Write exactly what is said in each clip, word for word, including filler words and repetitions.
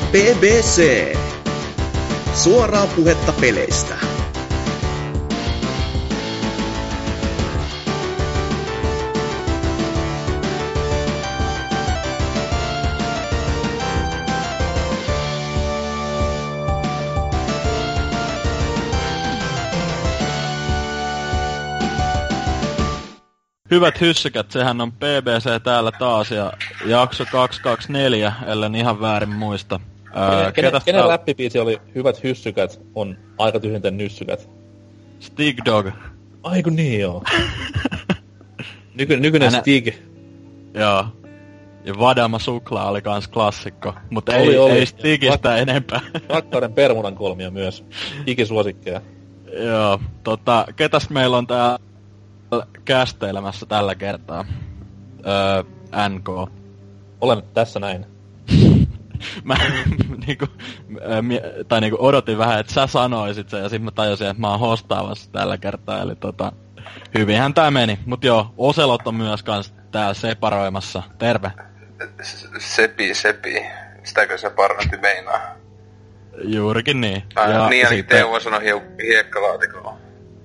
P B C. Suoraa puhetta peleistä. Hyvät hyssykät, sehän on P B C täällä taas ja jakso kaksisataakaksikymmentäneljä, ellen ihan väärin muista. Öö, kenen kenen tääl... räppibiisi oli Hyvät hyssykät on aika tyhjenten nyssykät? Stig Dog. Aiku niin joo. Nyky, nykyinen Änä... Stig. Joo. Ja Vadama Suklaa oli kans klassikko, mutta ei, oli, oli. ei Stigistä Rak... enempää. Rakkauden Permunan kolmia myös. Ikisuosikkeja. Joo, tota, ketäs meillä on tää kästeilemässä tällä kertaa? Öö, N K. Olen tässä näin. Mä niinku, mie, tai niinku odotin vähän, että sä sanoisit sen, ja sit mä tajusin, että mä oon hostaavassa tällä kertaa, eli tota, hyvinhän tää meni. Mut joo, Oselot on myös kans täällä separoimassa. Terve. Sepi, sepi. Sitäkö se parempi meinaa? Juurikin niin. Ää, ja niin, sitten... Teuvo sanoi hie- hiekkalaatikolla.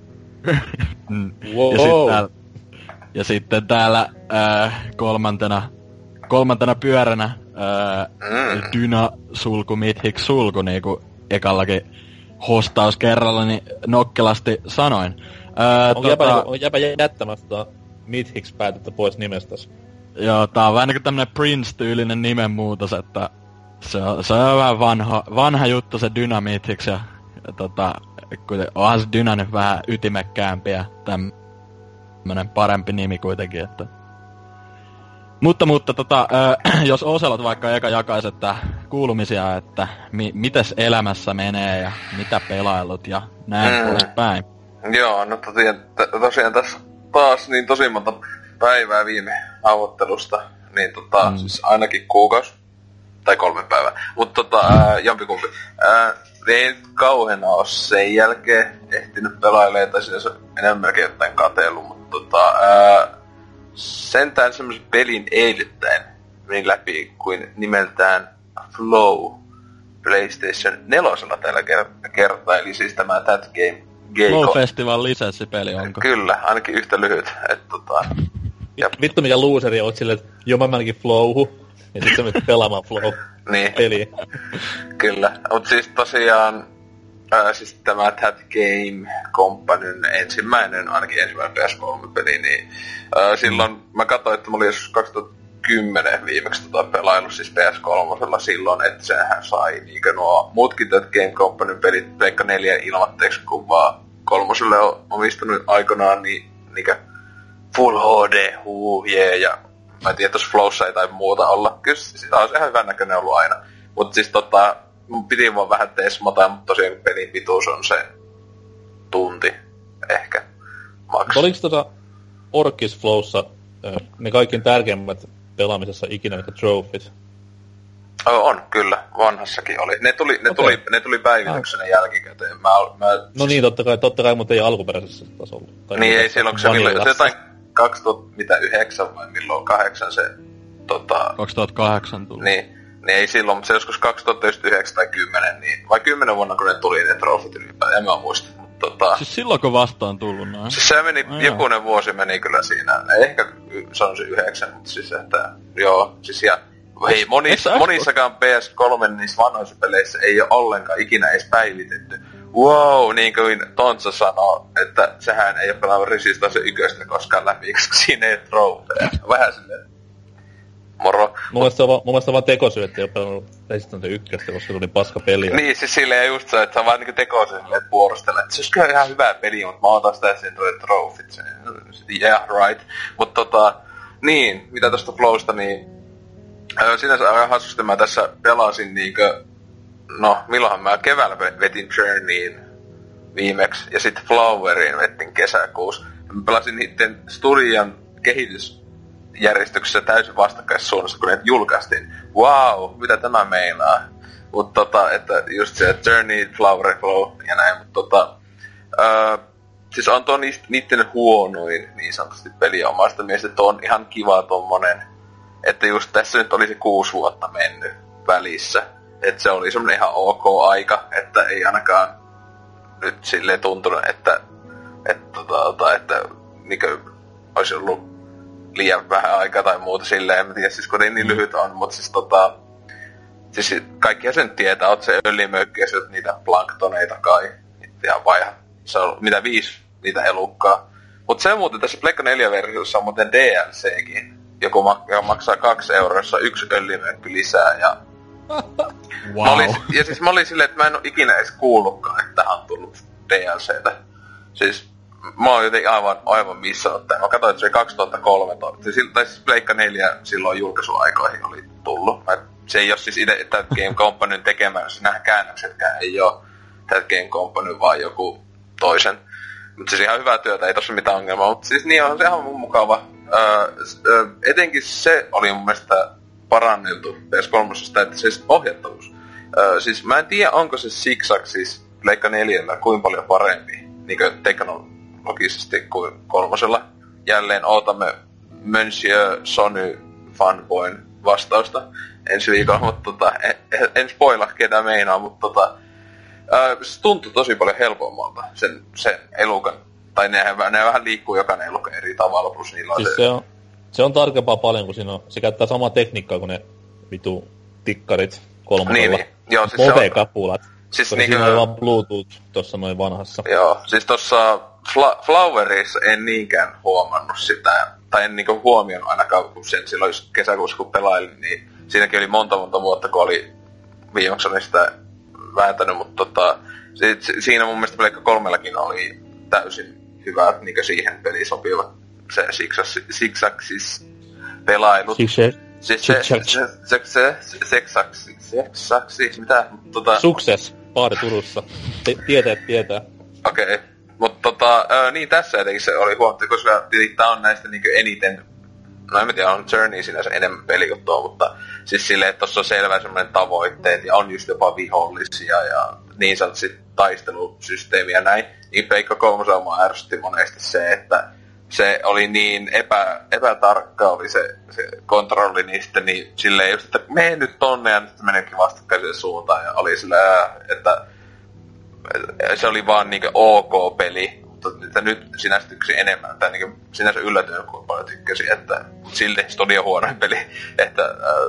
wow. ja, sit täällä, ja sitten täällä äh, kolmantena, kolmantena pyöränä äh, mm. Dyna sulku Mythic sulku, niinku ekallakin hostaus kerralla, niin nokkelasti sanoin. Äh, on, tota, jäpä, on jäpä jättämästä Mythics päätettä pois nimestäsi. Joo, tää on vähän niinku tämmönen Prince-tyylinen nimenmuutos, että se on, se on vähän vanha, vanha juttu se Dyna Mythics ja, ja tota... Kuten, onhan se Dyna nyt vähän ytimekkäämpi ja tämmönen parempi nimi kuitenkin, että... Mutta, mutta tota, äh, jos Oselot vaikka eka jakais, että kuulumisia, että mi- mites elämässä menee ja mitä pelailut ja näin mm. poispäin. Joo, no tosiaan, t- tosiaan tässä taas niin tosi monta päivää viime avoittelusta, niin tota, mm. siis ainakin kuukausi, tai kolme päivää, mutta tota, äh, jompikumpi. Äh, Ei kauheena oo sen jälkeen ehtinyt pelailemaan, tai sinänsä enemmänkin jotain kateellut, mutta tota, ää, sentään semmosen pelin eilyttäen meni läpi kuin nimeltään Flow PlayStation nelosella tällä ker- kertaa, eli siis tämä That Game Geico. Flow Festival lisenssipeli onko? Kyllä, ainakin yhtä lyhyt, että tota... Ja... Vittu mikä looseri oot silleen, että joo mä menikin Flowhu. Ja sit sä menet pelaamaan Flow-peliä. Niin. Kyllä. Mut siis tosiaan, ää, siis tämä That Game Companyn ensimmäinen, ainakin ensimmäinen P S kolme-peli, niin ää, silloin mä katsoin, että mä olin joskus kaksituhattakymmenen viimeksi tota pelailu siis P S kolme silloin, että sehän sai niinkö nuo muutkin That Game Companyn pelit Pleikka neljä ilmatteeksi, kun vaan kolmoselle on omistanut aikanaan niin niinkö Full H D, huu, jee, ja mä en tiedä, että Flowssa ei tai muuta olla. Kyllä sitä on ihan hyvän näköinen ollut aina. Mut siis tota, mun piti vaan vähän tesmata, mutta tosiaan pelin pituus on se tunti ehkä maks. Oliko tota Orkis Flowssa ne kaikkein tärkeimmät pelaamisessa ikinä niitä trofit? Oh, on, kyllä. Vanhassakin oli. Ne tuli, ne okay. tuli, ne tuli päivityksenä ah. jälkikäteen. Mä, mä, no niin, totta kai, totta kai, mutta ei alkuperäisessä tasolla. Tai niin, ei silloin, kun se milloin, se jotain kaksituhattayhdeksän vai milloin kahdeksan se tota... kaksituhattakahdeksan tuli. Niin, niin ei silloin, mutta se joskus kaksituhattayhdeksän tai kymmenen, niin... Vai kymmenen vuonna, kun ne tuli ne trofit ylipäätään, en mä muista, mutta tota... Siis silloinko vastaan tullut näin? Siis se meni, oh, jokunen joo. vuosi meni kyllä siinä, ehkä sanoisin yhdeksän, mutta siis että... Joo, siis ja... Hei, monissa, monissakaan P S kolme niissä vanhoissa peleissä ei ole ollenkaan ikinä edes päivitetty. Wow, niin kuin Tontsa sanoo, että sehän ei ole pelannut Resistance yköstä koskaan läpi, koska siinä ei ole trofeja. Vähän silleen, moro. Mun mielestä se on, mun mielestä on vaan tekosyy, että ei ole pelannut Resistance yköstä, koska tuli paska peli. Niin, siis silleen just se, että se on vaan niinku tekosyy silleen, että vuorostella, että se olisi kyllä ihan hyvä peli, mutta mä otan sitä siinä tulee trofit. Yeah, right. Mutta tota, niin, mitä tosta Flowsta, niin sinänsä aivan hassusti mä tässä pelasin niinkö, no milloinhan mä keväällä vetin Journeyin viimeksi ja sitten Floweriin vetin kesäkuussa. Mä pelasin niitten studion kehitysjärjestyksessä täysin vastakkaisessa suunnassa, kun ne julkaistiin. Wow, mitä tämä meinaa? Mut tota, että just se Journey, Flower, Flow ja näin, mut tota... Öö, siis on tuo niitten huonoin niin sanotusti peli omasta mielestä, että on ihan kiva tommonen. Että just tässä nyt oli se kuusi vuotta mennyt välissä. että se oli semmonen ihan ok aika, että ei ainakaan nyt silleen tuntunut, että että, tota, että niinkö olisi ollut liian vähän aikaa tai muuta silleen, en tiedä siis kun ei niin lyhyt on, mutta siis tota siis kaikkia sen tietää, oot se öljymökki ja syöt niitä planktoneita kai, ihan vaiha, se on mitä viisi niitä elukkaa. Mut se muuten tässä Pleikka neljä-versiossa on muuten D L C:kin, joku mak- maksaa kaksi euroa, jossa yksi öljymökki lisää ja wow. olin, ja siis mä olin silleen, että mä en oo ikinä edes kuullutkaan, että tähän on tullut D L C:tä. Siis mä oon jotenkin aivan, aivan missannut tämän. Mä katsoin, että se oli kaksituhattakolmetoista. Tai siis Pleikka neljä silloin julkaisuaikoihin oli tullut. Mä, se ei oo siis itse That Game Companyn tekemään, jos nämä käännöksetkään ei oo That Game Company, vaan joku toisen. Mutta siis ihan hyvää työtä, ei tossa mitään ongelmaa. Mutta siis niin on se ihan mun mukava. Öö, öö, etenkin se oli mun mielestä paranneltu P S kolme, että siis ohjattavuus. Öö, siis mä en tiedä, onko se Zigzag siis Pleikka neljällä kuinka paljon parempi niinkö teknologisesti kuin kolmosella. Jälleen ootamme Monsieur Sony fanboyn vastausta ensi viikolla, mutta tota, en, en spoila ketä meinaa, mutta tota, ää, se tuntui tosi paljon helpommalta sen, sen elukan. Tai ne, ne vähän liikkuu jokainen eluka eri tavalla, plus niillä on siis se... se on, se on tarkempaa paljon, kun siinä on, se käyttää samaa tekniikkaa kuin ne vitu tikkarit kolmosella. Niin, niin. Joo, siis Move-kapulat. Siis koska niinkö... siinä on vaan Bluetooth tossa noin vanhassa. Joo, siis tossa Fla- Flowerissa en niinkään huomannut sitä, tai en niinku huomioinut ainakaan, kun sen silloin kesäkuussa kun pelailin, niin siinäkin oli monta monta vuotta, kun oli viimeksi oli sitä vääntänyt, mutta tota, si- si- siinä mun mielestä Pleikka kolmellakin oli täysin hyvä niinkö siihen peliin sopiva se Zigzag siis pelailut. Zigzag. Siis se, se, se, se, seksaksi, seksaksi, mitä, tota... Success, baari Turussa. Tieteet tietää. Okei, okay. Mutta tota, ö, niin tässä jotenkin se oli huomattu, koska tää on näistä niinku eniten, no en tiedä, on Journey sinänsä enemmän pelijuttua, mutta siis silleen, että tossa on selvä semmoinen tavoitteet ja on just jopa vihollisia ja niin sanotusti taistelusysteemi ja näin. Niin Pleikka kolmosella mua ärsytti monesti se, että se oli niin epä, epätarkka oli se, se kontrolli niistä, niin silleen just, että mene nyt tonne ja nyt meneekin vastakkaiseen suuntaan ja oli silleen, että se oli vaan niinkö ok-peli, mutta että nyt sinänsä tykkäsin enemmän, tai niinkö sinänsä yllätynyt, kun paljon tykkäsin, että silti studio huonoin peli, että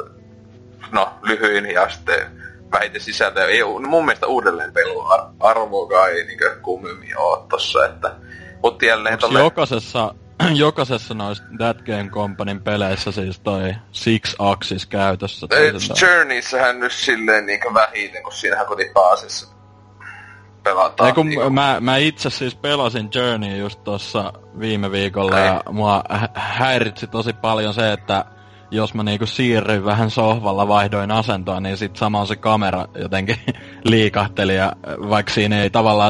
no lyhyin ja sitten vähiten sisältöä, ei no, mun mielestä uudelleen pelun arvoa ei niinkö kummemmin oo tossa, että mut jälleen tolle... jokaisessa, jokaisessa noista That Game Companyn peleissä siis toi Six Axis käytössä? Journeyssähän nyt silleen niinkö vähiten, kun siinähän koti pääasiassa pelataan. Ei kun niinku... mä, mä itse siis pelasin Journey just tossa viime viikolla ei. Ja mua hä- häiritsi tosi paljon se, että jos mä niinku siirryin vähän sohvalla, vaihdoin asentoa, niin sit samalla se kamera jotenkin liikahteli ja vaikka siinä ei tavallaan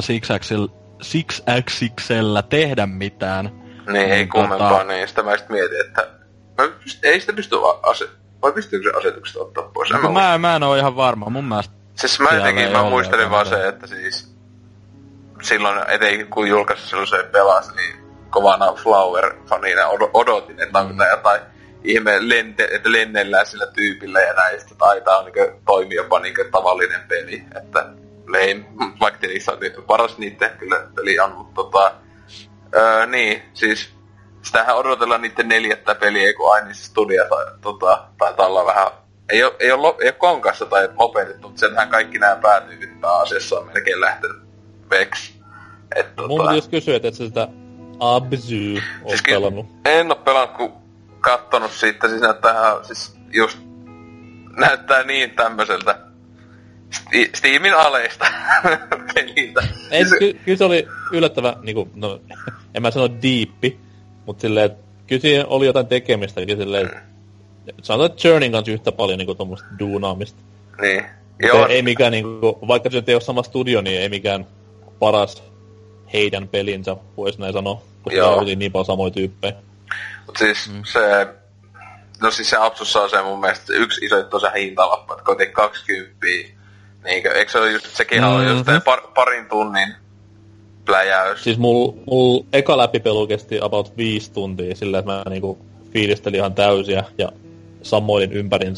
Six-Axiksellä tehdä mitään. Niin, ei kummempaa, tota... niin sitä mä sit mietin, että mä pyst... ei sitä pysty ase... vai pystyykö se asetukset ottaa pois? No, mä, mä, mä en oo ihan varma, mun mielestä. Siis mä jotenkin, mä muistelin vaan se, että siis silloin etenkin kun julkaisu silloin se pelasi, niin kovana Flower-fanina odotin, että onko tää jotain ihme, lente, että lennellään sillä tyypillä ja näistä taitaa on niin toimii jopa niin tavallinen peli, että lame, vaikka niissä on paras niitten kyllä peli on, mutta tota, öö, niin, siis sitähän odotellaan niitten neljättä peliä, ei kun aina se studia tai tota, taitaa olla vähän, ei oo, ei oo, ei oo konkassa tai lopetettu, mutta senhän kaikki nämä päätyypit pääasiassa on melkein lähtenyt veksi. Et, tota, mun pitäis kysyä, että et sä sitä Abzu oot siis pelannut. En oo pelannut, kun kattonut siitä, siis näyttää siis just näyttää niin tämmöseltä Sti- Steamin aleista peliltä. Ei, ky- kyllä se oli yllättävän, niinku, no, en mä sano diippi, mut silleen, että kyllä siinä oli jotain tekemistä, eli silleen, mm. sanotaan, että Journeyn kanssa yhtä paljon niinku tommoista duunaamista. Niin. Joo. Ei, ei mikään niinku, vaikka se ei oo sama studio, niin ei mikään paras heidän pelinsä, vois näin sanoa, koska Joo. oli niin paljon samoja tyyppejä. Mut siis mm. se, no siis se Absussa on se mun mielestä yksi iso juttu se hintalappu, että kotiin kaksikymmentä, niinkö, eikö se ole just, sekin mm-hmm. on just par, parin tunnin pläjäys. Siis mul, mul eka läpipelu kesti about viisi tuntia sillä, että mä niinku fiilistelin ihan täysiä ja sammoilin ympärinsä.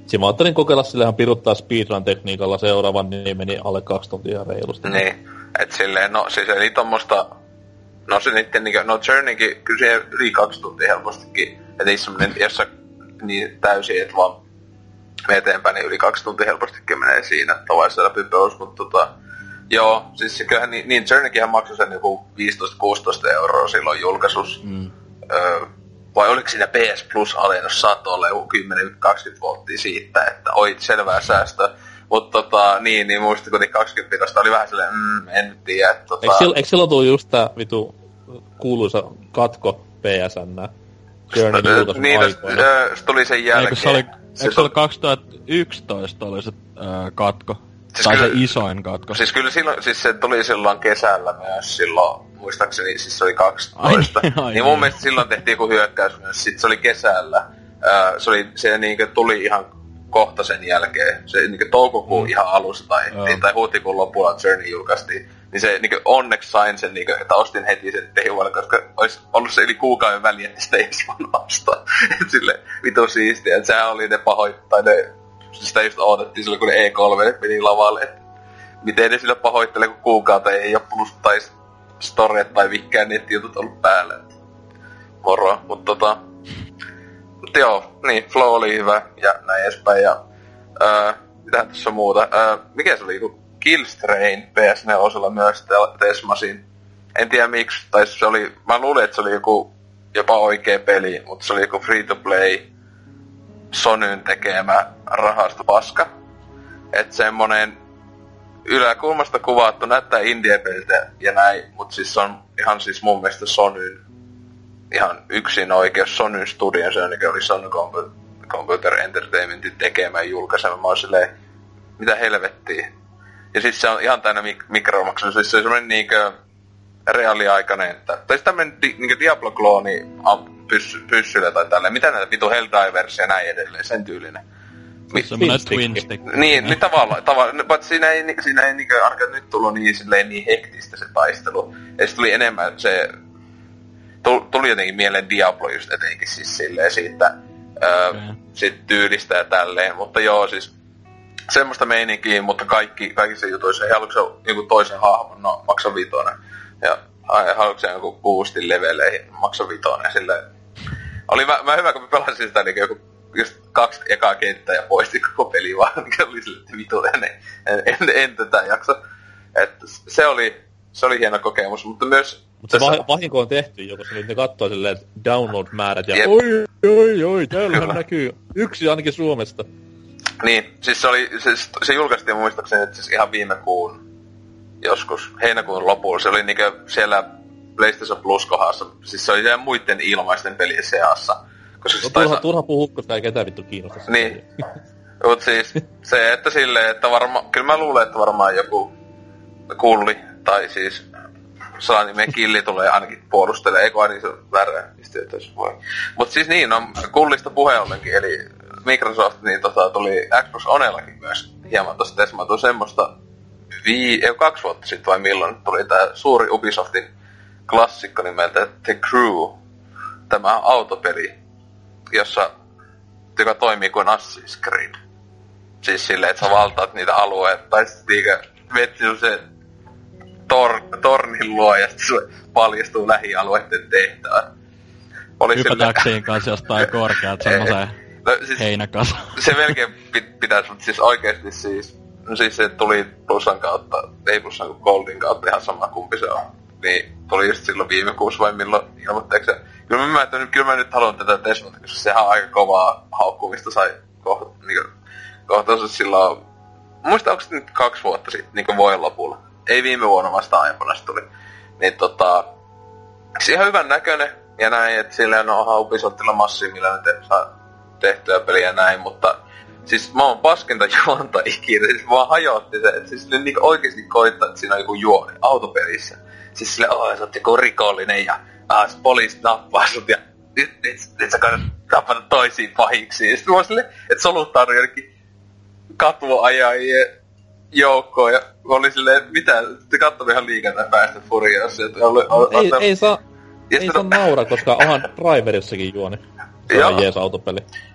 Siinä mä ajattelin kokeilla sillähän piruttaa speedrun-tekniikalla seuraavan, niin meni alle kaksi tuntia reilusti. Niin, et silleen, no siis eli tommosta... No se niitten niinkö, no Journeykin, kyllä se yli kaksi tuntia helpostikin. Et ei semmonen, jos sä niin täysin, et vaan me eteenpäin, niin yli kaksi tuntia helpostikin menee siinä tavallisella pypeus, mutta tota... Joo, siis kyllähän niin, niin Journeykinhän maksoi sen joku viisitoista kuusitoista euroa silloin julkaisus. Mm. Öö, vai oliko siinä P S Plus alennus Satolle joku kymmenen kaksikymmentä volttia siitä, että oi selvää säästöä. Mut tota, niin, niin muistin, kun kaksikymmentä oli vähän silleen, mm, en tiedä, että tota... Eikö, eikö silloin tullut just tää vitu kuuluisa katko P S N? Journeyn julkaisun niin, aikoina. Niin, se tuli sen jälkeen. Eikö se oli, eikö se oli kaksituhattayksitoista oli se äh, katko? Siis tai kyllä, se isoin katko. Siis kyllä silloin, siis se tuli silloin kesällä myös silloin, muistaakseni, siis se oli kaksitoista. Ai, ai, niin mun mielestä silloin tehtiin joku hyökkäys myös, sit se oli kesällä. Äh, se oli, se niinkö tuli ihan kohta sen jälkeen. Se niinkö toukokuun mm. ihan alussa tai, oh. tai huhtikuun lopulla Journey julkaistiin. Niin se niinkö onneksi sain sen niinkö, että ostin heti sen tehuvalle, koska olisi ollut se yli kuukauden väliä, että sitä ei edes voinut ostaa. Et silleen vitu siistiä, että sehän oli ne pahoit, tai ne... Sitä just odotettiin silloin, kun ne E kolme meni lavalle, että miten ne sillä pahoittelee, kun kuukautta ei oo plus tai storyt tai mikään nettijutut ollut päällä. Moro, mutta tota... Mut joo, niin, flow oli hyvä ja näin edespäin ja... Öö, mitähän tässä on muuta? Öö, mikä se oli, kun Killstrain P S neljä myös Tesmasin. En tiedä miksi, tai se oli... Mä luulin, että se oli joku jopa oikea peli, mutta se oli joku free to play... Sonyn tekemä rahastopaska. Et semmonen yläkulmasta kuvattu, näyttää indie-peliltä ja näin, mut siis on ihan siis mun mielestä Sonyn ihan yksin oikeus Sonyn Studion, se on, oli Sony Computer Entertainmentin tekemä ja julkaisema. Mä oon silleen, mitä helvettiä. Ja siis se on ihan täynnä mik- mikromaksu, siis se on semmonen niinkö reaaliaikainen, että, tai siis tämmönen di- niinkö Diablo-klooni pyssy, pyssyllä tai tälleen. Mitä näitä vitu Helldivers ja näin edelleen, sen tyylinen. Mi- semmonen twin stick. Niin, niin tavallaan, tavallaan, mutta siinä ei, siinä ei niinkö, ainakaan nyt tullut niin, silleen, niin hektistä se taistelu. Ja se tuli enemmän se, tuli jotenkin mieleen Diablo just etenkin siis silleen siitä, öö, okay. sit tyylistä ja tälleen. Mutta joo, siis semmoista meininkiä, mutta kaikki, kaikissa jutuissa, ei haluatko joku toisen hahmon, no maksa vitonen. Ja haluatko joku boostin leveleihin, maksa vitonen, silleen. Oli mä, mä hyvä, kun mä pelasin sitä niin joku just kaksi ekaa kenttää ja poistin koko peli vaan, mikä oli silleen, että vitu, en, en, en, en tätä jaksa. Että se oli, se oli hieno kokemus, mutta myös... Mutta se tässä... vahinko on tehty jo, koska nyt ne kattoo silleen, että download-määrät ja yep. oi, oi, oi, täällähän näkyy yksi ainakin Suomesta. Niin, siis se oli, se, se julkaistiin muistaakseni, että siis ihan viime kuun, joskus, heinäkuun lopulla, se oli niinkö siellä PlayStation Plus-kohdassa, siis se oli siellä muiden ilmaisten pelien seassa. Koska no, turha, taisa... turha puhua, koska ei ketään vittu kiinnosta. Niin. Mut siis se, että silleen, että varmaan... Kyllä mä luulen, että varmaan joku kulli, tai siis salanimen killi tulee ainakin puolustelee. Eikö aina se väärä yhteydessä voi. Mut siis niin, no kullista puheen ollenkin, eli Microsoft niin tota, tuli Xbox Onellakin myös hieman tosta tesmatua semmoista vii... Ei, kaksi vuotta sitten vai milloin tuli tää suuri Ubisoftin klassikko nimeltä The Crew. Tämä autopeli, jossa, joka toimii kuin Assassin's Creed. Siis silleen, että sä valtaat niitä alueita, tai sit niinkö metsi se tor, tornin luo, ja sit sulle paljastuu lähialueiden tehtävät. Hypätäkseen kanssa jostain korkeat semmoseen no, siis heinäkasa. Se melkein pit, pitäis, mutta siis oikeesti siis, no siis se tuli plussan kautta, ei plussan kuin Goldin kautta, ihan sama kumpi se on. Niin, tuli just silloin viime kuussa vai milloin ilmoitteeksi. Kyllä mä, että, kyllä mä nyt haluan tätä tesmata, koska sehän on aika kovaa haukkumista sai kohta, niinku, kohtaisesti silloin, muista onko nyt kaksi vuotta sitten, niinku vuoden lopulla. Ei viime vuonna vasta aiempana se tuli. Niin tota, se ihan hyvän näköinen ja näin, että silleen on onhan Ubisoftilla massia, millä ne te, saa tehtyä peliä ja näin, mutta siis mä oon paskinta juonta ikinä, siis vaan hajotti se, että siis niinku oikeesti koittaa, että siinä on joku juoni autopelissä. Siis silleen, oh, sä oot joku rikollinen ja ah, poliisit nappaa sut ja nyt, nyt, nyt sä kannat tappata toisiin pahiksi. Ja sit mä oon silleen, että soluttaa jonnekin katuajajien joukkoon ja oli silleen, mitä, te kattoi ihan liikaa tai Fast and Furious. Ei, ei, ei saa, ei saa nauraa, koska onhan Driverissakin juoni. Se on jees autopeli.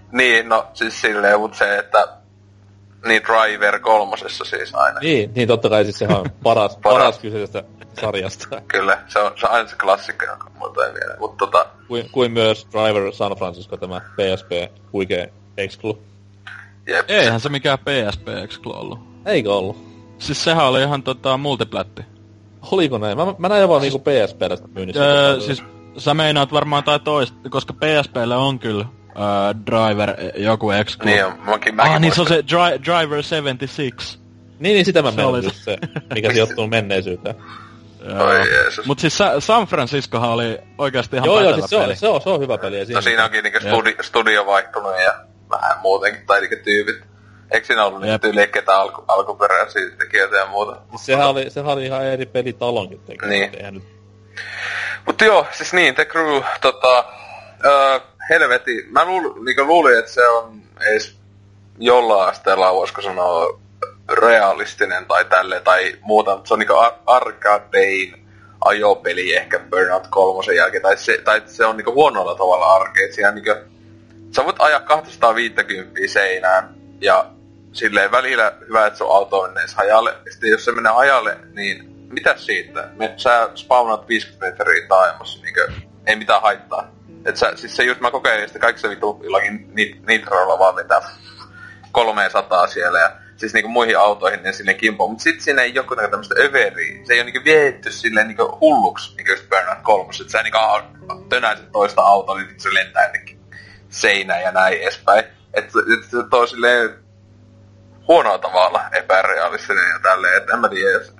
Niin, no siis silleen, mut se, että... Niin Driver kolmosessa siis aina. Niin, niin totta kai siis sehän on paras, paras kyseisestä sarjasta. Kyllä, se on, se on aina se klassikko, jonka muuta ei vielä. Mut tota... Kuin, kuin myös Driver San Francisco, tämä P S P huikee exclu. Jep. Eihän se mikään P S P exclu ollut. Eikö ollut? Siis sehän oli ihan tota multiplätti. Oliko näin? Mä, mä näin vaan siis, niinku P S P:llä sitä myynnissä. Öö, siis sä meinaat varmaan tai toista, koska P S P:llä on kyllä öö, Driver joku exclu. Niin on, mäkin mäkin Ah, niin se on se dri- Driver seitsemänkymmentäkuusi. Niin, niin sitä mä meinasin just se, mikä sijoittuu menneisyyteen. Oi Jeesus. Mut siis Sa- San Franciscohan oli oikeesti ihan joo, pätevä joo, siis se peli. on, se on, se on hyvä peli. No siinä onkin niinku studi- studio vaihtunut ja vähän muutenkin, tai niinku tyypit. Eikö siinä ollut niinku tyyliä ketään alku- alkuperäisiä tekijöitä ja muuta? Sehän oli, sehän oli ihan eri pelitalonkin tekijä. Niin. Nyt... Mut joo, siis niin, The Crew, tota... Öö, helveti, mä luul, niinku luulin, että se on ees jollain asteella, voisiko sanoa, realistinen tai tälleen tai muuta, mutta se on niinku ar- arcadein ajopeli ehkä Burnout kolmosen jälkeen, tai se, tai se on niinku huonolla tavalla arcade, siinä niinku, sä voit ajaa kaksisataaviisikymmentä seinään, ja silleen välillä hyvä, että sun auto menee hajalle, ja sitten jos se menee hajalle, niin mitäs siitä? Me, sä spawnaat viisikymmentä metriä taajamassa, niinku, ei mitään haittaa. Et sä, siis se just mä kokeilin sitä kaikissa vitu jollakin nitroilla vaan vetää kolmesataa siellä ja siis niinku muihin autoihin niin silleen kimpo, mut sit siinä ei joku tämmöstä överiä. Se ei oo niinku viehitty silleen niinku hulluks niinku just Burnout kolmos, et sä niinku tönäiset toista autoa, niin se lentää jonnekin seinään ja näin edespäin. Et, et se on silleen huonoa tavalla epärealistinen ja tälleen, et en mä tiedä jos...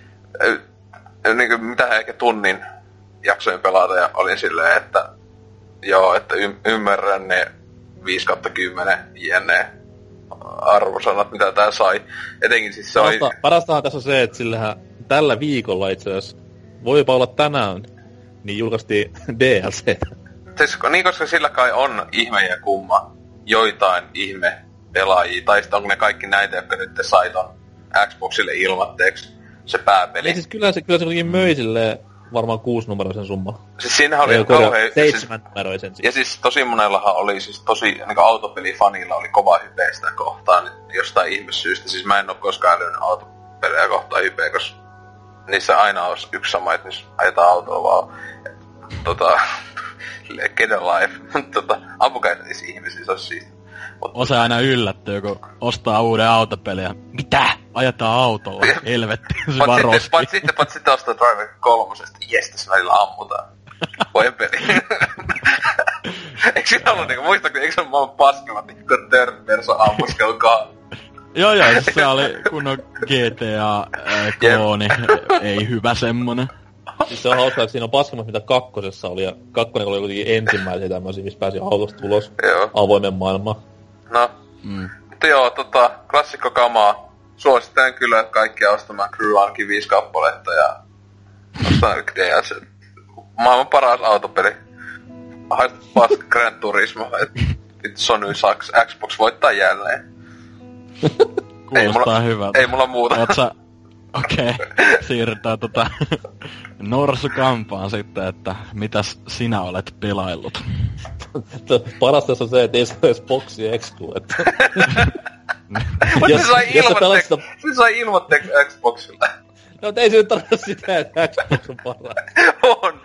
Niinku mitä ehkä tunnin jaksoin pelata ja olin silleen, että joo, että y- ymmärrän ne viisi kautta kymmenen jne arvosanat, mitä tää sai. Etenkin siis se Parasta, oli... Parastahan tässä on se, että sillähän tällä viikolla itse asiassa, voipa olla tänään, niin julkaistiin D L C. Siis, niin, koska sillä kai on ihme ja kumma joitain ihme pelaajia, tai sitten onko ne kaikki näitä, jotka nyt sai ton Xboxille ilmatteeksi se pääpeli. Ei siis kyllä se, kyllä se kuitenkin möi silleen varmaan kuusinumeroisen summa. Siis siinähän oli kauhean... Seitsemän numeroisen siis. Ja siis tosi monellahan oli siis tosi... Niinku autopelifanilla oli kova hype sitä kohtaan jostain ihmesyystä. Siis mä en oo koskaan lyönyt autopelejä kohtaan hypeä, koska niissä aina on yksi sama, että niissä ajetaan autoa vaan... Tota... Get a life. Tota... Ampukäyttäisi ihmisiä, se olisi siistiä. On se aina yllättyy, kun ostaa uuden autopeliä. Mitä? Ajetaan autolla. Helvetti. Se vaan roski. Pat sitten, pat sitten ostaa Driver kolmosesta. Jes, tässä välillä ammutaan. Voi peli. Eikö siinä ollut niinku, muistatko, eikö se ole maailman paskimmat niinku third person ammuskelukaan? Joo joo, siis se oli kunnon G T A-klooni. Ei hyvä semmonen. Siis se on hauskaa, että siinä on paskimmat mitä kakkosessa oli, ja kakkonen oli kuitenkin ensimmäisiä tämmöisiä, missä pääsi autosta ulos avoimen maailmaan. No, mm. Mutta joo, tota, klassikko kamaa. Suosittelen kyllä kaikkia ostamaan Crew ainakin viisi kappaletta ja ostaa D L C. Maailman paras autopeli. Haista paska Gran Turismo, et Sony Saks, Xbox voittaa jälleen. Kuulostaa hyvältä. Ei mulla muuta. Ootsa... Okei, okay. Siirrytään tota Norsukampaan sitten, että mitäs sinä olet pelaillut? Parasta on se, että ei se edes boxi exclu, että... Mutta se sai ilmatteeksi, sitä... se sai ilmatteeksi Xboxilla. No, ei se nyt tarkoita sitä, että Xbox on paras. On.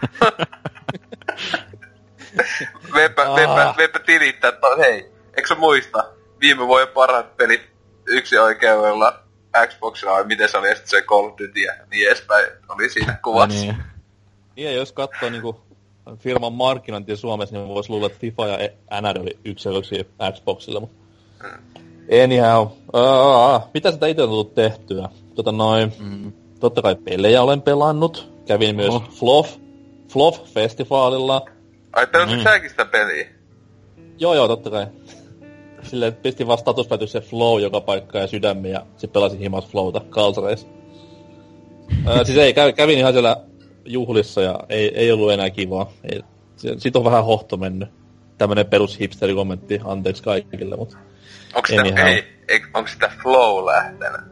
Veipä, veipä, veipä tilittää, että hei, eikö sä muista viime vuoden parhaat pelit yksi oikeudella Xboxilla, vai miten se oli, ja sitten se Call of Duty ja niin edespäin oli siinä kuvassa. No niin. Niin, jos katsoo niinku firman markkinointia Suomessa, niin vois luulla, että FIFA ja N R oli yksilöksi Xboxilla, mutta... Hmm. Anyhow. Uh, mitä sitä itse on tullut tehtyä? Tota noin... Mm. Totta kai pelejä olen pelannut. Kävin myös oh. Flof, Flof-festivaalilla. Ai, pelasitko mm. säkin sitä peliä? Joo, joo, totta kai. Silleen pistin vaan statuspätys Flow joka paikkaan ja sydämiin ja sit pelasin himas Flowta kalsareissa. uh, siis ei, kävin ihan siellä juhlissa ja ei, ei ollut enää kivaa. Ei, sit on vähän hohto mennyt. Tämmönen perus hipsteri-kommentti, anteeksi kaikille, mut... Onko sitä, ei, ei, onko sitä Flow lähtenyt?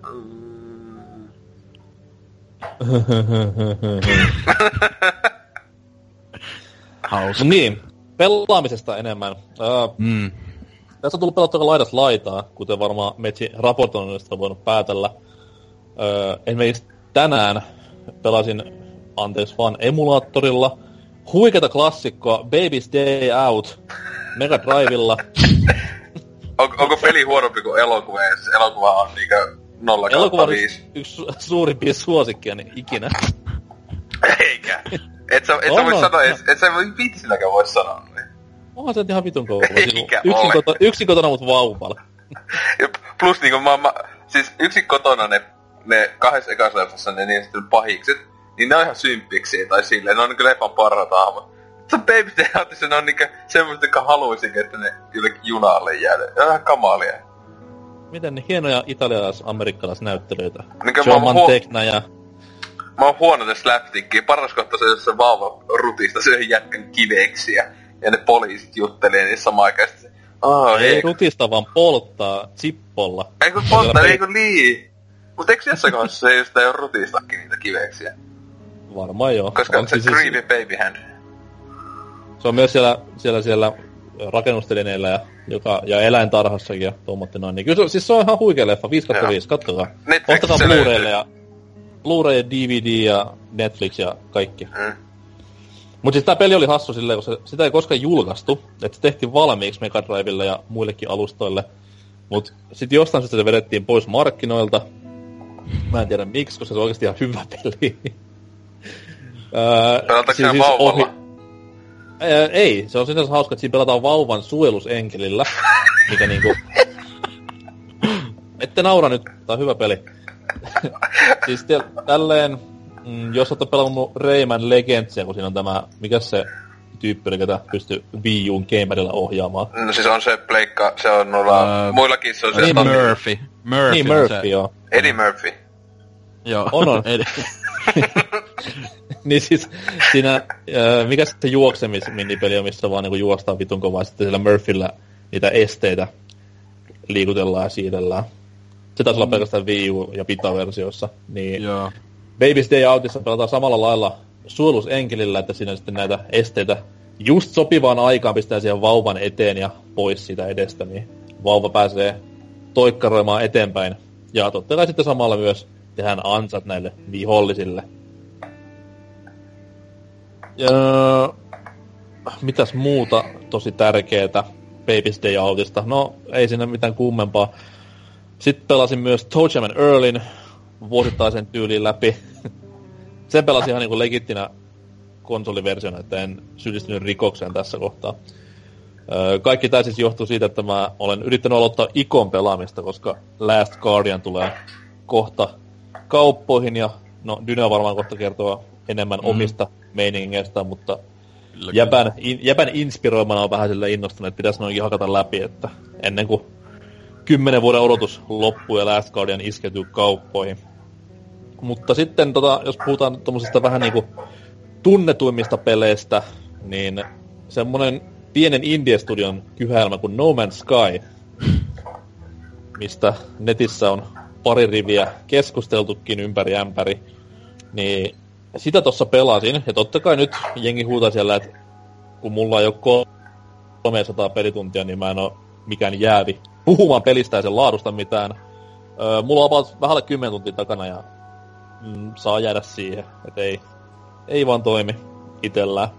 Hauska. Niin, pelaamisesta enemmän. Uh, mm. Tässä on tullut pelattua laidasta laitaa, kuten varmaan Metsi raportoinnista on voinut päätellä. Öö, esimerkiksi tänään pelasin, anteeksi vaan, emulaattorilla huikeata klassikkoa Baby's Day Out Mega Drivella. On, onko peli huonompi kuin elokuva? Elokuva on niinkö nolla kautta viisi. Elokuva on yksi, yksi suurimpia suosikkia niin ikinä. Eikä. Et sä, et sä voi sanoa, et, et sä voi vitsilläkään voi sanoa. Niin. Onhan se ihan vitun koulla. Eikä yksin, ole. koto, yksin kotona mut vauvalla. Plus niinku mä, mä siis yksin kotona ne, ne kahdessa ekassa leffassa ne niin sitten pahikset, niin ne on ihan symppiksi tai silleen, ne on niinku leffan parhaat hahmot. Se on Baby Day Outissa, ne on niinku semmoset, jotka haluisinkin, että ne jollekin junalle jäädä. Ne on ihan kamalia. Miten ne hienoja italialais-amerikkalaisnäyttelyitä. Niin Joe Mantegna ja... Mä oon huono tässä slapstickiin. Paras kohta se, jos se vauva rutista syöhön jätkän kiveksiä. Ja ne poliisit juttelee niissä samaan aikaan. Oh, ei, ei rutista, vaan polttaa zippolla. Ei kun polttaa, ei kun lii. Mut eikö jossain kohdassa se just ei oo rutistakin niitä kiveksiä? Varmaan joo. Koska on se siis creepy baby hand. Se on myös siellä, siellä, siellä rakennustelineillä ja, joka, ja eläintarhassakin ja tuommoitti noin. Niin kyllä se, siis se on ihan huikea leffa, viisi kautta viisi, kattokaa. Ostakaa Blu-raylle ja Blu-ray ja D V D ja Netflix ja kaikki. Mm. Mut siis tää peli oli hassu silleen, koska sitä ei koskaan julkaistu, että se tehtiin valmiiksi Mega Drivelle ja muillekin alustoille. Mut sit jostain syystä se vedettiin pois markkinoilta. Mä en tiedä miksi, koska se on oikeesti ihan hyvä peli. Pelataanko siis, siis vauvalla? Ohi... Ää, ei, se on sinänsä hauska, että siinä pelataan vauvan suojelusenkelillä, mikä niinku... Ette naura nyt, tää on hyvä peli. Siis te, tälleen, mm, jos olette pelannut Rayman Legendsia, kun siinä on tämä, mikäs se tyyppi oli, ketä pystyy Wii U:n gamerilla ohjaamaan. No siis on se pleikka, se on noilla, uh, muillakin se on se... Niin Murphy. Murphy niin Murphy, joo. Eddie Murphy. Joo. On on. Niin siis siinä, äh, mikä se juoksemisminipeli on, missä vaan niinku juostaan vitun kovaa, sitten sillä Murphyllä niitä esteitä liikutellaan ja siirrellään. Se taisi olla mm. pelkästään Wii U- ja Vita-versioissa. Niin joo. Baby's Day Outissa pelataan samalla lailla suojelusenkelillä, että siinä sitten näitä esteitä just sopivaan aikaan pistää siihen vauvan eteen ja pois siitä edestä, niin vauva pääsee toikkaroimaan eteenpäin. Ja totta kai sitten samalla myös tehdään ansat näille vihollisille. Ja mitäs muuta tosi tärkeetä Baby's Day Outista? No, ei siinä mitään kummempaa. Sitten pelasin myös Toadjam and Earlin vuosittaisen tyyliin läpi. Sen pelasin ihan niinku legittinä konsoliversiona, että en syyllistynyt rikokseen tässä kohtaa. Kaikki tää siis johtuu siitä, että mä olen yrittänyt aloittaa Ikon pelaamista, koska Last Guardian tulee kohta kauppoihin ja no Dyna varmaan kohta kertoo enemmän mm. omista meiningeistä, mutta jäbän, in, jäbän inspiroimana on vähän sille innostunut, että pitäisi noinkin hakata läpi, että ennen kuin kymmenen vuoden odotus loppuu ja Last Guardian iskeytyy kauppoihin. Mutta sitten tota, jos puhutaan tommosista vähän niinku tunnetuimmista peleistä, niin semmonen pienen indie-studion kyhäilmä kuin No Man's Sky, mistä netissä on pari riviä keskusteltukin ympäri ämpäri, niin sitä tossa pelasin, ja totta kai nyt jengi huutaa siellä, että kun mulla ei ole kolmesataa pelituntia, niin mä en oo mikään jäävi puhumaan pelistä ja sen laadusta mitään. Öö, mulla on about vähän alle kymmenen tuntia takana, ja mm, saa jäädä siihen, että ei, ei vaan toimi itellään.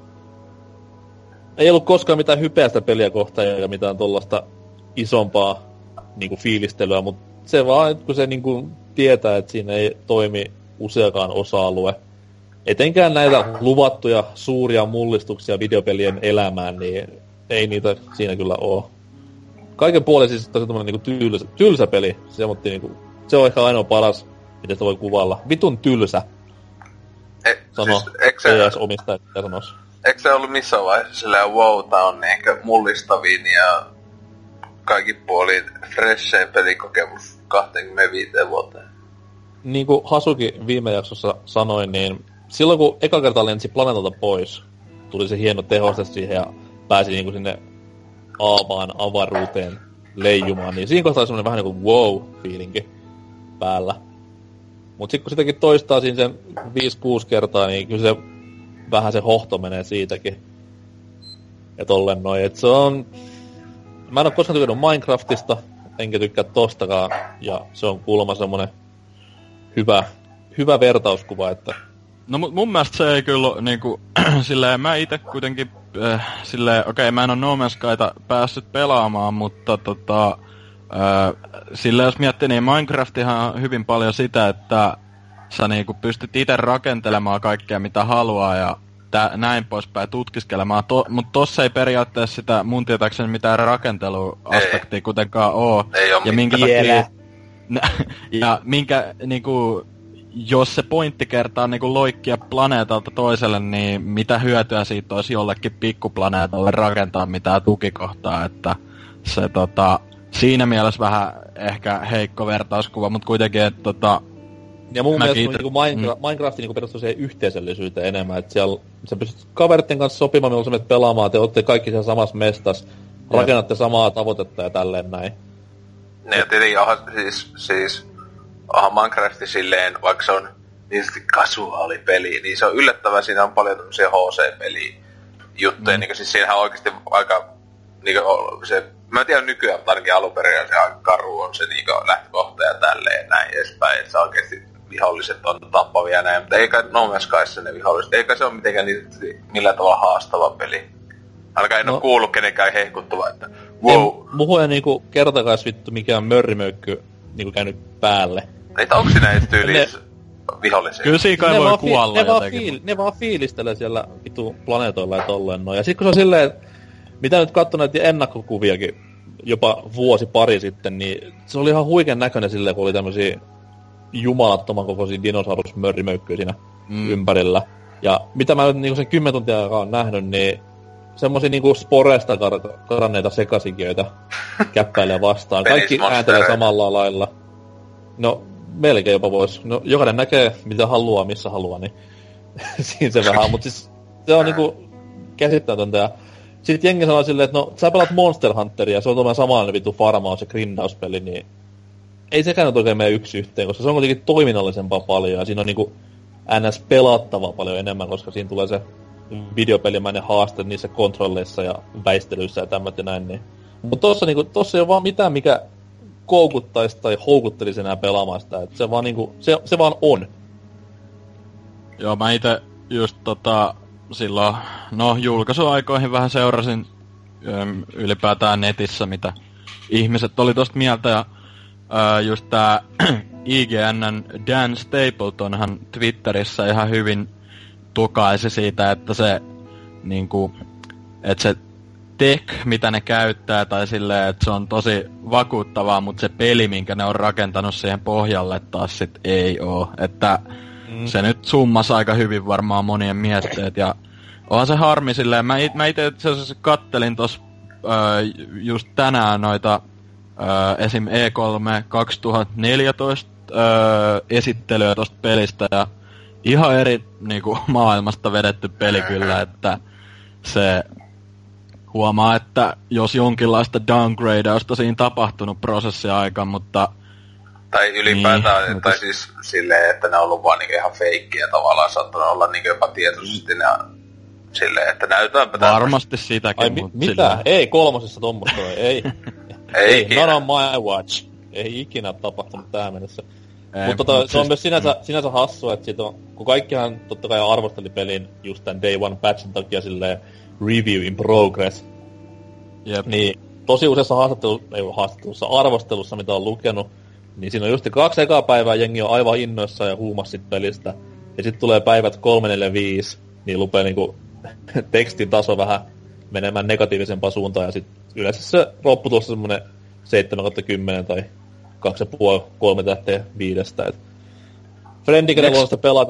Ei ollut koskaan mitään hypeästä peliä kohtaan ja mitään tollaista isompaa niinku fiilistelyä, mutta se vaan, kun se niinku tietää, että siinä ei toimi useakaan osa-alue. Etenkään näitä luvattuja suuria mullistuksia videopelien elämään, niin ei niitä siinä kyllä oo. Kaiken puolin siis tosi tommonen niinku tylsä, tylsä peli. Se, niinku, se on ehkä ainoa paras, miten sitä voi kuvailla. Vitun tylsä. E, Sano, siis, ei edes omistaja, mitä sanois. Eikö se ollut missään vaiheessa silleen, wow, tää on ehkä mullistavin ja kaikin puolin freshein pelikokemus kaksikymmentäviisi vuoteen? Niin kuin Hasuki viime jaksossa sanoi, niin silloin kun eka kertaa lensi planeetalta pois, tuli se hieno tehoste siihen ja pääsi niin kuin sinne aavaan avaruuteen leijumaan, niin siinä kohtaa oli semmoinen vähän niin kuin wow-fiilinki päällä. Mut sit kun sitäkin toistaa siinä sen viisi kuusi kertaa, niin kyllä se vähän se hohto menee siitäkin. Ja tolleen noin, et se on mä en oo koskaan tykännyt Minecraftista, enkä tykkää tostakaan, ja se on kuulemma semmonen hyvä, hyvä vertauskuva, että... No mun, mun mielestä se ei kyllä niinku, silleen mä ite kuitenkin, äh, silleen, okei okay, mä en oo No Man's Skyta päässyt pelaamaan, mutta tota, äh, silleen jos miettii, niin Minecraftihan on hyvin paljon sitä, että sä niinku pystyt ite rakentelemaan kaikkea mitä haluaa ja tä, näin poispäin tutkiskelemaan, to, mutta tossa ei periaatteessa sitä mun tietääkseni mitään rakenteluaspektia kuitenkaan oo. Ei oo ja minkä takia, ja minkä niinku, jos se pointti kertaa niinku loikkia planeetalta toiselle, niin mitä hyötyä siitä olisi jollekin pikkuplaneetalle rakentaa mitään tukikohtaa, että se tota, siinä mielessä vähän ehkä heikko vertauskuva, mutta kuitenkin, että tota, ja mun mielestä kiit- niinku Minecraft, mm. Minecraft niinku perustuu siihen yhteisöllisyyteen enemmän, että siellä sä pystyt kaveritten kanssa sopimaan, milloin sä menet pelaamaan, te ootte kaikki siellä samassa mestas, ja rakennatte samaa tavoitetta ja tälleen näin. Ne ja tietenkin onhan siis, siis onhan Minecraft silleen, vaikka se on niin sanotusti kasuaalipeli, niin se on yllättävää, siinä on paljon tämmösiä H C-peliä juttuja, mm. niin siis siinähän on oikeesti aika niinku se, mä en tiedä nykyään, mutta ainakin alunperin se aika karu on se niinku lähtökohta ja tälleen näin edespäin, että se oikeesti viholliset on tappavia ja näin, mutta eikä No Man's Skyssa ne viholliset, eikä se ole mitenkään niin, millään tavalla haastava peli. Ainakaan en no. oo kuullut kenenkään hehkuttuva, että wow. Muhun ei niinku kertakais vittu mikään mörrimöykky niinku käynyt päälle. Että onks sinä edes tyyliin vihollisia? Kyllä siinä kai voi kuolla ne jotenkin. Vaan fiil, ne vaan fiilistelee siellä vittu planeetoilla ja tolleen no. Ja sit kun se on silleen, mitä nyt katson näitä ennakkokuviakin jopa vuosi pari sitten, niin se oli ihan huikean näköinen silleen, kun oli tämmösiä jumalattoman kokoisia dinosaurusmörrimöykkyjä siinä mm. ympärillä. Ja mitä mä nyt niinku sen kymmen tuntia on nähnyt, niin semmosia niinku sporesta kar- karanneita sekasikiöitä käppäilee vastaan. Kaikki ääntelee samalla lailla. No, melkein jopa vois. No, jokainen näkee mitä haluaa, missä haluaa, niin siinä se vähän. Mut siis se on niinku käsittämätöntä. Ja sit jengi sanoo silleen, että no, sä pelaat Monster Hunteria, se on tommoinen samanlainen vittu farmaus- ja grindauspeli, niin ei sekään nyt oikein mene yksi yhteen, koska se on kuitenkin toiminnallisempaa paljon, ja siinä on niinku N S pelattavaa paljon enemmän, koska siinä tulee se videopelimäinen haaste niissä kontrolleissa ja väistelyissä ja tämmöt ja näin, niin. Mut tossa niinku, tossa ei oo vaan mitään, mikä koukuttaisi tai houkuttelisi enää pelaamaan sitä, et se vaan niinku, se, se vaan on. Joo, mä ite just tota, silloin, no julkaisuaikoihin vähän seurasin öm, ylipäätään netissä, mitä ihmiset oli tosta mieltä, ja öö, just tää I G N:n Dan Stapletonhan Twitterissä ihan hyvin tukaisi siitä, että se niinku, että se tech, mitä ne käyttää, tai silleen, että se on tosi vakuuttavaa, mutta se peli, minkä ne on rakentanut siihen pohjalle, taas sit ei oo. Että mm. se nyt summas aika hyvin varmaan monien mietteet, ja onhan se harmi silleen. Mä, it, mä ite itse asiassa kattelin tossa öö, just tänään noita öö, esim. E kolme kaksituhattaneljätoista öö, esittelyä tosta pelistä, ja ihan eri niinku, maailmasta vedetty peli kyllä, että se huomaa, että jos jonkinlaista downgradeausta siinä tapahtunut prosessin aikaan, mutta tai ylipäätään, niin, tai siis silleen, että ne on ollut vaan niinku ihan feikkiä tavallaan, saattanut olla niinku jopa tietoisesti ne silleen, että näytäänpä tämmöistä. Varmasti sitäkin, ai, mi- mitä? Silleen. Ei kolmosessa tommoista, ei. ei, ei none on my watch. Ei ikinä tapahtunut tähän mennessä. Mutta tota, se on siis myös sinänsä, sinänsä hassua, että siitä on, kun kaikkihan totta kai arvosteli pelin just tän Day One patchin takia silleen review in progress. Jep. Niin tosi useassa haastattelussa, ei haastattelussa, arvostelussa, mitä on lukenut, niin siinä on just kaksi ekaa päivää jengi on aivan innoissaan ja huumas sit pelistä. Ja sit tulee päivät kolme, neljä, viisi, niin lupee niinku tekstin taso vähän menemään negatiivisempaan suuntaan. Ja sit yleensä se lopputulos on semmonen seitsemän kautta kymmenen tai kaksi ja puoli, kolme tähteä viidestä. Et Frendi, kenellä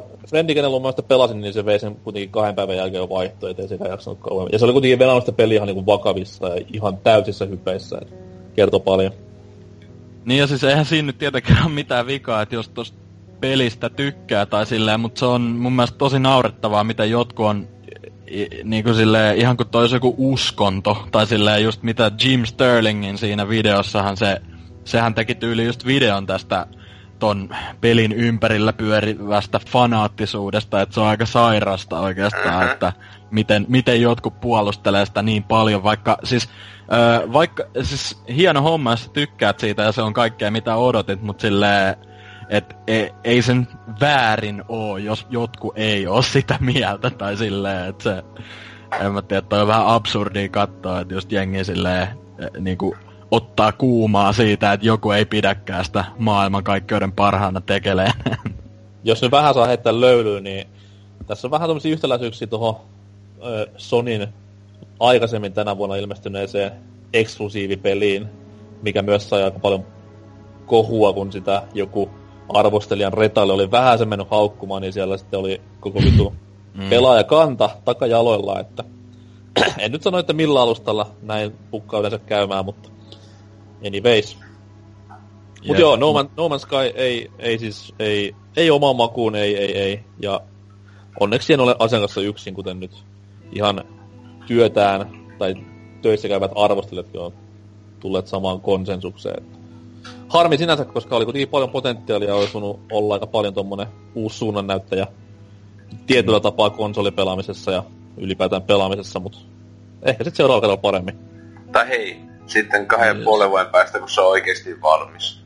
on sitä pelasin, niin se vei sen kuitenkin kahden päivän jälkeen jo vaihtoa, ettei sekä jaksanut kauan. Ja se oli kuitenkin venannut sitä peliä ihan niinku vakavissa ja ihan täysissä hypeissä, et kertoo paljon. Niin ja siis eihän siinä nyt tietenkään ole mitään vikaa, että jos tosta pelistä tykkää tai silleen, mutta se on mun mielestä tosi naurettavaa, mitä jotkut on niinku silleen, ihan kuin toi olisi joku uskonto, tai silleen just mitä Jim Sterlingin siinä videossahan se, sehän teki tyyli just videon tästä ton pelin ympärillä pyörivästä fanaattisuudesta, että se on aika sairasta oikeastaan, mm-hmm. että miten, miten jotkut puolustelee sitä niin paljon, vaikka siis, öö, vaikka, siis hieno homma, jos tykkäät siitä ja se on kaikkea mitä odotit, mutta silleen, että ei, ei sen väärin oo, jos jotkut ei oo sitä mieltä, tai silleen, että se, en mä tiedä, toi on vähän absurdia katsoa, että just jengi silleen, niinku, ottaa kuumaa siitä, että joku ei pidäkään sitä maailmankaikkeuden parhaana tekeleen. Jos nyt vähän saa heittää löylyyn, niin tässä on vähän tommosia yhtäläisyyksiä tuohon Sonyn aikaisemmin tänä vuonna ilmestyneeseen eksklusiivipeliin, mikä myös sai aika paljon kohua, kun sitä joku arvostelijan retalle oli vähän se mennyt haukkumaan, niin siellä sitten oli koko vitu mm. pelaajakanta takajaloilla, että en nyt sano, että millä alustalla näin pukkaa yleensä käymään, mutta anyways. Mut yes. Joo, no, Man, no Man's Sky ei, ei siis, ei, ei omaan makuun, ei, ei, ei. Ja onneksi en ole asian kanssa yksin, kuten nyt ihan työtään tai töissä käyvät arvostelijatkin on tulleet samaan konsensukseen. Harmi sinänsä, koska oli kuitenkin paljon potentiaalia ja olisi voinut olla aika paljon tommonen uusi suunnannäyttäjä tietyllä tapaa konsolipelaamisessa ja ylipäätään pelaamisessa, mut ehkä sit seuraavalla kerralla paremmin. Tai hei, sitten kahden yes. puolen vuoden päästä, kun se on oikeesti valmis.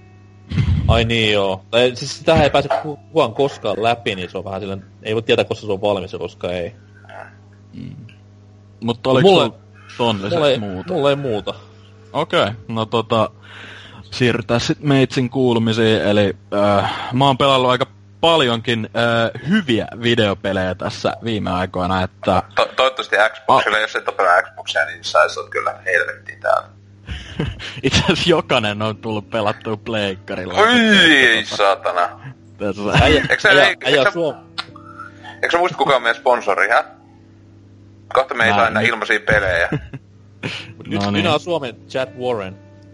Ai niin joo. Tai siis sitähän ei pääse kukaan koskaan läpi, niin se on vähän silleen, ei voi tietää, koska se on valmis ja koska ei. Mm. Mutta oliko mulle, ton lisäksi muuta? Mulla ei muuta. Okei, okay. No tota, siirrytään sit meitsin kuulumisiin, eli äh, mä oon pelannut aika paljonkin äh, hyviä videopelejä tässä viime aikoina, että... To- toivottavasti Xboxilla, oh. jos et oo pelaa Xboxia, niin sä oot kyllä helvettiin täällä. Itse asiassa jokainen on tullut pelattua pleikkarilla. Oi, saatana. Eikö sä muista kuka on meidän sponsori, hä? Kohta me ei saa enää ilmaisia pelejä. Nyt no minä oon Suomen Chad Warren.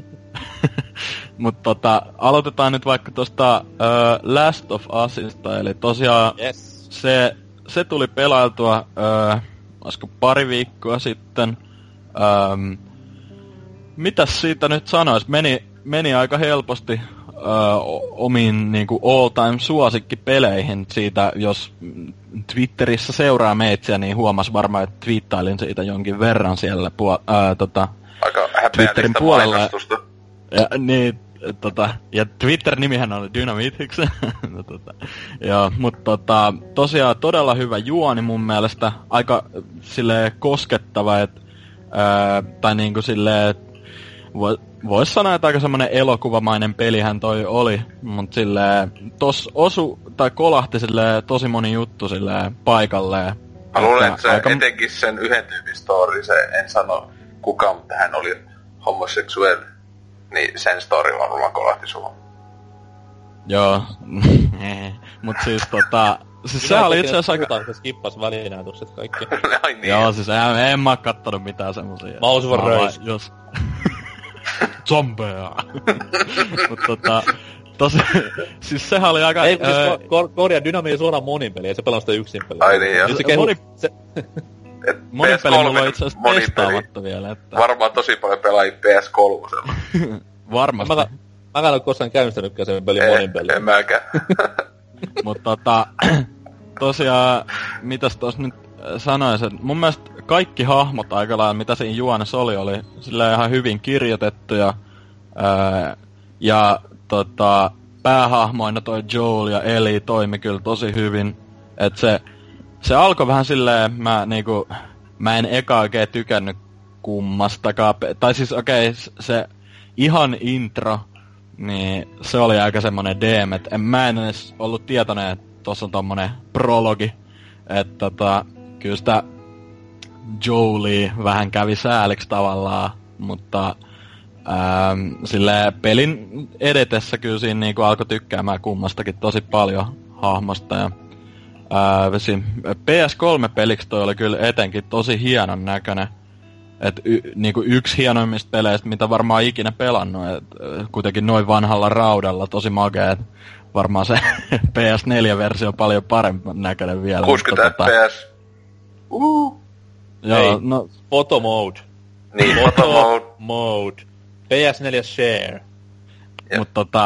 Mut tota, aloitetaan nyt vaikka tosta uh, Last of Usista, eli tosiaan yes. se, se tuli pelailtua, uh, olisiko pari viikkoa sitten. Um, mitäs siitä nyt sanois? Meni, meni aika helposti uh, omiin niinku all-time suosikkipeleihin siitä, jos Twitterissä seuraa meitsiä, niin huomas varmaan, että twiittailin siitä jonkin verran siellä puol- uh, tota, aika häpeällistä mainostusta. Ja, niin, tota, ja Twitter-nimihän oli Dynamitix. no, tota, joo, mutta tota, tosiaan todella hyvä juoni mun mielestä. Aika silleen koskettava, et, ää, tai niinku silleen, vo, vois sanoa, että aika semmonen elokuvamainen pelihän toi oli. Mut silleen, tos osu, tai kolahti silleen tosi moni juttu silleen paikalleen. Mä luulen, että se aika... etenkin sen yhden tyypin story, se en sano kuka, mutta hän oli homoseksuaali. Niin sen story varmaan kolahti sulla. Joo. Mut siis tota... Siis sehän oli itse asiassa aika... Puhutaan, se skippas välinäytökset kaikki. Ai niin. Joo, siis en, en mä oo kattonut mitään semmosia. Mä oon vaan röis. Jos... Zombeja. Mut tota... Tosi... Siis sehän oli aika... Ei, kun siis öö... Kor- Korja Dynamiin suoraan monin peli, ei se pelaa sitä yksin peliä. Ai niin, joo. Se moni... Se... Monin peli mulla on itse asiassa testaamatta vielä, että... Varmaan tosi paljon pelaajia P S kolme. Varmasti. Mä, mä en oo koskaan käynnistänytkään sen pelin monin peliä. En mäkään. Mut tota... Tosiaan, mitäs tos nyt sanois, että mun mielestä kaikki hahmot aika lailla, mitä siinä juonessa oli, oli silleen ihan hyvin kirjoitettuja. Ää, ja tota... Päähahmoina toi Joel ja Ellie toimi kyllä tosi hyvin. Et se... Se alkoi vähän silleen, mä niinku, mä en eka oikein tykännyt kummastakaan, tai siis okei, okay, se ihan intro, niin se oli aika semmonen D M, et en mä en edes ollut tietoinen, että tossa on tommonen prologi, että tota, kyllä sitä Joelia vähän kävi sääliksi tavallaan, mutta ähm, silleen pelin edetessä kyllä siinä niinku alkoi tykkäämään kummastakin tosi paljon hahmosta ja Ää, P S kolme peliksi toi oli kyllä etenkin tosi hienon näköinen. Et y, niinku yksi hienoimmista peleistä, mitä varmaan ikinä pelannut. Et, kuitenkin noin vanhalla raudalla tosi makea. Et varmaan se P S neljä-versio on paljon parempi näköinen vielä. kuusikymmentä F P S. Uh. Joo, Hei, no... Photo mode. Niin, photo mode. mode. P S neljä share. Mut tota...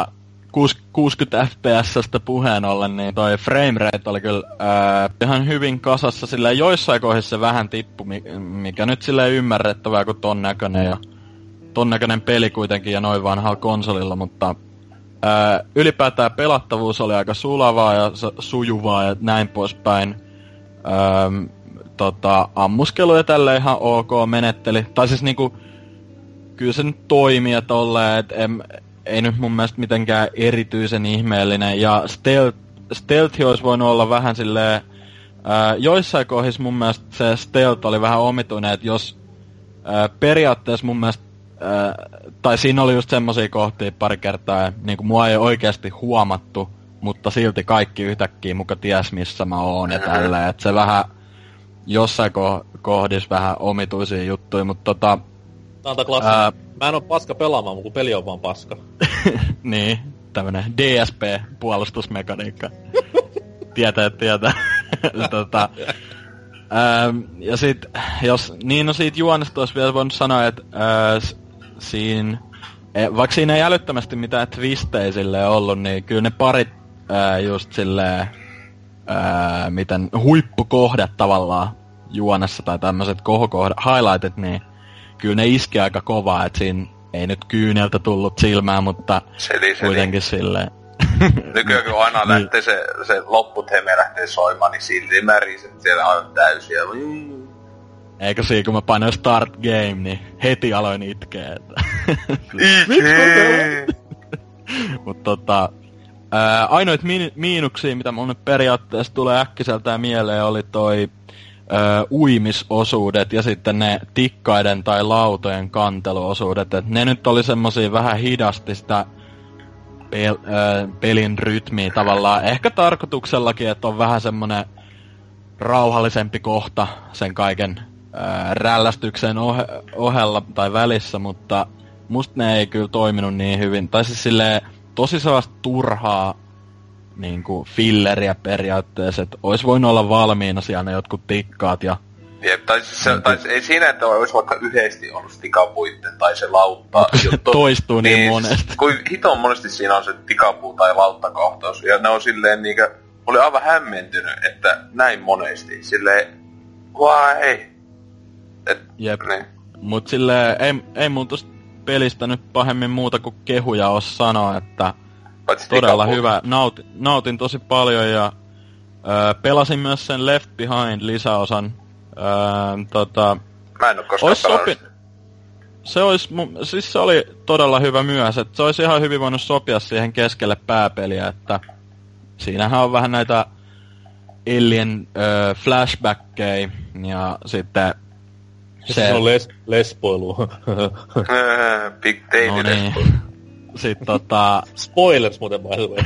kuusikymmentä F P S:stä puheen ollen, niin toi framerate oli kyllä ää, ihan hyvin kasassa, sillä joissain kohdissa se vähän tippu, mikä nyt silleen ymmärrettävää, kun ton näköinen ja ton näköinen peli kuitenkin ja noin vanhalla konsolilla, mutta ää, ylipäätään pelattavuus oli aika sulavaa ja sujuvaa ja näin poispäin. Ää, tota, ammuskelu ja tälleen ihan ok menetteli, tai siis niinku, kyllä se nyt toimii ja tolleen, et en, ei nyt mun mielestä mitenkään erityisen ihmeellinen, ja stealth, stealth olisi voinut olla vähän silleen, ää, joissain kohdissa mun mielestä se stealth oli vähän omituinen, että jos ää, periaatteessa mun mielestä, ää, tai siinä oli just semmosia kohtia pari kertaa, niin kuin mua ei oikeasti huomattu, mutta silti kaikki yhtäkkiä muka ties missä mä oon ja tälleen, että se vähän jossain ko- kohdissa vähän omituisia juttuja, mutta tota... Tää on tää klassinen. Ää... Mä en oo paska pelaamaan, mutta kun peli on vaan paska. Niin, tämmönen D S P-puolustusmekaniikka. Tietää, tietää. tota, ää, ja sit, jos, niin no siitä juonesta olisi vielä voinut sanoa, että ää, siinä, vaikka siinä ei älyttömästi mitään twistejä silleen ollut, niin kyllä ne parit ää, just silleen, ää, miten huippukohdat tavallaan juonessa tai tämmöiset kohokohdat, highlightit, niin kyllä ne iski aika kovaa, et siinä ei nyt kyyneltä tullut silmään, mutta seli, seli. Kuitenkin silleen. Nykyään kun aina lähtee se, se lopputeme lähtee soimaan, niin silti märiset siellä aivan täysiä. Mm. Eikö siinä, kun mä painoin start game, niin heti aloin itkeä. Itke! Mut tota, ää, ainoit mi- miinuksia, mitä mun nyt periaatteessa tulee äkkiseltään mieleen, oli toi Öö, uimisosuudet ja sitten ne tikkaiden tai lautojen kanteluosuudet, et ne nyt oli semmosia vähän hidasti sitä pel- öö, pelin rytmiä tavallaan. Ehkä tarkoituksellakin, että on vähän semmonen rauhallisempi kohta sen kaiken öö, rällästyksen ohe- ohella tai välissä, mutta musta ne ei kyllä toiminut niin hyvin. Tai siis silleen tosi sellaista turhaa niinku filleriä periaatteessa, että ois voinut olla valmiina siellä ne jotkut tikkaat ja... Jep, tai siis se, tai ei siinä, että ois vaikka yhdesti ollut tikapuitten tai se lautta juttu. Toistuu niin, niin monesti. Kuin hiton monesti siinä on se tikapuu tai lauttakohtaus, ja ne on silleen niinkö... Oli aivan hämmentynyt, että näin monesti, silleen... Why? Et, Jep, niin. Mut silleen, ei, ei mun tosta pelistä nyt pahemmin muuta kuin kehuja oo sanoa, että... Todella hyvä. Nautin, nautin tosi paljon ja öö, pelasin myös sen Left Behind-lisäosan. Öö, tota, Mä en oo koskaan pelannut. Sopi... Se ois, siis se oli todella hyvä myös, että se olisi ihan hyvin voinut sopia siihen keskelle pääpeliä, että siinähän on vähän näitä Alien öö, flashbackkejä ja sitten se... Se on les, lespoilu. Big David no niin. Sitten tota... Spoilers muuten by the way.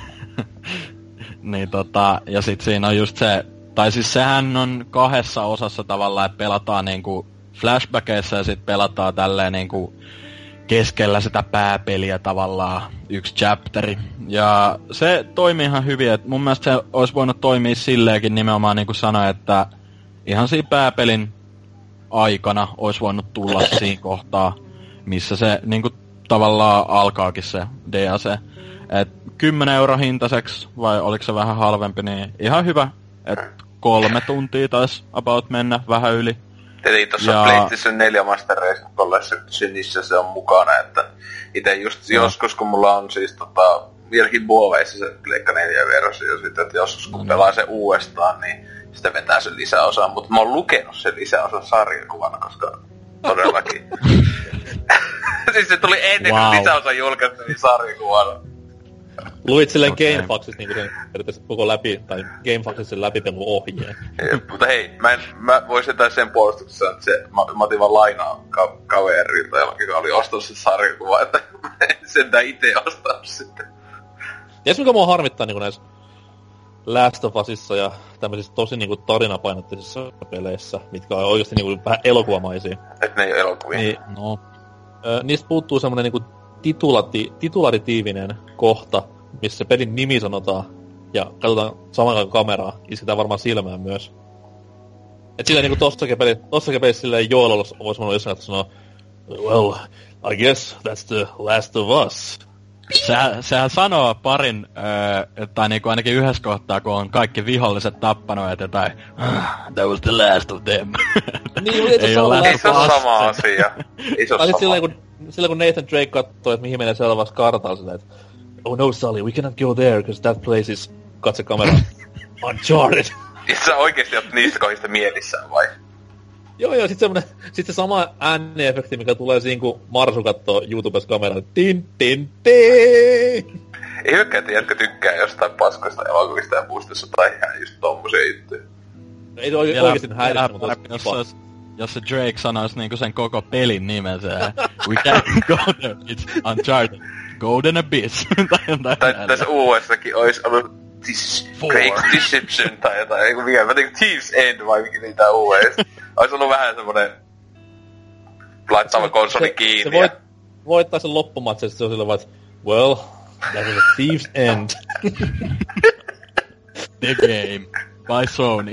Niin tota, ja sit siinä on just se... Tai siis sehän on kahdessa osassa tavallaan, että pelataan niinku flashbackeissa ja sit pelataan tälleen niinku keskellä sitä pääpeliä tavallaan yksi chapteri. Ja se toimii ihan hyvin, että mun mielestä se olisi voinut toimia silleenkin nimenomaan niin kuin sanoin, että ihan siinä pääpelin aikana olisi voinut tulla siinä kohtaa, missä se niinku tavallaan alkaakin se D L C. Et kymmenen euro hintaiseksi, vai oliko se vähän halvempi, niin ihan hyvä. Et kolme tuntia taisi about mennä, vähän yli. Eli tossa ja... PlayStation neljä Master Race Collectionissa se on mukana, että ite just no. joskus kun mulla on siis tota, vieläkin muoveissa se Pleikka neljä versio, sitten että joskus kun no. pelaa se uudestaan, niin sitä vetää sen lisäosan, mutta mä oon lukenut sen lisäosan sarjakuvana, koska todellakin. Siis se tuli ennen wow. kuin lisäosan julkaistiin sarjakuvana. Luit silleen okay. Gamefaxissa niinku sen periaatteessa koko läpi, tai Gamefaxissa sen läpipelun ohjeen. Mutta hei, mä, en, mä voisin jotain sen puolustuksessa, että se, mä, mä otin vaan lainaa ka- kaverilta, joka oli ostanut sen sarjakuvan, että sen tää ite ostanut sitten. Ties mikä mua harmittaa niinku näissä Last of Usissa ja tämmöisissä tosi niinku tarinapainotteisissa peleissä, mitkä on oikeesti niinku vähän elokuvamaisia. Et ne ei oo elokuvia. Niin, no. Ö, niistä puuttuu semmonen niinku titulati, titularitiivinen kohta, missä se pelin nimi sanotaan, ja katsotaan saman aikaan kameraa, isketään varmaan silmään myös. Et silleen niinku tossakin peli, tossakin pelissä silleen Joel vois voinut jossain sanoa, well, I guess that's the Last of Us. Sehän, sehän sanoo parin, öö, tai niinku ainakin yhdessä kohtaa, kun on kaikki viholliset tappanut, että jotain, that was the last of them. Niin, ei, ei ole ei se ole sama asia. Ei se ole sama. Silloin kun, silloin kun Nathan Drake katsoi, että mihin menee seuraavaksi kartalla, silleen, että oh no Sully, we cannot go there, because that place is, katse kamera, Uncharted. Ja sä oikeesti oot niistä kohdista mielissään, vai? Joo, joo, sit semmonen, sit se sama ääniefekti, mikä tulee siinä, kun Marsu kattoo YouTubessa kameralla, tin, tin, tin. Ei hyökkää, jätkä tykkää jostain paskoista elokuvista ja muistissa tai ihan just tommosia juttuja. No, ei se oike- oikeesti häiritä, mutta jos, jos, jos se Drake sanois niinku sen koko pelin nimen, se we can't go there, it's Uncharted, Golden Abyss, tai jotain. Tai tässä uudessakin ois ollut This Drake's Deception, tai jotain, eiku mikä, mä tein Thieves End, vai mikä niitä uudesta. Ois ollut vähän semmonen laittava konsoli kiinni. Se voit, voittaa sen loppumatsen, se on silloin vaan, well, that was a Thieves End. The game by Sony.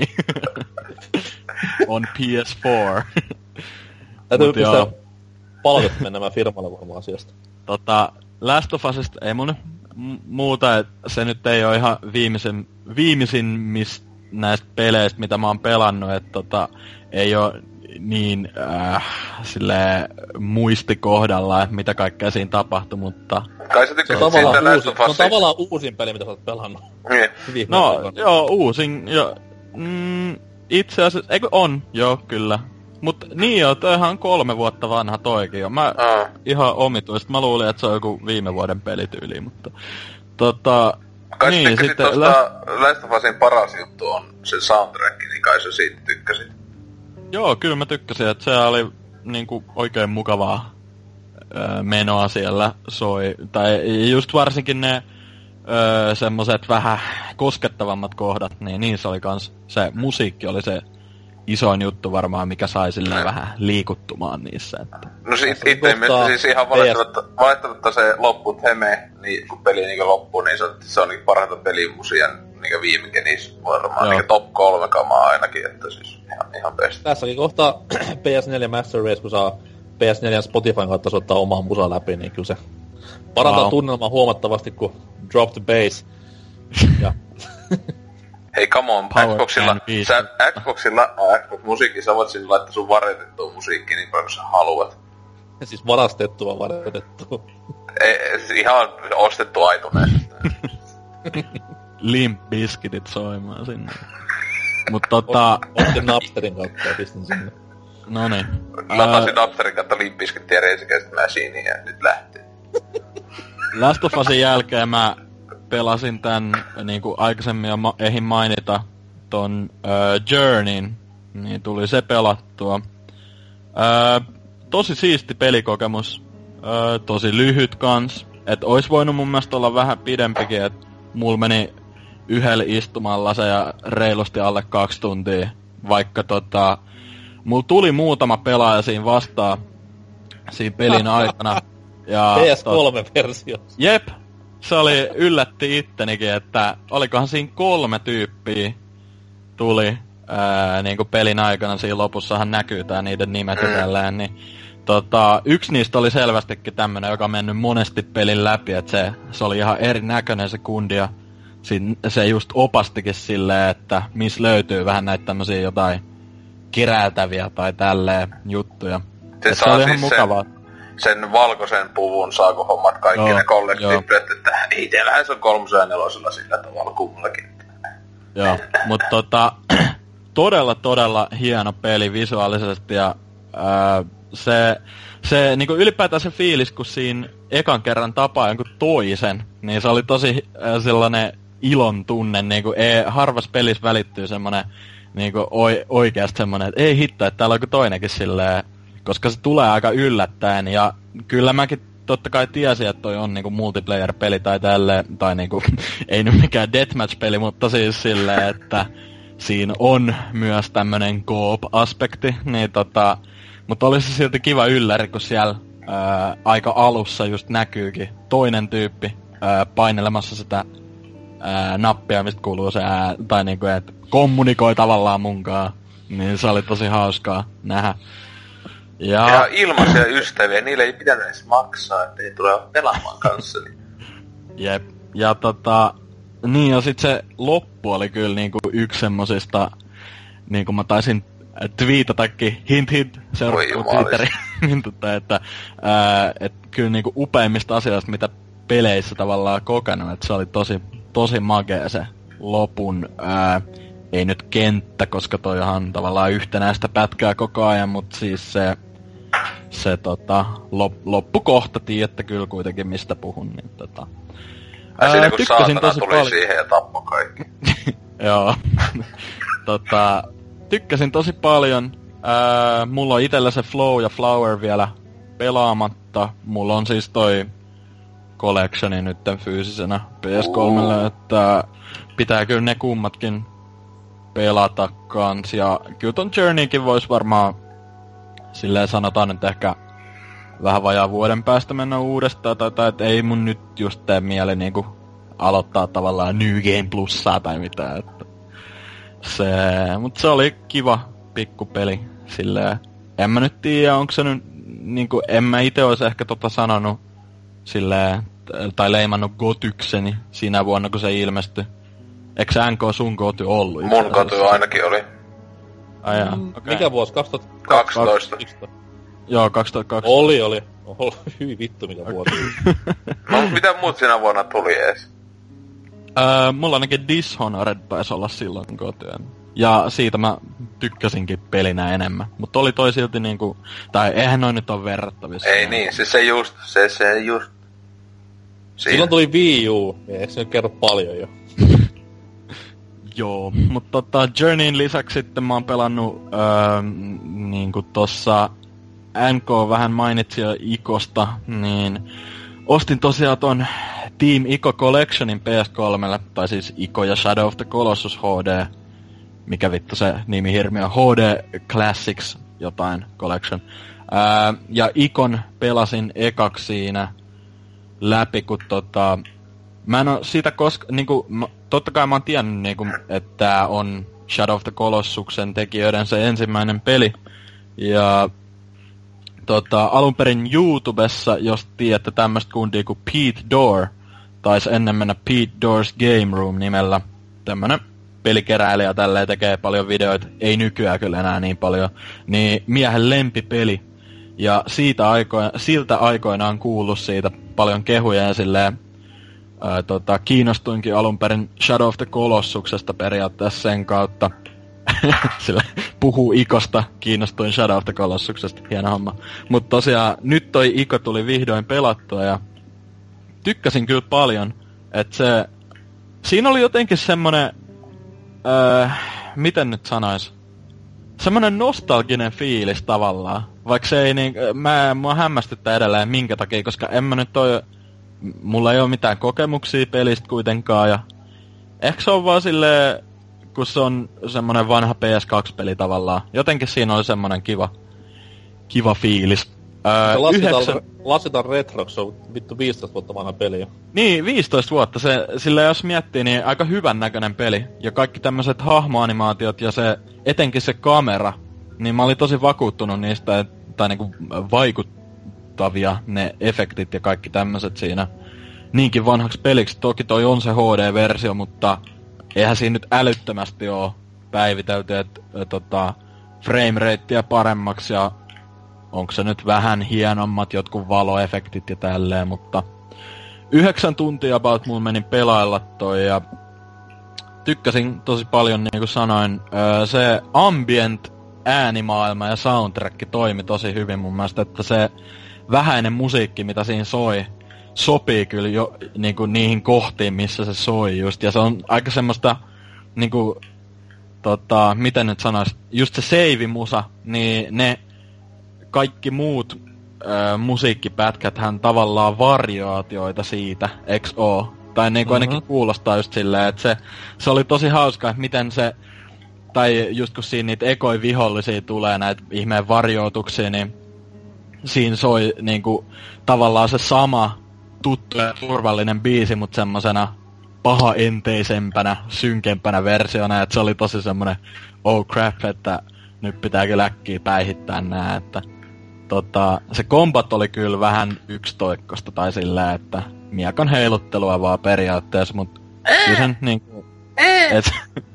On P S four. Täytyy pistää palautet menemään firmalle varmaan asiasta. Tota, Last of Usista ei mun m- muuta, että se nyt ei oo ihan viimeisen, viimeisimmistä näistä peleistä, mitä mä oon pelannut, että tota, ei oo niin äh, silleen muistikohdalla, että mitä kaikkea siinä tapahtui, mutta... Kai sä tykkäsit siitä Last of Usista. Se on tavallaan uusin peli, mitä sä oot pelannut. Niin. No, joo, uusin, jo, mm, itse asiassa, eikö on, joo, kyllä. Mut niin joo, toihan on kolme vuotta vanha toikin jo. Mä Aa. ihan omituista, mä luulin, että se on joku viime vuoden pelityyli, mutta... Tota... Kai niin, sä tykkäsit sitten tosta Last... Last of Usin paras juttu on se soundtrack, niin kai sä siitä tykkäsit. Joo, kyllä mä tykkäsin, että se oli niinku oikein mukavaa öö, menoa siellä soi. Tai just varsinkin ne öö, semmoset vähän koskettavammat kohdat, niin niissä oli kans se musiikki oli se isoin juttu varmaan, mikä sai silleen vähän liikuttumaan niissä. Että. No si- itse mielestä siis ihan valehtelutta se loppu Heme, niin kun peli niinku loppuu, niin se, se on niinku parhaita pelimusia niinku viime kenissä varmaan, niinku top kolme kamaa ainakin, että siis ihan, ihan best. Tässäkin kohtaa P S neljä Master Race, kun saa P S neljä Spotifyn kautta soittaa omaa musaa läpi, niin kyllä se parantaa wow. tunnelmaa huomattavasti, kun Drop the Bass. Ja... Hei, come on, Power Xboxilla, sä Xboxilla, äh, Xbox-musiikki, sä voit sinne laittaa sun varjotettua musiikkiin niin paljon, kun sä haluat. Siis varastettua varjotettua. Ei, siis ihan ostettu iTunesista. Limp Bizkitit soimaan sinne. Mut tota... Otin Napsterin kautta ja pistin sinne. Noniin. Latasin Napsterin kautta Limp Bizkittiä Rage Machineen ja nyt lähtee. Last of Usin jälkeen mä pelasin tän, niinku aikaisemmin jo ma- ehin mainita, ton uh, Journeyn, niin tuli se pelattua. Uh, tosi siisti pelikokemus, uh, tosi lyhyt kans, et ois voinut mun mielestä olla vähän pidempikin, et mulla meni yhdellä istumalla se ja reilusti alle kaksi tuntia, vaikka tota, mulla tuli muutama pelaaja siinä vastaan siinä pelin aikana. Ja P S kolme-versio. Jep. Se oli, yllätti ittenikin, että olikohan siinä kolme tyyppiä tuli ää, niinku pelin aikana, siinä lopussahan näkyy tää niiden nimet ja tälleen, niin tota, yksi niistä oli selvästikin tämmönen, joka on mennyt monesti pelin läpi, että se, se oli ihan erinäköinen se kundi, ja siinä, se just opastikin silleen, että missä löytyy vähän näitä tämmösiä jotain kiräätäviä tai tälleen juttuja. Se, se oli ihan siis mukavaa. Sen valkoisen puvun saako hommat kaikki joo, ne kollektiivit, että itsellähän se on kolmosella ja nelosella sillä tavalla kummallakin. Joo, mutta tota, todella todella hieno peli visuaalisesti ja ää, se, se niinku ylipäätään se fiilis, kun siinä ekan kerran tapaa jonkun toisen, niin se oli tosi ää, sellainen ilon tunne, niinku ei, harvas pelissä välittyy semmonen niinku oi, oikeasti semmonen, että ei hitto, että täällä on joku toinenkin silleen, koska se tulee aika yllättäen, ja kyllä mäkin totta kai tiesin, että toi on niinku multiplayer-peli tai tälleen, tai niinku, ei nyt mikään deathmatch-peli, mutta siis silleen, että siinä on myös tämmönen co-op-aspekti, niin tota, mutta olisi silti kiva ylläri, kun siellä ää, aika alussa just näkyykin toinen tyyppi ää, painelemassa sitä ää, nappia, mistä kuuluu se ää, tai niinku, että kommunikoi tavallaan munkaan, niin se oli tosi hauskaa nähdä. Ja, ja ilmaisia ystäviä, niille ei pitänyt edes maksaa, ettei tule pelaamaan kanssa. Niin. Jep. Ja tota... Niin, ja sit se loppu oli kyllä niinku yksi semmosista... Niinku mä taisin twiitatakin, hint hint, seurattu Twitteriin, niin tota, että... Ää, et kyllä niinku upeimmista asioista, mitä peleissä tavallaan kokenut, että se oli tosi, tosi magea se lopun... Ää, ei nyt kenttä, koska toi on tavallaan yhtenäistä pätkää koko ajan, mutta siis se... Se tota, lop, loppukohta, tiedätte kyllä kuitenkin mistä puhun, niin tota... Ai siinä kun saatana tuli pal- siihen ja tappoi kaikki. Joo. tota, tykkäsin tosi paljon. Ää, mulla on itellä se Flow ja Flower vielä pelaamatta. Mulla on siis toi collectioni nytten fyysisenä P S kolmelle, uh. että pitää kyllä ne kummatkin pelata kans. Ja kyllä ton Journeykin vois varmaan silleen sanotaan nyt ehkä vähän vajaa vuoden päästä mennä uudestaan, tai, tai että ei mun nyt just tee mieli niinku aloittaa tavallaan New Game Plussaa tai mitään, että se, mut se oli kiva pikkupeli, silleen, en mä nyt tiedä, onko se nyt, niinku, en mä ite ois ehkä tota sanonut, silleen, tai leimannut gotykseni siinä vuonna, kun se ilmestyi. Eikö N K sun goty ollut? Mun goty ainakin oli. Ai jaa, mm, okay. Mikä vuosi? kaksituhattakaksitoista Joo, kaksituhattakaksitoista Oli, oli. Oho, hyvin vittu mikä vuosi. No, mitä muut siinä vuonna tuli ees? Öö, mulla ainakin Dishonored taisi olla silloin kotyön. Ja siitä mä tykkäsinkin pelinä enemmän. Mutta oli toi silti niinku... Tai eihän noin nyt ole verrattavissa. Ei niin, se se just, se se just. Siinä. Silloin tuli Wii U, eikö se nyt kerro paljon jo? Joo, mutta tota Journeyn lisäksi sitten mä oon pelannut öö, niinku tossa... N K vähän mainitsi jo Ikosta, niin ostin tosiaan ton Team Ico Collectionin P S kolmelle, tai siis Ico ja Shadow of the Colossus H D, mikä vittu se nimi hirmiö, H D Classics jotain Collection. Ää, ja Icon pelasin ekaksi siinä läpi, kun tota... Mä en oo siitä koska... Niinku, totta kai mä oon tiennyt, niinku, että tää on Shadow of the Colossuksen tekijöiden se ensimmäinen peli, ja... Tota, alun perin YouTubessa, jos tiedätte tämmöstä kundia kuin Pete Door, taisi ennen mennä Pete Door's Game Room nimellä. Tämmönen pelikeräilijä tälleen tekee paljon videoita, ei nykyään kyllä enää niin paljon. Niin miehen lempipeli. Ja siitä aikoina, siltä aikoinaan kuullut siitä paljon kehuja ja silleen, ää, tota, kiinnostuinkin alun perin Shadow of the Colossuksesta periaatteessa sen kautta. Sillä puhuu Ikosta, kiinnostuin Shadow of the Colossuksesta, hieno homma. Mut tosiaan, nyt toi Iko tuli vihdoin pelattua ja tykkäsin kyllä paljon, että se... Siinä oli jotenkin semmonen... Öö, miten nyt sanois? Semmonen nostalginen fiilis tavallaan. Vaikka se ei niin... Mä, mua hämmästyttää edelleen minkä takia, koska en mä nyt toi... Mulla ei oo mitään kokemuksia pelistä kuitenkaan ja... Ehkä se on vaan silleen... Kun se on semmonen vanha P S kaksi peli tavallaan. Jotenkin siinä oli semmonen kiva, kiva fiilis. Öö, Lassitaan, yhdeksän... Lassitaan Retrox, se on vittu viisitoista vuotta vanha peli jo. Niin, viisitoista vuotta. Se, sillä jos miettii, niin aika hyvän näköinen peli. Ja kaikki tämmöiset hahmoanimaatiot ja se, etenkin se kamera, niin mä olin tosi vakuuttunut niistä, et, tai niinku vaikuttavia ne efektit ja kaikki tämmöiset siinä. Niinkin vanhaksi peliksi. Toki toi on se H D-versio, mutta... Eihän siinä nyt älyttömästi oo päivitelty, että et, tota, frameratea paremmaksi ja onko se nyt vähän hienommat jotkut valoefektit ja tälleen, mutta yhdeksän tuntia about mulla meni pelailla toi ja tykkäsin tosi paljon, niin kuin sanoin, öö, se ambient äänimaailma ja soundtrack toimi tosi hyvin mun mielestä, että se vähäinen musiikki, mitä siinä soi, sopii kyllä jo niinku niihin kohtiin, missä se soi just. Ja se on aika semmoista niinku tota, miten nyt sanois, just se save-musa, niin ne kaikki muut ö, musiikkipätkäthän tavallaan variaatioita siitä, eks oo? Tai niinku mm-hmm. ainakin kuulostaa just silleen, että se, se oli tosi hauska, että miten se, tai just kun siinä niitä ekoi vihollisia tulee, näitä ihmeen varjoituksia, niin siinä soi niinku tavallaan se sama tuttu ja turvallinen biisi, mut semmosena pahaenteisempänä, synkempänä versiona, että se oli tosi semmonen oh crap, että nyt pitää kyllä äkkiä päihittää nää, että tota, se kombat oli kyllä vähän yksitoikkosta tai sillä, että miekon heiluttelua vaan periaatteessa, mut kyllä sen niinku... Et,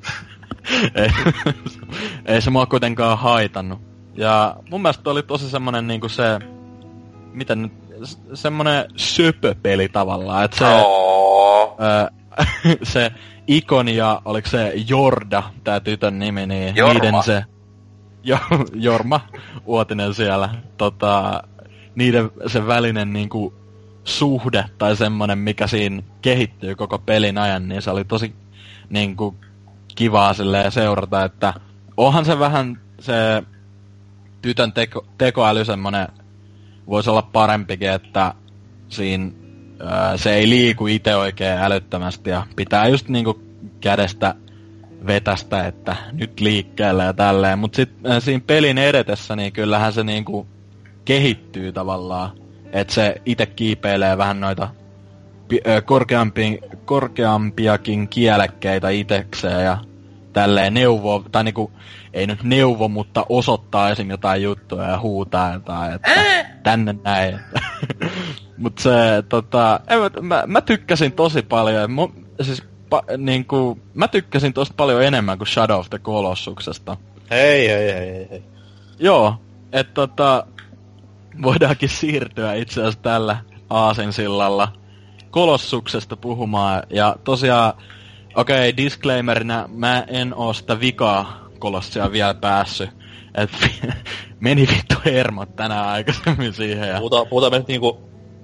ei, ei se mua kuitenkaan haitannut. Ja mun mielestä oli tosi semmonen niinku se... Miten nyt... Semmonen söpöpeli tavallaan, et se... Oh. Ö, se Ikon ja oliko se Jorda, tää tytön nimi, niin Jorma. niiden se... Jo, Jorma Uotinen siellä, tota... Niiden se välinen niinku suhde tai semmonen, mikä siinä kehittyy koko pelin ajan, niin se oli tosi niinku kivaa silleen seurata, että onhan se vähän se tytön teko, tekoäly semmonen, voisi olla parempikin, että siinä öö, se ei liiku itse oikein älyttömästi ja pitää just niinku kädestä vetästä, että nyt liikkeelle ja tälleen, mut sit äh, siinä pelin edetessä, niin kyllähän se niinku kehittyy tavallaan, että se itse kiipeilee vähän noita pi- ö, korkeampi, korkeampiakin kielekkeitä itekseen ja tälleen neuvoo, tai niinku, ei nyt neuvo, mutta osoittaa esim. Jotain juttuja ja huutaa jotain, että tänne näin. Mut se, tota, en, mä, mä tykkäsin tosi paljon, mä, siis pa, niinku, mä tykkäsin tosta paljon enemmän kuin Shadow of the Colossuksesta. Hei, hei, hei, hei, hei. Joo, et tota... Voidaankin siirtyä itse asiassa tällä aasinsillalla Kolossuksesta puhumaan. Ja tosiaan, okei, okay, disclaimerina, mä en oo sitä vikaa Kolossia vielä päässyt. Et meni vittu hermot tänään aikaisemmin siihen. Ja... Puhutaan, puhutaan me nyt niinku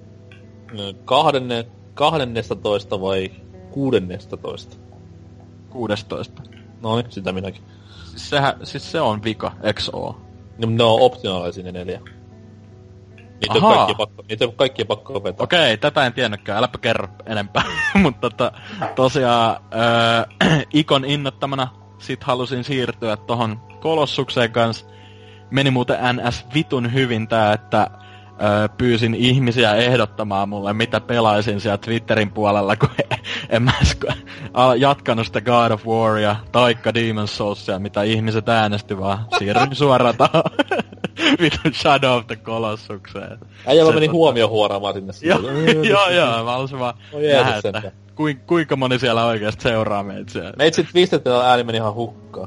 kahdenne, kahdennestatoista vai kuudennestatoista? Kuudestoista. Noin, sitä minäkin. Siis, sehän, siis se on vika, eks oo? No, ne on optionaalisia ne neljä. Niitä on kaikki pakko, niitä on kaikki pakko opettaa. Okei, tätä en tiennytkään, äläpä kerro enempää. Mutta tota, tosiaan öö, Ikon innottamana sit halusin siirtyä tohon Kolossukseen kanssa. Meni muuten ns vitun hyvin tää, että öö, pyysin ihmisiä ehdottamaan mulle, mitä pelaisin siellä Twitterin puolella, kun en mä jatkanut sitä God of Waria taikka Demon's Soulsia, mitä ihmiset äänesti, vaan siirryin suoraan tahan vitun Shadow of the Colossukseen. Äijällä meni huomio huoraamaan sinne. Joo, joo, joo, mä halusin vaan nähdä, että kuinka moni siellä oikeesti seuraa meitä siellä. Meit sit pistetään ääni meni ihan hukkaan.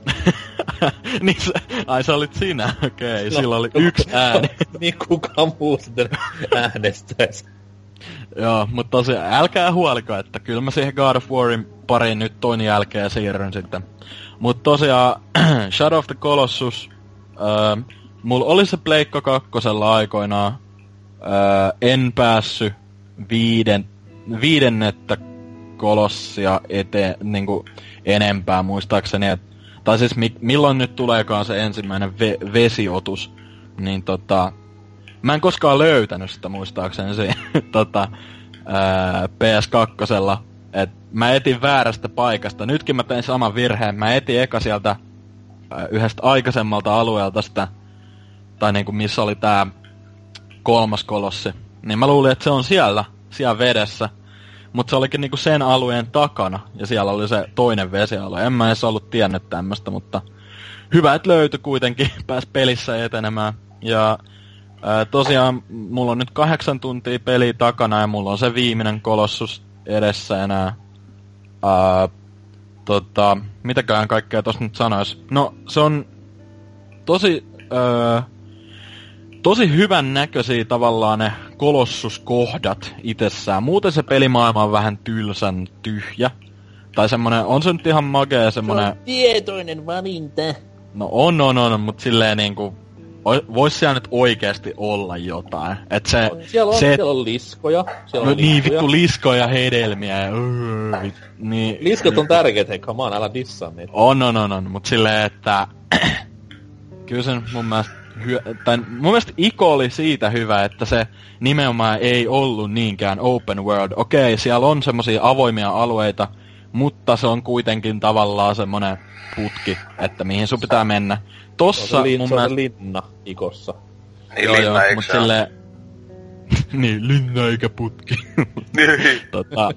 Niin se, ai sä olit sinä, okei, okay, no, sillä oli no, yksi ääni. Niin kukaan muu sitten äänestäisi. Joo, mutta tosiaan älkää huoliko, että kyllä mä siihen God of Warin pariin nyt toinen jälkeen siirryn sitten. Mut tosiaan Shadow of the Colossus, öö, mulla oli se Pleikka kakkosella aikoinaan, öö, en päässyt viiden, viidennettä Kolossia eteen niinku enempää muistaakseni, et, tai siis mi- milloin nyt tuleekaan se ensimmäinen ve- vesiotus, niin tota, mä en koskaan löytänyt sitä muistaakseni siinä tota, ää, P S kakkosella, et mä etin väärästä paikasta. Nytkin mä tein saman virheen, mä etin eka sieltä ää, yhdestä aikaisemmalta alueelta sitä, tai niinku missä oli tää kolmas kolossi, niin mä luulin, että se on siellä, siellä vedessä. Mut se olikin niinku sen alueen takana, ja siellä oli se toinen vesialue. En mä edes ollut tiennyt tämmöstä, mutta hyvä, että löytyi kuitenkin, pääs pelissä etenemään. Ja ää, tosiaan, mulla on nyt kahdeksan tuntia peliä takana, ja mulla on se viimeinen kolossus edessä enää. Ää, tota, mitäkään kaikkea tossa nyt sanois? No, se on tosi... Ää, Tosi hyvän näköisiä tavallaan ne kolossuskohdat itsessään. Muuten se pelimaailma on vähän tylsän tyhjä. Tai semmonen, on se nyt ihan makea semmonen... Se on tietoinen valinta. No on, on, on, mut silleen niinku... Vois siellä nyt oikeesti olla jotain. Et se... On, siellä, on, se, siellä on liskoja. Siellä no on niin, liskoja. vittu liskoja, hedelmiä ja... Öö, vit, niin, Liskot on tärkeet, hei, come on, älä dissaa niitä. On, on, on, on, mut silleen, että... Kyllä sen mun mielestä... Hyö, tai mun mielestä Iko oli siitä hyvä, että se nimenomaan ei ollut niinkään open world. Okei, siellä on semmosia avoimia alueita, mutta se on kuitenkin tavallaan semmonen putki, että mihin sun pitää mennä. Tossa se on, li- mun se on mielestä... linna Ikossa. Niin, joo, linna, joo, mut silleen... niin, linna eikä putki. Niin. tota...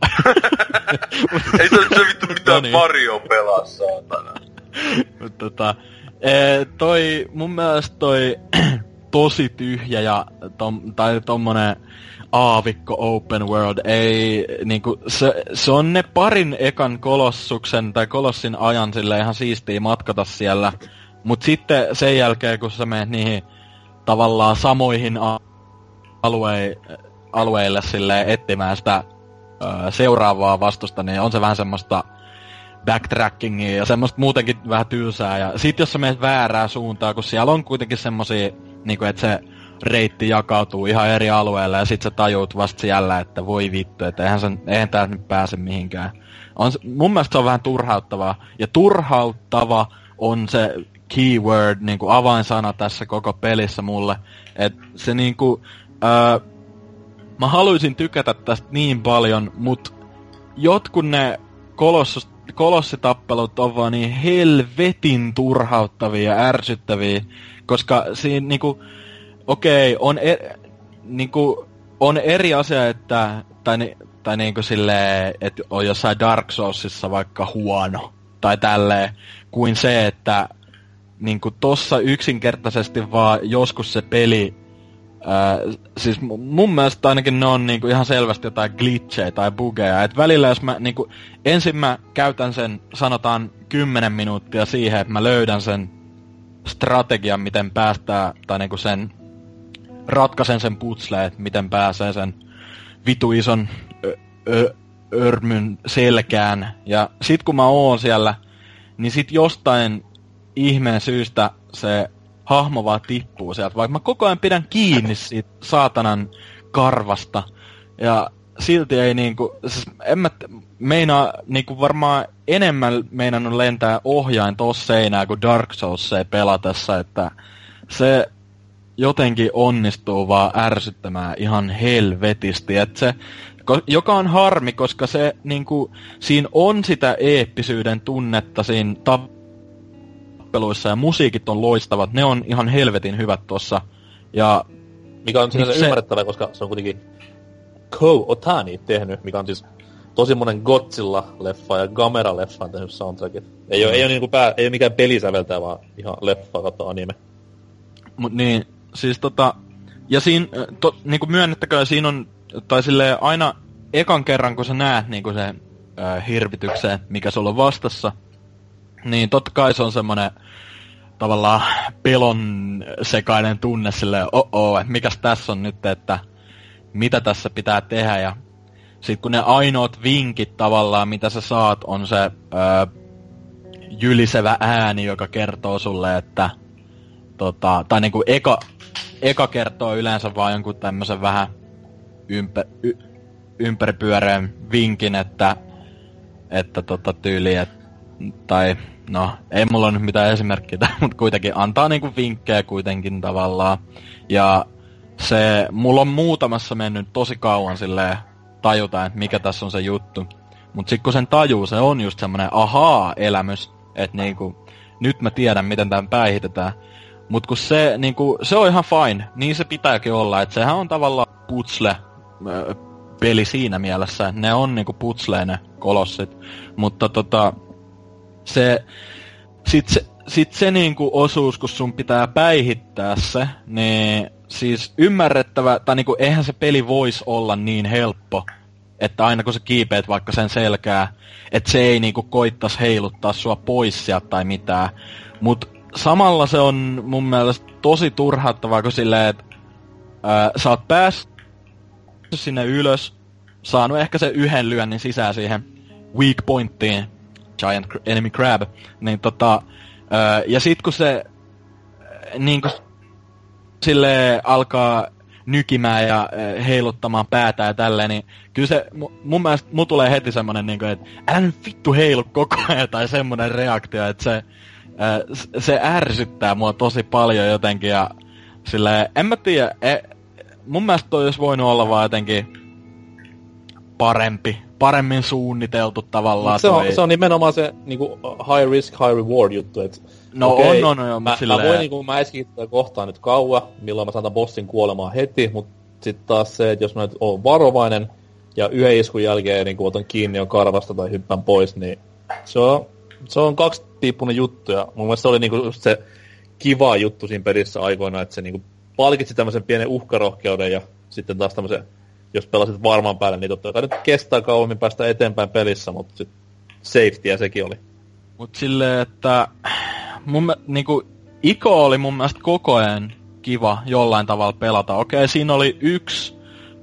ei se, se vittu mitään no niin. Mario pelaa, saatana. Mut tota... E, toi, mun mielestä toi tosi tyhjä ja tom, tai tommonen aavikko open world. Ei niinku, se, se on ne parin ekan kolossuksen tai kolossin ajan sille ihan siistiä matkata siellä. Mut sitten sen jälkeen, kun sä menet niihin tavallaan samoihin alue, alueille silleen etsimään sitä ö, seuraavaa vastusta, niin on se vähän semmoista backtrackingia ja semmoista muutenkin vähän tylsää. Ja sit jos sä menet väärää suuntaan, kun siellä on kuitenkin semmosia, niinku että se reitti jakautuu ihan eri alueelle ja sit sä tajuut vasta siellä, että voi vittu, että eihän, sen, eihän tää nyt pääse mihinkään. On, mun mielestä se on vähän turhauttavaa. Ja turhauttava on se keyword, niinku avainsana tässä koko pelissä mulle. Et se niinku, öö, mä haluaisin tykätä tästä niin paljon, mut jotkut ne kolossus, kolossitappelut on vaan niin helvetin turhauttavia ja ärsyttäviä, koska siinä niinku, okei, okay, on, er, niinku, on eri asia, että, tai, tai niinku silleen, että on jossain Dark Soulsissa vaikka huono, tai tälleen, kuin se, että niinku tossa yksinkertaisesti vaan joskus se peli, ää, siis mun mielestä ainakin ne on niinku ihan selvästi jotain glitchejä tai bugeja, et välillä jos mä niinku, ensin mä käytän sen, sanotaan kymmenen minuuttia siihen, että mä löydän sen strategian, miten päästään, tai niinku sen, ratkaisen sen putsleen, että miten pääsee sen vitu ison ö, ö, örmyn selkään, ja sit kun mä oon siellä, niin sit jostain ihmeen syystä se hahmo vaan tippuu sieltä, vaikka mä koko ajan pidän kiinni siitä saatanan karvasta. Ja silti ei niinku, siis en mä meinaa niinku varmaan enemmän meinannut lentää ohjain tossa seinää kuin Dark Soulsia pelatessa, että se jotenkin onnistuu vaan ärsyttämään ihan helvetisti, että se, joka on harmi, koska se niinku, siinä on sitä eeppisyyden tunnetta siinä tappeluissa ja musiikit on loistavat, ne on ihan helvetin hyvät tossa. Ja mikä on sinänsä se ymmärrettävää, koska se on kuitenkin Ko Otani tehnyt, mikä on siis tosi monen Godzilla-leffa ja Gamera-leffa on tehnyt soundtrackit. Ei oo, ei oo niinku pää, ei oo mikään pelisäveltäjä, vaan ihan leffa kautta anime. Mut niin, siis tota, ja siinä, to, niinku myönnettäkö, siinä on, tai silleen aina ekan kerran, kun sä näet niinku sen äh, hirvitykseen, mikä sulla on vastassa, niin totta kai se on semmonen tavallaan pelon sekainen tunne silleen, oh-oh, että mikäs tässä on nyt, että mitä tässä pitää tehdä, ja sit kun ne ainoat vinkit tavallaan, mitä sä saat, on se äh, jylisevä ääni, joka kertoo sulle, että tota, tai niinku eka, eka kertoo yleensä vaan jonkun tämmösen vähän ympä, y, ympäripyöreän vinkin, että että tota tyyli, et, tai no, ei mulla ole nyt mitään esimerkkiä, mutta kuitenkin antaa niinku vinkkejä kuitenkin tavallaan. Ja se, mulla on muutamassa mennyt tosi kauan silleen tajuta, että mikä tässä on se juttu. Mut sit kun sen tajuu, se on just semmonen ahaa-elämys, että niinku, nyt mä tiedän, miten tämän päihitetään. Mut kun se, niinku, se on ihan fine, niin se pitääkin olla, että sehän on tavallaan putsle peli siinä mielessä, ne on niinku putslee ne kolossit. Mutta tota, se, sit se, sit se niinku osuus, kun sun pitää päihittää se, niin siis ymmärrettävä, tai niinku eihän se peli vois olla niin helppo, että aina kun sä kiipeet vaikka sen selkää, että se ei niinku koittais heiluttaa sua pois sieltä tai mitään. Mut samalla se on mun mielestä tosi turhauttavaa, kun silleen, että ää, sä oot päässyt sinne ylös, saanut ehkä sen yhden lyönnin sisään siihen weak pointtiin, Giant Enemy Crab, niin tota, ää, ja sit kun se niinku silleen alkaa nykimään ja heiluttamaan päätä ja tälleen, niin kyllä se, mun mielestä mun tulee heti semmonen niinku, että älä nyt vittu heilu koko ajan, tai semmonen reaktio, että se, se ärsyttää mua tosi paljon jotenkin, ja silleen, en mä tiedä, e, mun mielestä toi olisi voinut olla vaan jotenkin parempi, paremmin suunniteltu tavallaan. Se on, toi. Se on nimenomaan se niinku high risk, high reward juttu, että no okei, on, on, on, mä, silleen... mä voin niinku, mä eskin tätä kohtaa nyt kauan, milloin mä saan tämän bossin kuolemaan heti, mut sit taas se, että jos mä nyt oon varovainen ja yhden iskun jälkeen niinku otan kiinni jo karvasta tai hyppään pois, niin se on, se on kaksitiippunen juttu, ja mun mielestä se oli niinku just se kiva juttu siinä pelissä aikoina, että se niinku palkitsi tämmösen pienen uhkarohkeuden ja sitten taas tämmösen, jos pelasit varmaan päälle, niin totta kai nyt kestää kauemmin päästä eteenpäin pelissä, mutta sit safetyä sekin oli. Mut silleen, että mun niinku Ico oli mun mielestä koko ajan kiva jollain tavalla pelata. Okei, siinä oli yksi,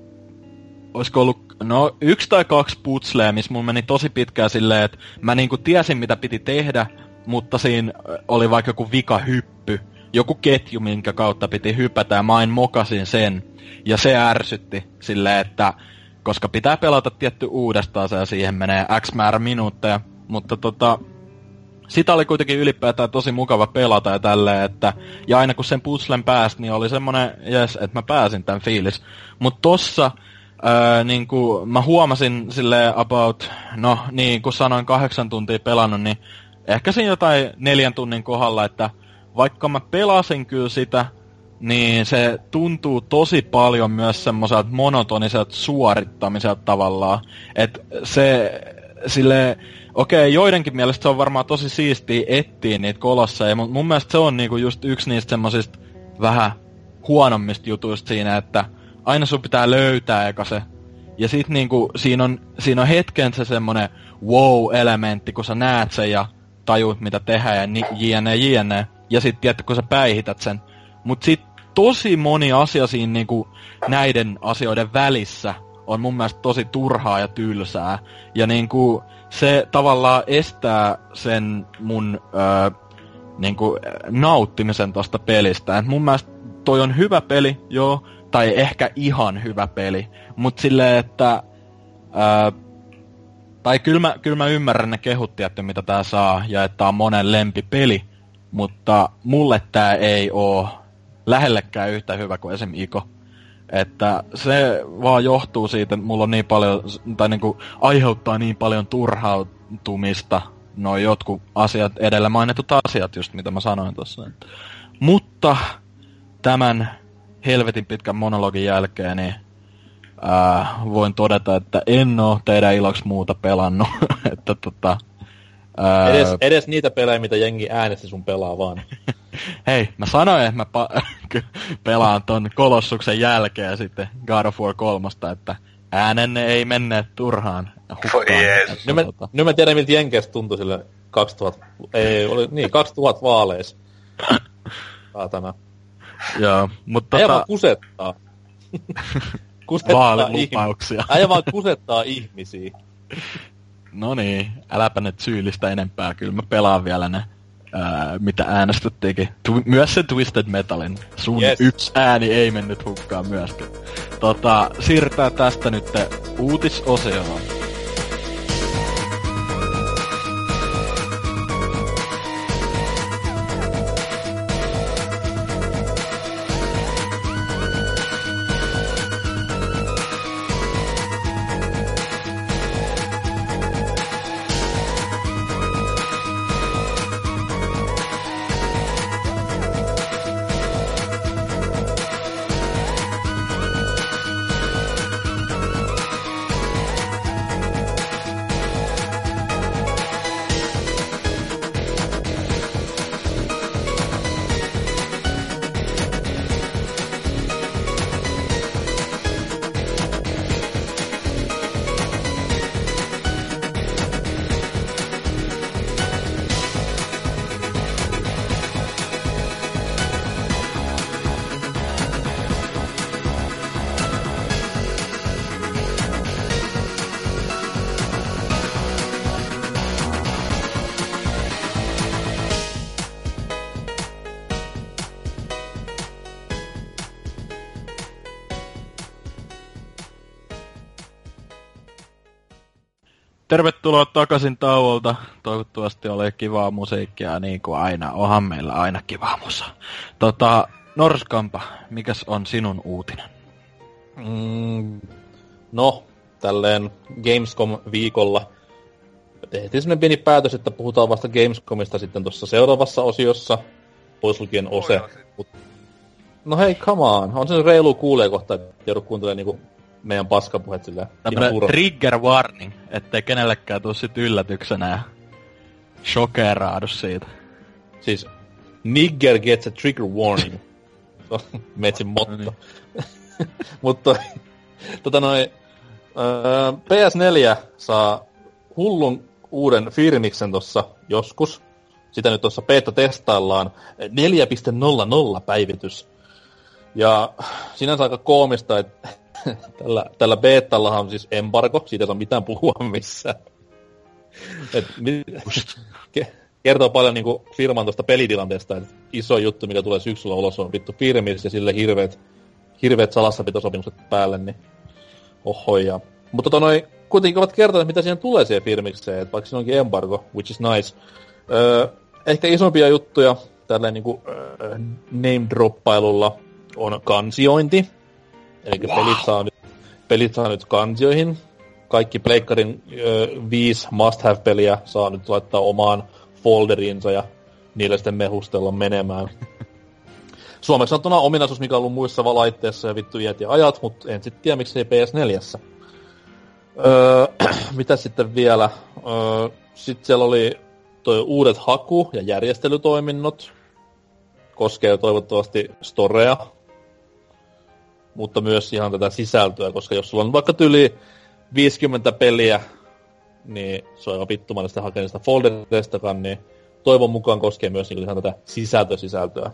olisiko ollut, no yksi tai kaksi putsleja, missä mun meni tosi pitkään silleen, että mä niinku tiesin mitä piti tehdä, mutta siinä oli vaikka joku vikahyppy, joku ketju, minkä kautta piti hypätä, ja mä aina mokasin sen. Ja se ärsytti silleen, että koska pitää pelata tietty uudestaan se, ja siihen menee X määrä minuutteja, mutta tota, sitä oli kuitenkin ylipäätään tosi mukava pelata ja tälleen, että ja aina kun sen puzzlen pääsi, niin oli semmonen, jes, että mä pääsin tän fiilis. Mut tossa, öö, niinku, mä huomasin silleen about, no niin, kun sanoin kahdeksan tuntia pelannut, niin ehkä siinä jotain neljän tunnin kohdalla, että vaikka mä pelasin kyllä sitä, niin se tuntuu tosi paljon myös semmoiselta monotoniselta suorittamiselta tavallaan. Et se, silleen, okei, okay, joidenkin mielestä se on varmaan tosi siistiä etsiä niitä kolosseja, mutta mun mielestä se on niinku just yksi niistä semmosista vähän huonommista jutuista siinä, että aina sun pitää löytää eka se. Ja sit niinku, siinä on, siinä on hetken se semmonen wow-elementti, kun sä näet sen ja tajuut mitä tehdään ja ni, jne jne. Ja sit tiedätkö, kun sä päihität sen. Mut sit tosi moni asia siinä niinku näiden asioiden välissä on mun mielestä tosi turhaa ja tylsää. Ja niinku se tavallaan estää sen mun öö, niinku nauttimisen tosta pelistä. Et mun mielestä toi on hyvä peli, joo, tai ehkä ihan hyvä peli. Mut silleen, että öö, tai kyllä mä, kyl mä ymmärrän ne kehut, tietty, mitä tää saa, ja että tää on monen lempipeli. Mutta mulle tää ei oo lähellekään yhtä hyvä kuin esim. Ico. Että se vaan johtuu siitä, että mulla on niin paljon, tai niinku aiheuttaa niin paljon turhautumista noi jotkut asiat, edellä mainitut asiat, just mitä mä sanoin tossa. Mutta tämän helvetin pitkän monologin jälkeen, niin ää, voin todeta, että en oo teidän iloksi muuta pelannut. että tota... Ää... Edes, edes niitä pelejä, mitä jengi äänesti sun pelaa vaan. Hei, mä sanoin, että mä pa- pelaan ton Kolossuksen jälkeen sitten God of War kolmosta, että äänenne ei menneet turhaan hukkaan. Yes. Nyt, mä, nyt mä tiedän, miltä jenkeistä tuntui sille kaksituhatta, ei, oli, niin, kaksituhatta vaaleissa. Saatana. Joo, mutta Äijä tota... vaan kusettaa. kusettaa vaalilupauksia. Äijä vaan kusettaa ihmisiä. No niin, äläpä nyt syyllistä enempää, kyllä mä pelaan vielä ne, ää, mitä äänestettiinkin. Tu- myös se Twisted Metalin. Sun yes. Yksi ääni ei mennyt hukkaan myöskään. Tota, siirrytään tästä nyt uutisosioon. Tervetuloa takaisin tauolta. Toivottavasti oli kivaa musiikkia, niin kuin aina. Onhan meillä aina kivaa musa. Tota, Norskampa, mikäs on sinun uutinen? Mm, no, tälleen Gamescom-viikolla tehtiin semmoinen pieni päätös, että puhutaan vasta Gamescomista sitten tuossa seuraavassa osiossa, pois lukien Ose. Mut, no hei, come on. On se reilu kuulee kohta, että joudut kuuntelemaan niinku meidän paskapuhet silleen. Tämmönen trigger warning, ettei kenellekään tuu sit yllätyksenä ja shokeraadu siitä. Siis, nigger gets a trigger warning. Metsin motto. No niin. Mutta tota noin, öö, P S neljä saa hullun uuden firmiksen tossa joskus. Sitä nyt tossa beta-testaillaan. neljä piste nolla nolla päivitys. Ja sinänsä aika koomista, että tällä, tällä betallahan on siis embargo. Siitä ei saa mitään puhua missään. Et, mi- kertoo paljon niinku firman tosta pelitilanteesta, että iso juttu, mikä tulee syksyllä ulos, on vittu firmis ja sille hirveet, hirveet salassapitosopimukset päälle, niin oho ja... Mutta tota noin, kuitenkin ovat kertoneet, mitä siihen tulee siihen firmikseen, että vaikka siinä onkin embargo, which is nice. Öö, ehkä isompia juttuja tälleen niinku öö, name-droppailulla on kansiointi. Eli wow. pelit, saa nyt, pelit saa nyt kansioihin. Kaikki Pleikkarin öö, viisi must-have-peliä saa nyt laittaa omaan folderiinsa ja niillä sitten mehustella menemään. Suomeksi sanottuna ominaisuus, mikä on ollut muissa laitteissa ja vittu iät ja ajat, mutta en sitten tiedä, miksi ei P S neljässä. Öö, mitä sitten vielä? Öö, sitten siellä oli toi uudet haku- ja järjestelytoiminnot. Koskee toivottavasti storea. Mutta myös ihan tätä sisältöä, koska jos sulla on vaikka tyli viisikymmentä peliä, niin se on aivan vittumainen sitä hakea niistä foldereistakaan, niin toivon mukaan koskee myös niin ihan tätä sisältösisältöä.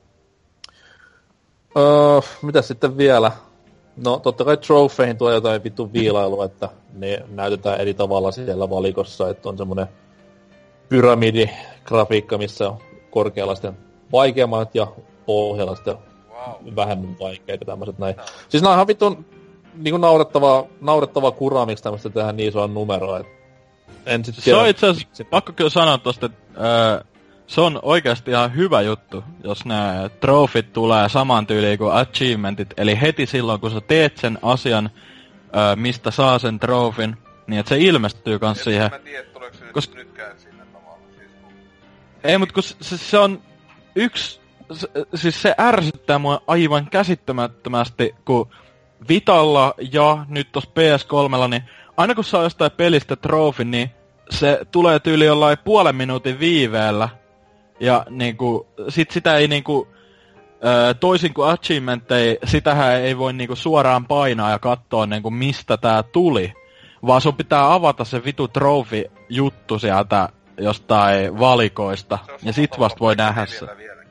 Öö, mitäs sitten vielä? No totta kai trofeihin tulee jotain vittu viilailua, että ne näytetään eri tavalla siellä valikossa, että on semmonen pyramidigrafiikka, missä on korkealla sitten vaikeammat ja pohjalla sitten wow. vähemmän vaikeita tämmöset näin. No. Siis nää on ihan vittu niinku naurettavaa, naurettavaa kuraa, miksi tämmöstä tehdään niin isoa numeroa, et en sit tiedä. Se on itse asiassa, pakko kyllä sanoa tosta, että öö, se on oikeasti ihan hyvä juttu, jos nämä trofit tulee saman tyyliin kuin achievementit. Eli heti silloin, kun sä teet sen asian, öö, mistä saa sen trofin, niin että se ilmestyy kans ja siihen. Mä tiedän, tuleeko se Kos... nytkään sillä tavalla. Siis kun... Ei, mut kun se, se on yksi... Se, siis se ärsyttää mua aivan käsittämättömästi, kun Vitalla ja nyt tossa P S kolme, niin aina kun saa jostain pelistä trofin, niin se tulee tyyli jollain puolen minuutin viiveellä. Ja niinku, sit sitä ei niinku, ö, toisin kuin achievementteja, sitähän ei voi niinku suoraan painaa ja katsoa niinku mistä tää tuli. Vaan sun pitää avata se vitu trophy-juttu sieltä jostain valikoista. Ja sit vasta voi nähdä se.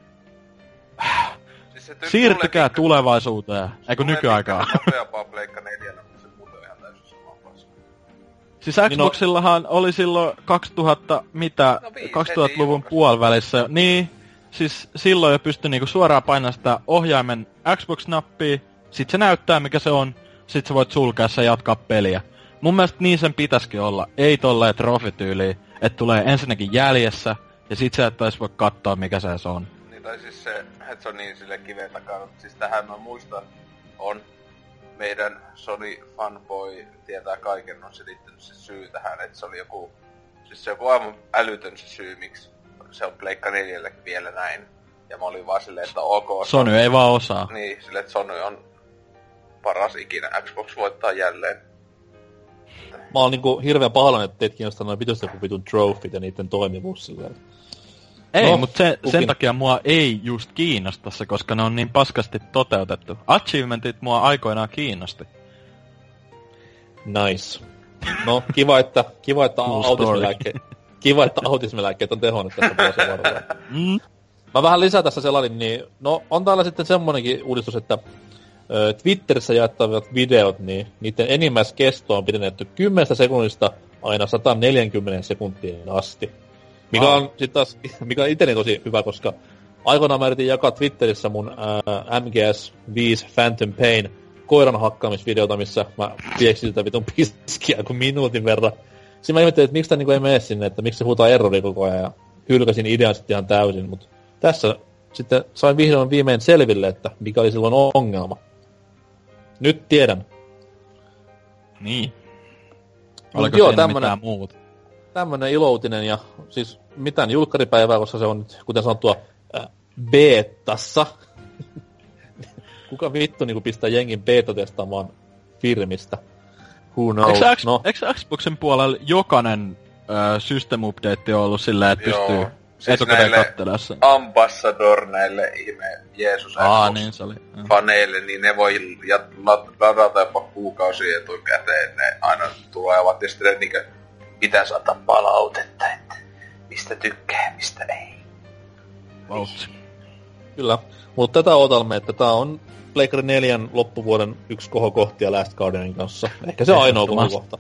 Siis se siirtykää tulee tulevaisuuteen, eikö nykyaikaan? Nopeampaa Pleikka neljällä, mutta se muuten ihan täysin sama paska. Siis Xboxillahan oli silloin kaksituhatta, mitä, no viis, kaksituhattaluvun puolivälissä. Niin, siis silloin jo pystyi niinku suoraan painamaan sitä ohjaimen Xbox-nappia, sit se näyttää mikä se on, sit sä voit sulkea sen ja jatkaa peliä. Mun mielestä niin sen pitäisikin olla, ei tolleen trofityyliin, että tulee ensinnäkin jäljessä, ja sit sä et taisi voi katsoa mikä se on. Niin, tai siis se, että se on niin sille kiveen takana. Siis tähän mä muistan, on meidän Sony fanboy tietää kaiken, on selittänyt se syy tähän, että se oli joku, siis se joku aivan älytön se syy, miksi se on Pleikka neljällekin vielä näin. Ja mä olin vaan silleen, että ok. Sony ei vaan osaa. Niin, silleen, että Sony on paras ikinä, Xbox voittaa jälleen. Mä oon niinku hirveän pahoillani, että teet kiinnostaa noin vitosta joku vitun trofit ja niitten toimivuus silleen. Ei, no, mutta se, sen takia mua ei just kiinnosta se, koska ne on niin paskasti toteutettu. Achievementit mua aikoinaan kiinnosti. Nice. No, kiva, että, kiva, että autismilääkkeet, kiva, että autismilääkkeet on tehonnut tässä vuosien varrella. Mm. Mä vähän lisää tässä selailin, niin no on täällä sitten semmonenkin uudistus, että ö, Twitterissä jaettavat videot, niin niiden enimmäiskesto on pidennetty kymmenestä sekunnista aina sata neljäkymmentä sekuntiin asti. Mikä on sit taas, mikä on iteni tosi hyvä, koska aikoinaan mä yritin jakaa Twitterissä mun ää, M G S viisi Phantom Pain koiran hakkaamisvideota, missä mä pieksin sitä vitun piskiä kuin minuutin verran. Siinä mä ihmettelin, että miksi tää niinku ei mene sinne, että miksi se huutaa errori koko ajan, ja hylkäsin idean sitten ihan täysin, mutta tässä sitten sain vihdoin viimein selville, että mikä oli silloin ongelma. Nyt tiedän. Niin. Oliko joo, siinä tämmönen, mitään muuta? Tämmönen iloutinen ja siis mitään julkkaripäivää, koska se on nyt, kuten sanottua, äh, beetassa. Kuka vittu niinku pistää jengin beta-testaamaan firmistä? Who knows? Eikö, X- no. eikö Xboxin puolella jokainen äh, system update on ollut silleen, että pystyy siis näille Ambassador näille ihme Jeesus Aa, niin se oli. faneille, niin ne voi ladata jopa kuukausia etukäteen. Ne aina tulevat ja sitten ne niinkö pitäis antaa palautetta, että mistä tykkää, mistä ei. Vautsi. Kyllä. Mutta tätä odotamme, että tää on Pleikkari neljän loppuvuoden yksi kohokohtia Last Guardianin kanssa. Ehkä se ainoa kohokohta.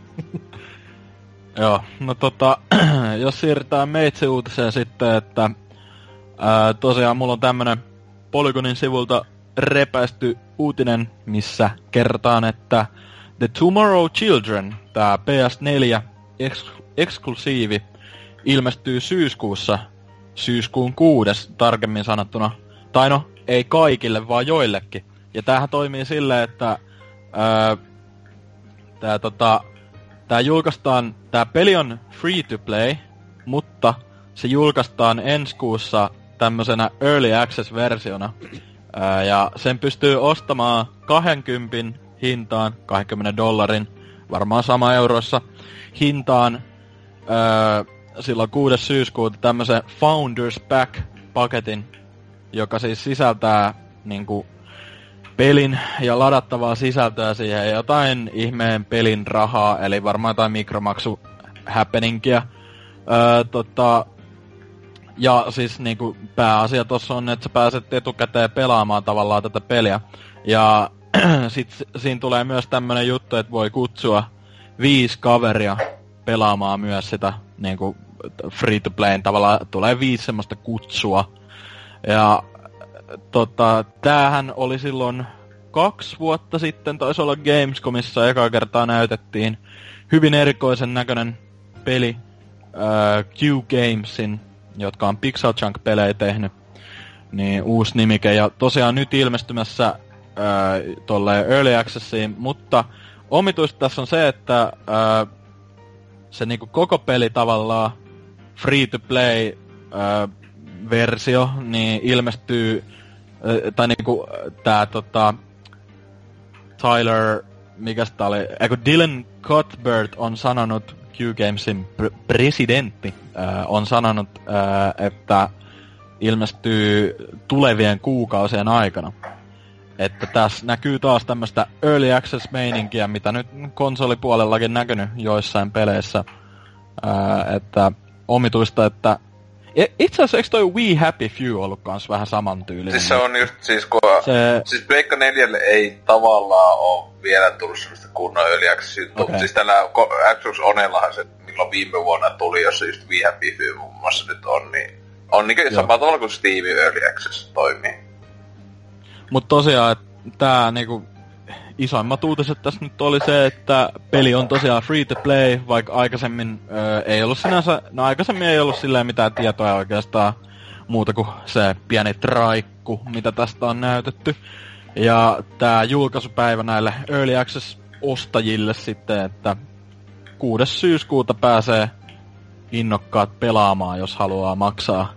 Joo, no tota, jos siirrytään Meitsi-uutiseen sitten, että ää, tosiaan mulla on tämmönen Polygonin sivulta repäisty uutinen, missä kertaan, että The Tomorrow Children, tää P S neljä eks- eksklusiivi, ilmestyy syyskuussa, syyskuun kuudes tarkemmin sanottuna. Tai no, ei kaikille, vaan joillekin. Ja tämähän toimii silleen, että ää, tää tota... Tää julkaistaan, tää peli on free to play, mutta se julkaistaan ensi kuussa tämmösenä early access versiona. Ää, ja sen pystyy ostamaan kaksikymmentä hintaan, kaksikymmentä dollarin, varmaan sama euroissa, hintaan ää, silloin kuudes syyskuuta tämmösen Founders Pack-paketin, joka siis sisältää niinku pelin ja ladattavaa sisältöä siihen, jotain ihmeen pelin rahaa, eli varmaan jotain mikromaksu happeningia. Öö, tota, ja siis niinku pääasia tossa on, että sä pääset etukäteen pelaamaan tavallaan tätä peliä. Ja sit siinä tulee myös tämmönen juttu, että voi kutsua viisi kaveria pelaamaan myös sitä niinku free to playn tavallaan. Tulee viisi semmoista kutsua. Ja tota, tämähän oli silloin kaksi vuotta sitten, taisi olla Gamescomissa, ekaa kertaa näytettiin hyvin erikoisen näköinen peli äh, Q-Gamesin, jotka on Pixel Junk-pelejä tehnyt, niin uusi nimike, ja tosiaan nyt ilmestymässä äh, tolleen Early Accessiin, mutta omituista tässä on se, että äh, se niinku koko peli tavallaan free-to-play äh, versio, niin ilmestyy, tai niinku tää tota, Tyler, mikäs tää oli, eiku Dylan Cuthbert on sanonut, Q-Gamesin pr- presidentti, äh, on sanonut, äh, että ilmestyy tulevien kuukausien aikana. Että tässä näkyy taas tämmöstä early access-meininkiä, mitä nyt konsolipuolellakin näkynyt joissain peleissä. Äh, että omituista, että itse asiassa eikö toi We Happy Few ollut kans vähän samantyylinen? Siis se on just siis kun... Se... Siis Pleikka neljälle ei tavallaan oo vielä tullut semmoista kunnon öljäksi. Okay. Siis tällä Xbox Onellahan se milloin viime vuonna tuli, jossa just We Happy Few muun muassa nyt on, niin... On niinku samalla tavalla kuin Steam Early Access toimii. Mut tosiaan, että tää niinku... Isoimmat uutiset tässä nyt oli se, että peli on tosiaan free to play, vaikka aikaisemmin öö, ei ollut sinänsä, no aikaisemmin ei ollut silleen mitään tietoa oikeastaan muuta kuin se pieni traikku, mitä tästä on näytetty. Ja tää julkaisupäivä näille Early Access-ostajille sitten, että kuudes syyskuuta pääsee innokkaat pelaamaan, jos haluaa maksaa.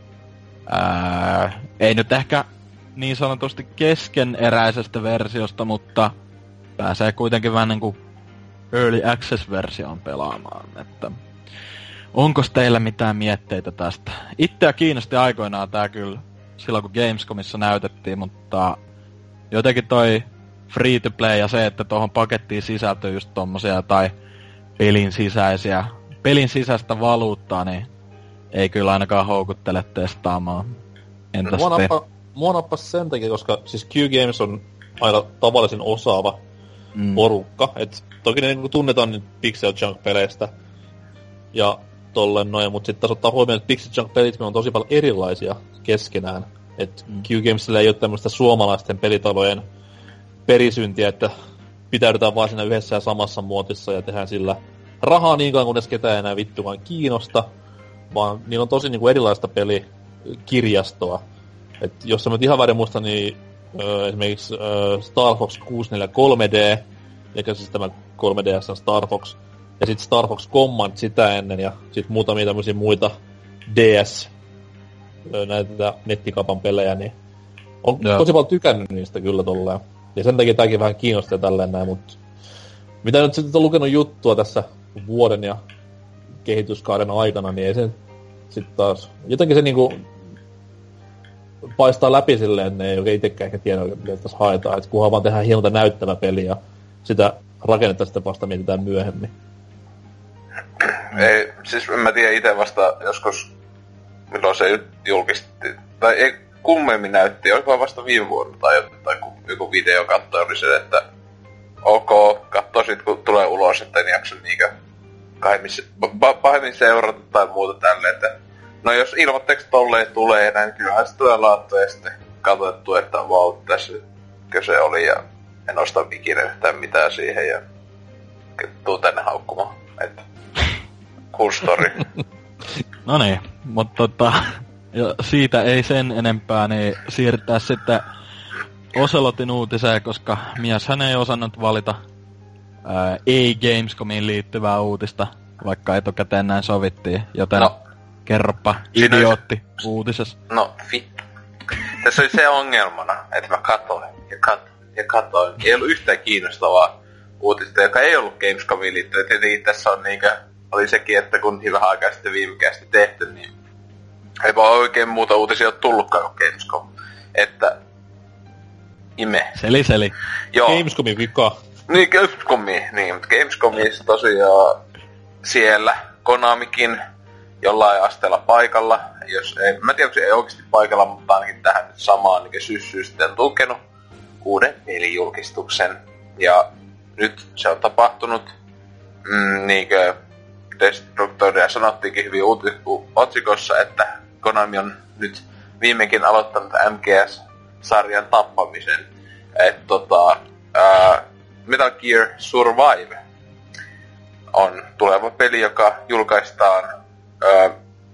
Ää, ei nyt ehkä niin sanotusti keskeneräisestä versiosta, mutta pääsee kuitenkin vähän niinku Early Access-versioon pelaamaan, että onko teillä mitään mietteitä tästä? Itseä kiinnosti aikoinaan tää kyllä silloin kun Gamescomissa näytettiin, mutta jotenkin toi free to play ja se, että tuohon pakettiin sisältyy just tommosia tai pelin sisäisiä, pelin sisäistä valuuttaa, niin ei kyllä ainakaan houkuttele testaamaan. Entäs mua te? Nappa, mua nappas sen takia, koska siis Q-Games on aina tavallisen osaava mm. porukka. Et toki ne niin tunnetaan niin Pixel Junk-peleistä ja tolleen noin, mut sit taas ottaa huomioon, että Pixel Junk-pelit on tosi paljon erilaisia keskenään. Et mm. Q-Gamesillä ei oo tämmöstä suomalaisten pelitalojen perisyntiä, että pitäydytään vaan siinä yhdessä ja samassa muotissa ja tehdään sillä rahaa niin kauan, kunnes ketään enää vittukaan kiinnosta. Vaan niillä on tosi niinku erilaista pelikirjastoa. Et jos mä nyt ihan väärin muista, niin öö, esimerkiksi öö, Star Fox kuusisataaneljäkymmentäkolme D, eikä siis tämä kolme D S Star Fox, ja sitten Star Fox Command sitä ennen, ja sitten muutamia tämmöisiä muita D S, öö, näitä nettikaupan pelejä, niin on Joo. tosi paljon tykännyt niistä kyllä tolleen. Ja sen takia tääkin vähän kiinnostaa tälleen näin, mutta mitä nyt sitten on lukenut juttua tässä vuoden ja kehityskaaren aikana, niin ei se sit taas jotenkin se niinku paistaa läpi silleen, että ne ei oikein itekään ehkä tiedä, mitä tässä haetaan. Et kunhan vaan tehdään hienolta näyttävä peli ja sitä rakennetta sitten vasta mietitään myöhemmin. Ei, siis mä tiedän ite vasta joskus, milloin se julkisti, tai ei kummemmin näytti, oliko vasta viime vuonna tai, tai joku video kattoi oli se, että ok, kattoo sit kun tulee ulos, että en jaksa niinkö pahemmin seurata tai muuta tälleen, että no jos ilmoitteeksi tolleen tulee näin, kyllähän se tulee laattua ja sitten katsottu, että vau, tässä se oli ja en osta ikinä yhtään mitään siihen ja tuu tänne haukkumaan, että cool story. No niin, mutta tota, siitä ei sen enempää, niin siirrytään sitten Ocelotin uutiseen, koska mieshän ei osannut valita ää, ei Gamescomiin liittyvää uutista, vaikka etukäteen näin sovittiin, joten no, kerropa idiootti olisi uutisessa. No vittu. Tässä oli se ongelmana, että mä katoin ja katoin ja katoin. Ei ollut yhtään kiinnostavaa uutista, joka ei ollut Gamescomiin liittyvää. Tietenkin tässä on niinkö, oli sekin, että kun hyvä aikaa sitten viimekästi tehty, niin ei vaan oikein muuta uutisia ole tullutkaan kuin Gamescom. Että ime. Seli seli. Joo. Gamescomin vika. Niin, Gamescomi, niin, mutta Gamescomissa tosiaan siellä Konamikin jollain asteella paikalla. Jos ei, mä tiedän, onko se ei oikeasti paikalla, mutta ainakin tähän nyt samaan niin syssyyn sitten tukenut uuden pelijulkistuksen. Ja nyt se on tapahtunut, mm, niinkö Destructoria sanottiinkin hyvin uuti- otsikossa, että Konami on nyt viimeinkin aloittanut M G S-sarjan tappamisen. Että tota, ää, Metal Gear Survive on tuleva peli, joka julkaistaan ää,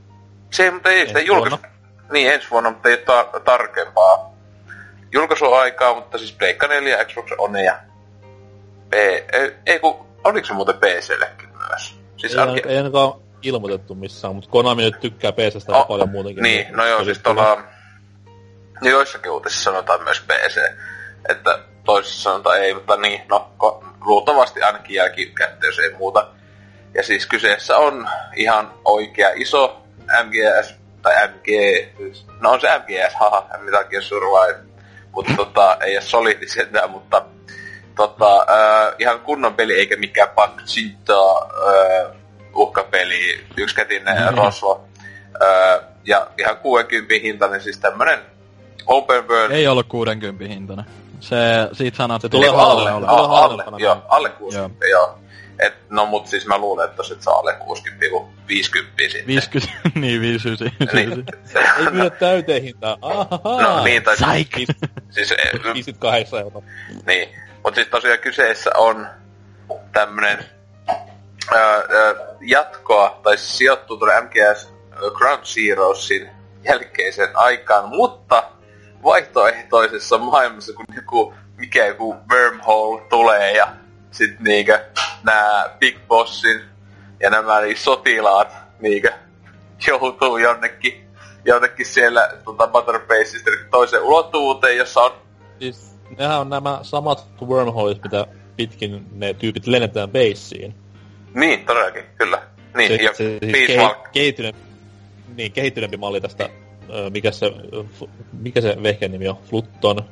se ei, mutta ei sitä julkaista. Niin, ensi vuonna, mutta ei tar- tarkempaa julkaisuaikaa, mutta siis Pleikka neljä ja Xbox One ja P... Ei, ei kun, oliko se muuten P C:llekin myös? Siis ei, ainakin, ei ainakaan ilmoitettu missään, mutta Konami nyt tykkää P C:stä oh, paljon muutenkin. Niin, niin no joo, siis tuolla joissakin uutisissa sanotaan myös P C, että toisissa sanotaan ei, mutta niin, no ko- luultavasti ainakin jälkikäteen, jos ei muuta. Ja siis kyseessä on ihan oikea iso M G S, tai M G, no on se M G S, haha, Metal Gear Survive, mutta tota, ei ole solidi sentään, mutta tota, äh, ihan kunnon peli, eikä mikään Pac-Cinta äh, uhkapeli, yksikätinen mm-hmm. rosvo, äh, ja ihan kuusikymmentä hintainen, siis tämmönen open world. Ei ollut kuusikymmentä hintainen. Se, siitä sanottiin, se tulee alle, alle, alle, alle, alle, joo, alle kuusikymmentä, joo. joo. Et, no mut siis mä luulen, että sit saa alle kuusikymmentä viisikymmentä sitten. viisikymmentä, niin viisikymmentä. Niin. Ei myydä täyteen hintaa. Ahaha. No niin, tai Psych. siis viisikymmentäkahdeksan euroa. Niin, mut siis tosiaan kyseessä on tämmönen ää, ää, jatkoa, tai siis sijoittuu tuonne M G S Ground Zeroesin jälkeiseen aikaan, mutta vaihtoehtoisessa maailmassa, kun joku, mikä joku wormhole tulee ja sit niinkö nää Big Bossin ja nämä niin sotilaat niinkö joutuu jonnekin, jonnekin siellä tota Motherbaseista toiseen ulottuvuuteen, jossa on... Siis nehän on nämä samat wormholes, mitä pitkin ne tyypit lennetään baseen. Niin, todellakin, kyllä. Niin, se, ja se, siis ke- kehittyne, niin, kehittyneempi malli tästä, mikä se, mikä se vehken nimi on? Flutton?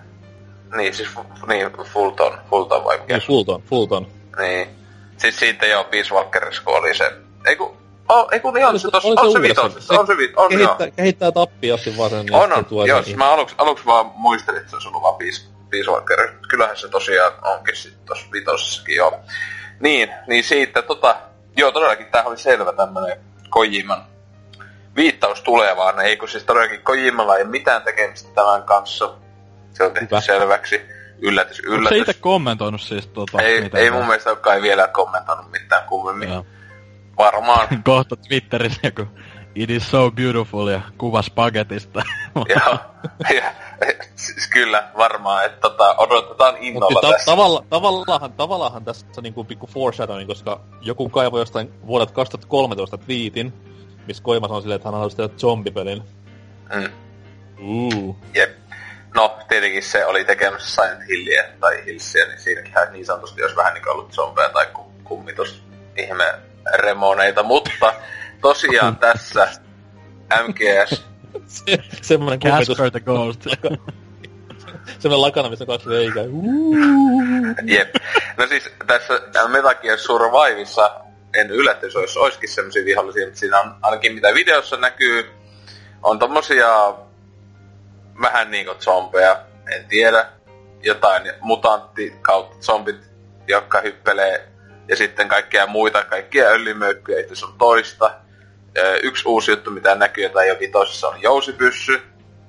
Niin, siis niin, Fulton, Fulton vai mikä? Niin, Fulton, Fulton. Niin. Siis siitä joo, Peace Walkerissa, kun oli se... Eiku, oh, eiku niin on se tossa, on se vitosessa, on se vitosessa, on kehittää, joo. Kehittää tappiasti vaan sen... On, on, joo, siis mä aluksi, aluksi vaan muistelin, että se olisi ollut vaan Peace, Peace Walker. Kyllähän se tosiaan onkin sit tossa vitosessakin, joo. Niin, niin siitä tota... Joo, todellakin tää oli selvä tämmönen Kojiman viittaus tulevaan. Ei kun siis todellakin Kojimalla ei mitään tekemistä tämän kanssa. Se on tehty Hyvä. selväksi. Yllätys, yllätys. Onko se itse kommentoinut siis tota... Ei, ei mun mielestä olekaan vielä kommentoinut mitään kummemmin. Joo. Varmaan. Kohta Twitterissä joku It is so beautiful ja kuva spagetista. Joo, ja, siis kyllä varmaan, että tota, odotetaan innolla ta- tässä. Tavalla, tavallaan, tavallaan tässä on niinku pikku foreshadowing, koska joku kaivoi jostain vuodelta kaksituhattakolmetoista twiitin, missä Kojima sanoi silleen, että hän haluaisi tehdä zombipelin. Mm. Uh. Jep. No, tietenkin se oli tekemässä Silent Hilliä tai Hillsia, niin siinäkin niin sanotusti olisi vähän niin kuin ollut zombeja tai kummitus ihme remoneita, mutta tosiaan tässä M G S. Se, semmonen kummitus. Casper the Ghost. Semmonen lakana, missä on kaksi reikää. Jep. No siis tässä Metal Gear Survivessa en yllättyisi, jos olisikin semmosia vihollisia, mutta siinä on ainakin mitä videossa näkyy, on tommosia vähän niinku zombeja, en tiedä, jotain mutantti kautta zombit, jotka hyppelee, ja sitten kaikkia muita, kaikkia öljymöykkyjä, itse on toista. Yksi uusi juttu, mitä näkyy, jota ei ole vitosissa, on jousipyssy.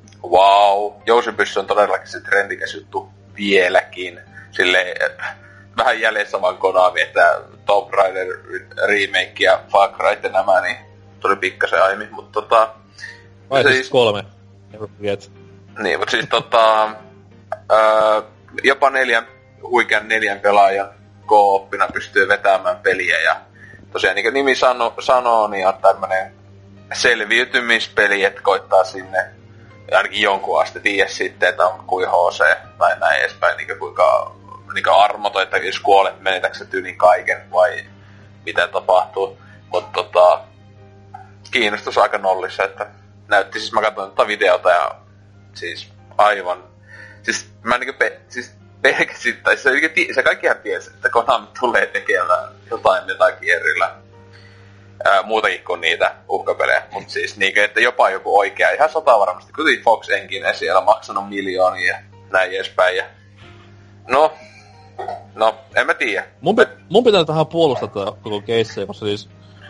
Wow, jousipyssy on todellakin se trendikäs juttu vieläkin. Silleen, vähän jäljessä vaan Konami, että Tomb Raider remake ja Far Cry ja nämä, niin tuli pikkasen aiemmin, mutta tota... Vai siis kolme. Niin, mutta siis tota... Ää, jopa neljän, huikean neljän pelaajan co-oppina pystyy vetämään peliä ja tosiaan niin kuin nimi sano, sanoo, niin on tämmönen selviytymispeli, että koittaa sinne ainakin jonkun asti tiedä sitten, että on kuin H C tai näin edespäin, niin kuinka niin armoton, että jos kuolet, menetätkö sä tyylin kaiken vai mitä tapahtuu. Mutta tota, kiinnostus aika nollissa, että näytti siis, mä katsoin tätä videota ja siis aivan, siis mä niinku pe, siis pelkäsin, tai se, se kaikkihan tiesi, että Konami tulee tekemään jotain Metal Gearilla. Ää, muutakin kuin niitä uhkapelejä, mutta siis niinku, että jopa joku oikea, ihan sata varmasti, kuten Fox Engine siellä maksanut miljoonia ja näin edespäin. Ja... No, no, en mä tiedä. Mun, pe- mun pitää vähän puolustaa tätä koko keissejä, koska siis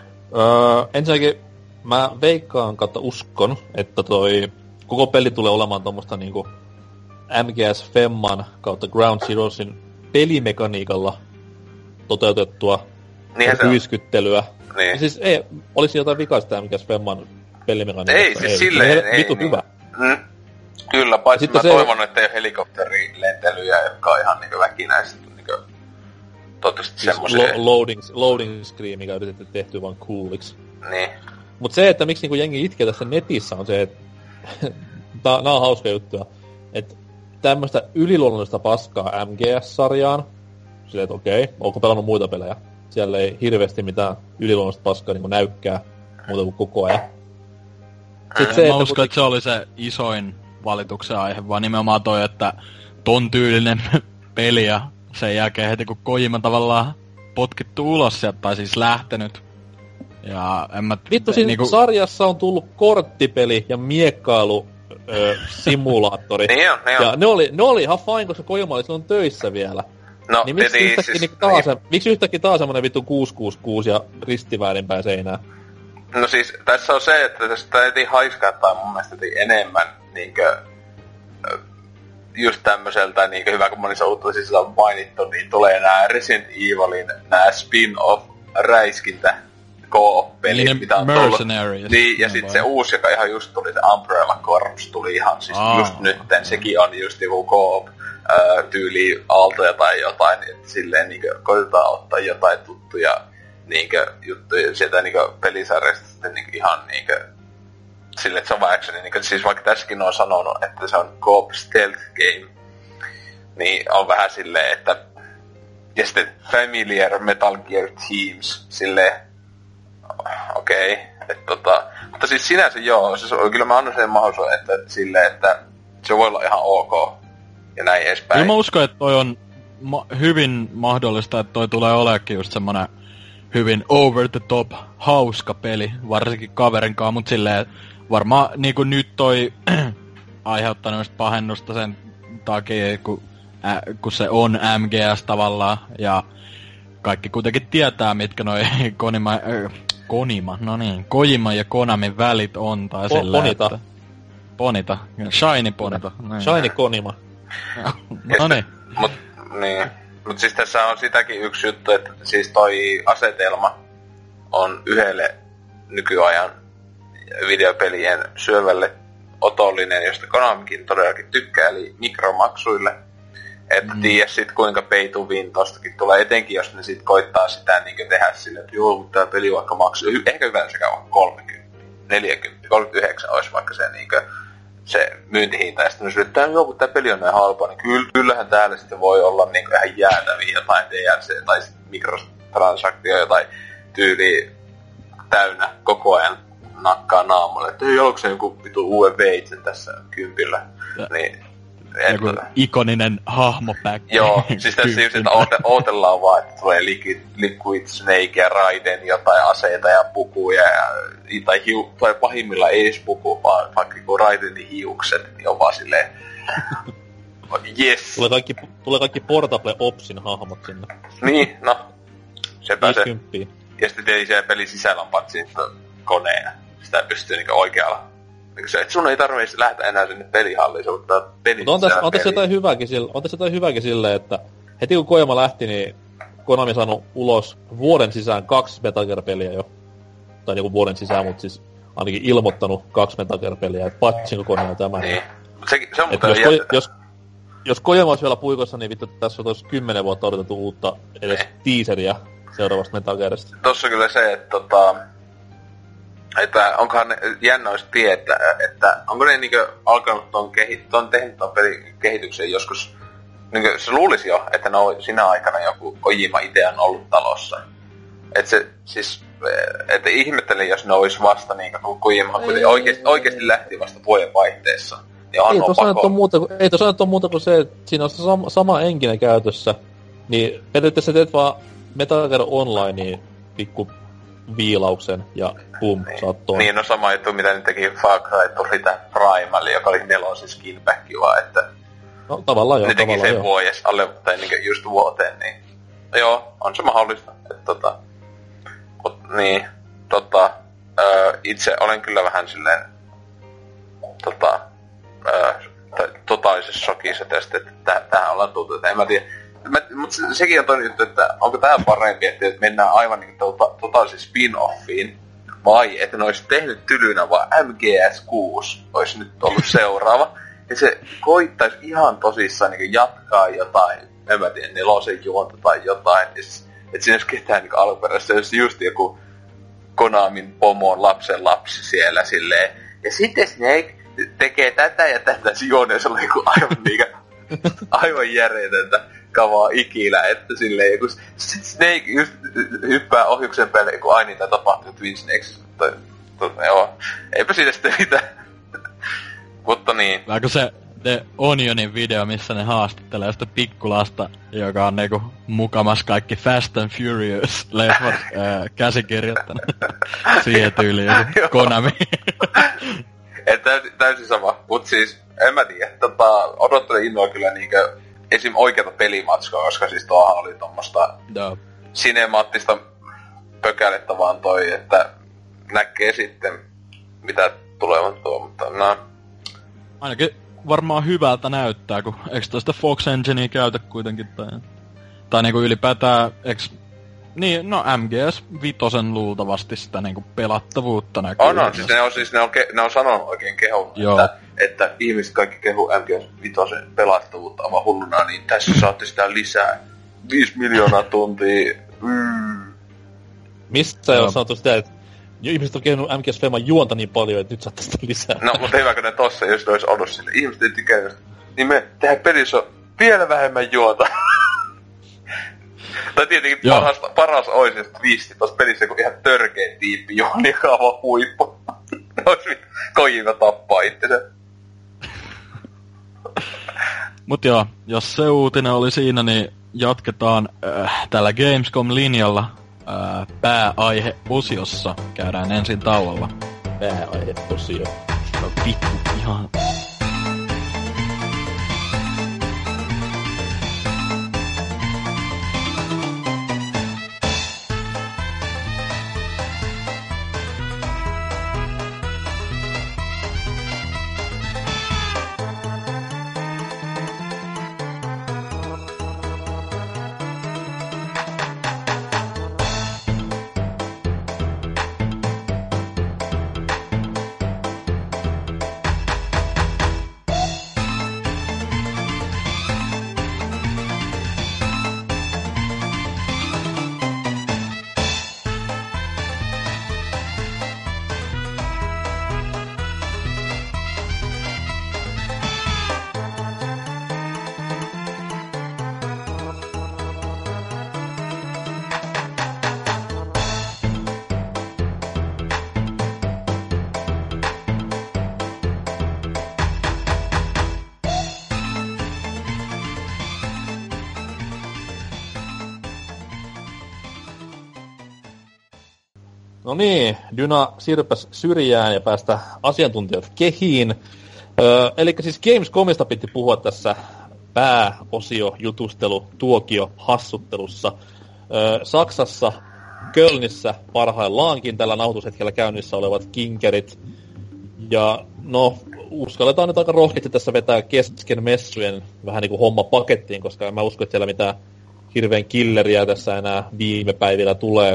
öö, ensinnäkin mä veikkaan kautta uskon, että toi koko peli tulee olemaan tommoista niinku M G S Femman kautta Ground Zeroesin pelimekaniikalla toteutettua pyyskyttelyä. Niin. Siis ei, olisi jotain vikaista M G S Femman pelimekaniikasta. Ei, siis ei. silleen ei. Vitu niin. hyvä. Mm. Kyllä, paitsi mä se... toivon, että ei ole helikopterilentelyjä, jotka on ihan niinku väkinäiset. Niinku, toivottavasti siis semmosia. Lo- loading, loading screen, mikä yritetty tehtyä vaan cooliksi. Niin. Mut se, että miksi niinku jengi itkee tässä netissä on se, että nää on hauska juttuja. Että tämmöstä yliluonnollista paskaa M G S-sarjaan. Silleen, että okei, okay, onko pelannut muita pelejä? Siellä ei hirveästi mitään yliluonnollista paskaa niinku näykkää muuta kuin koko ajan. Sitten se, mä uskon, kuti... että se oli se isoin valituksen aihe, vaan nimenomaan toi, että ton tyylinen peli ja sen jälkeen heti kun Kojima tavallaan potkittu ulos sieltä, tai siis lähtenyt. Ja en mä... Vittu, siinä niinku... sarjassa on tullut korttipeli ja miekkailu Öö, simulaattori. niin on, niin on. Ja ne oli, ne oli ihan fine, koska Kojima oli silloin töissä vielä. No, niin miksi niin, yhtäkkiä, siis, niin taas, niin. miksi yhtäkkiä taas semmonen vittu kuusi kuusi kuusi ja ristiväärinpäin seinää? No siis, tässä on se, että tästä eti haiskattaa mun mielestä enemmän niinkö just tämmöseltä niinkö hyvä, kun monissa uutisissa on mainittu, niin tulee nää Resident Evilin nää spin-off räiskintä co-op-pelit, niin mitä on tullut. Niin, ja no, sit vai. Se uusi, joka ihan just tuli, se Umbrella Corps, tuli ihan siis Aa, just nytten, sekin on just joku co-op ää, tyyli aaltoja tai jotain, että silleen niinkö koitetaan ottaa jotain tuttuja niinkö juttuja sieltä niinkö pelisarjasta sitten niinkö ihan niinkö silleen, että se on vaan actioni, niinkö siis vaikka tässäkin on sanonut, että se on co-op stealth game, niin on vähän silleen, että ja sitten familiar Metal Gear Teams, silleen okei, okay. että tota, mutta siis sinänsä joo, siis, kyllä mä annan sen mahdollisuuden, että silleen, että se voi olla ihan ok ja näin edespäin. Kyllä mä uskon, että toi on ma- hyvin mahdollista, että toi tulee oleekin just semmonen hyvin over the top hauska peli, varsinkin kaverin kanssa, mut silleen varmaan niinku nyt toi aiheuttanut just pahennusta sen takia, kun, äh, kun se on M G S tavallaan ja kaikki kuitenkin tietää, mitkä noi Konima, äh, Konima, no niin, Kojima ja Konamin välit on, tai po- sillä, Ponita. että... Ponita. Shiny Ponita. Niin. Shiny Konima. No niin. Mut, niin. Mut siis tässä on sitäkin yksi juttu, että siis toi asetelma on yhdelle nykyajan videopelien syövälle otollinen, josta Konamikin todellakin tykkää, eli mikromaksuille. Että mm. tiedä sit kuinka pay to win tostakin tulee, etenkin jos ne sit koittaa sitä niinkö tehdä sille, että joo, mutta tää peli vaikka maksaa, ehkä yleensä vaikka kolmekymmentä, neljäkymmentä, kolmekymmentäyhdeksän olisi vaikka se niinkö se myyntihinta, ja sitten ne että joo, kun tää peli on näin halpaa, niin kyllä, kyllähän täällä sitten voi olla niinkö ihan jäätäviä jotain D L C tai mikrotransaktioja tai tyyli täynnä koko ajan nakkaa naamalle, että ei oliko se joku vitu uuden veitsen tässä kympillä. Ja. Niin, joku en... ikoninen hahmopäkki. Joo, siis tässä just, että oote, ootellaan vaan, että tulee Liquid, Liquid Snake ja Raiden jotain aseita ja pukuja ja, tai, hiu, tai pahimmilla ei edes puku, vaan vaikka kun Raidenin hiukset, niin on vaan silleen... Yes. Tulee kaikki, tulee kaikki Portable Opsin hahmot sinne. Niin, no. Sepä se. viisikymmentä. Ja sitten tietysti pelin sisällä on patsi koneen. Sitä pystyy niinku oikealla. Niin se, että sun ei tarvitse lähteä enää sinne pelihalliin, se ottaa pelin Mutta on tässä, on tässä jotain hyvääkin sille, on tässä jotain hyvääkin silleen, että heti kun Kojima lähti, niin Konami on saanut ulos vuoden sisään kaksi Metal Gear-peliä jo. Tai niinku vuoden sisään, mutta siis ainakin ilmoittanut kaksi Metal Gear-peliä, että patsin kone on tämä. Niin. Se, se on muuten jos, ko, jos, jos Kojima olisi vielä puikossa, niin vittu tässä on kymmenen vuotta odotettu uutta edes ne. teaseria seuraavasta Metal Gearista. Tossa kyllä se, että tota... Että onkohan ne, jännä olisi tietää, että onko ne niinkö alkanut ton, kehi, ton tehnyt ton pelin kehityksen joskus, niinkö se luulisi jo, että ne on sinä aikana joku Kojima itse on ollut talossa. Että se siis, että ihmettelin, jos ne olisi vasta niinkö, kun Kojima oikeesti, oikeesti lähti vasta vuoden vaihteessa. Niin ei tuossa ole muuta, ei tuossa ole muuta kuin se, että siinä on se sama, sama engine käytössä, niin periaatteessa teet vaan Metal Gear Onlineen pikku viilauksen ja boom, niin. saat tuon. Niin, no sama juttu, mitä ne teki Far Cry tuli tän Primal, joka oli nelosin skinback vaan, että... No tavallaan joo, ne teki tavallaan sen joo. vuodes, alle, tai niinku just vuoteen, niin... No joo, on se mahdollista, että tota... Mut niin, tota... Öö, itse olen kyllä vähän silleen... Tota... Öö, totaalisessa shokissa tästä, että täh, tähän ollaan tultu, että en mä tiedä... Mutta se, sekin on toinen juttu, että onko tää parempi, että mennään aivan niin tota, totaalisesti spin-offiin, vai että ne olisi tehnyt tylynä vaan M G S kuusi olisi nyt ollut seuraava, ja se koittaisi ihan tosissaan niin jatkaa jotain, en mä tiedä, nelosen juonta tai jotain, että siinä olisi ketään niin alkuperäistä, se olisi just joku Konamin pomon lapsen lapsi siellä silleen, ja sitten Snake tekee tätä ja tätä juoneen, se oli aivan niikä, aivan järjetöntä kavaa ikinä, että silleen joku Snake just hyppää ohjuksen päälle, kun aina niitä tapahtuu Twin Snakes. To, to, joo, eipä siitä sitten mitään. Mutta niin. Vaikka se The Onionin video, missä ne haastattelee sitä pikkulasta, joka on niinku mukamas kaikki Fast and Furious-leffat käsikirjoittanut. Siihen tyyliin joku Konami. Et täysin, täysin sama, mut siis en mä tiedä, tota, odottelen innoa kyllä niinkö esim. Oikeata pelimatskoa, koska siis tuohan oli tommoista no. sinemaattista pökälettä vaan toi, että näkee sitten mitä tulevan tuo, mutta no. Ainakin varmaan hyvältä näyttää, kun eikö toista Fox Enginea käytä kuitenkin, tai, tai niinku ylipäätään, eikö, niin, no M G S vitosen luultavasti sitä niinku pelattavuutta näkyy. On, on, siis ne on, siis ne on, ke, ne on sanonut oikein kehunut, että, että ihmiset kaikki kehu M G S vitosen pelattavuutta aivan hulluna, niin tässä saatte sitä lisää. Viisi miljoonaa tuntia. Mm. Mistä on sanottu sitä, että ihmiset on kehunut M G S Femman juonta niin paljon, että nyt saatte sitä lisää. No, mutta hyväkö ne tossa, jos ne olisi ollut sille. Ihmiset ei tykännyt, niin me tehdään pelissä vielä vähemmän juonta. Tai tietenkin paras, paras olisi, että twisti tossa pelissä, kun ihan törkeä tiippi juoni, joka on vaan huippu. Olisi Kojima tappaa itsensä. Mut joo, jos se uutinen oli siinä, niin jatketaan äh, tällä Gamescom-linjalla äh, pääaihe-osiossa. Käydään ensin tauolla. Pääaihe-osio. No vittu, ihan... No niin, Dyna sirpäs syrjään ja päästä asiantuntijat kehiin. Öö, eli siis Gamescomista piti puhua tässä pääosio, jutustelu, tuokio, hassuttelussa. Öö, Saksassa, Kölnissä parhaillaankin tällä nauhoitushetkellä käynnissä olevat kinkerit. Ja no, uskalletaan nyt aika rohkeasti tässä vetää kesken messujen vähän niinku homma pakettiin, koska en mä usko, että siellä mitään hirveän killeriä tässä enää viime päivillä tulee.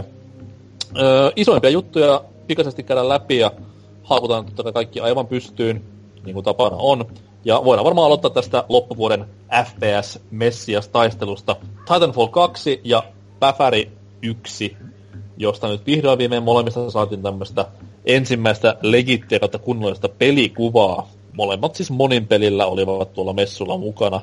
Öö, isoimpia juttuja pikaisesti käydään läpi ja haakutaan totta kai kaikki aivan pystyyn, niin kuin tapana on. Ja voidaan varmaan aloittaa tästä loppuvuoden F P S-messias-taistelusta Titanfall kaksi ja Päfäri yksi, josta nyt vihdoin viimein molemmista saatiin tämmöistä ensimmäistä legittiä kautta kunnollista pelikuvaa. Molemmat siis monin pelillä olivat tuolla messulla mukana.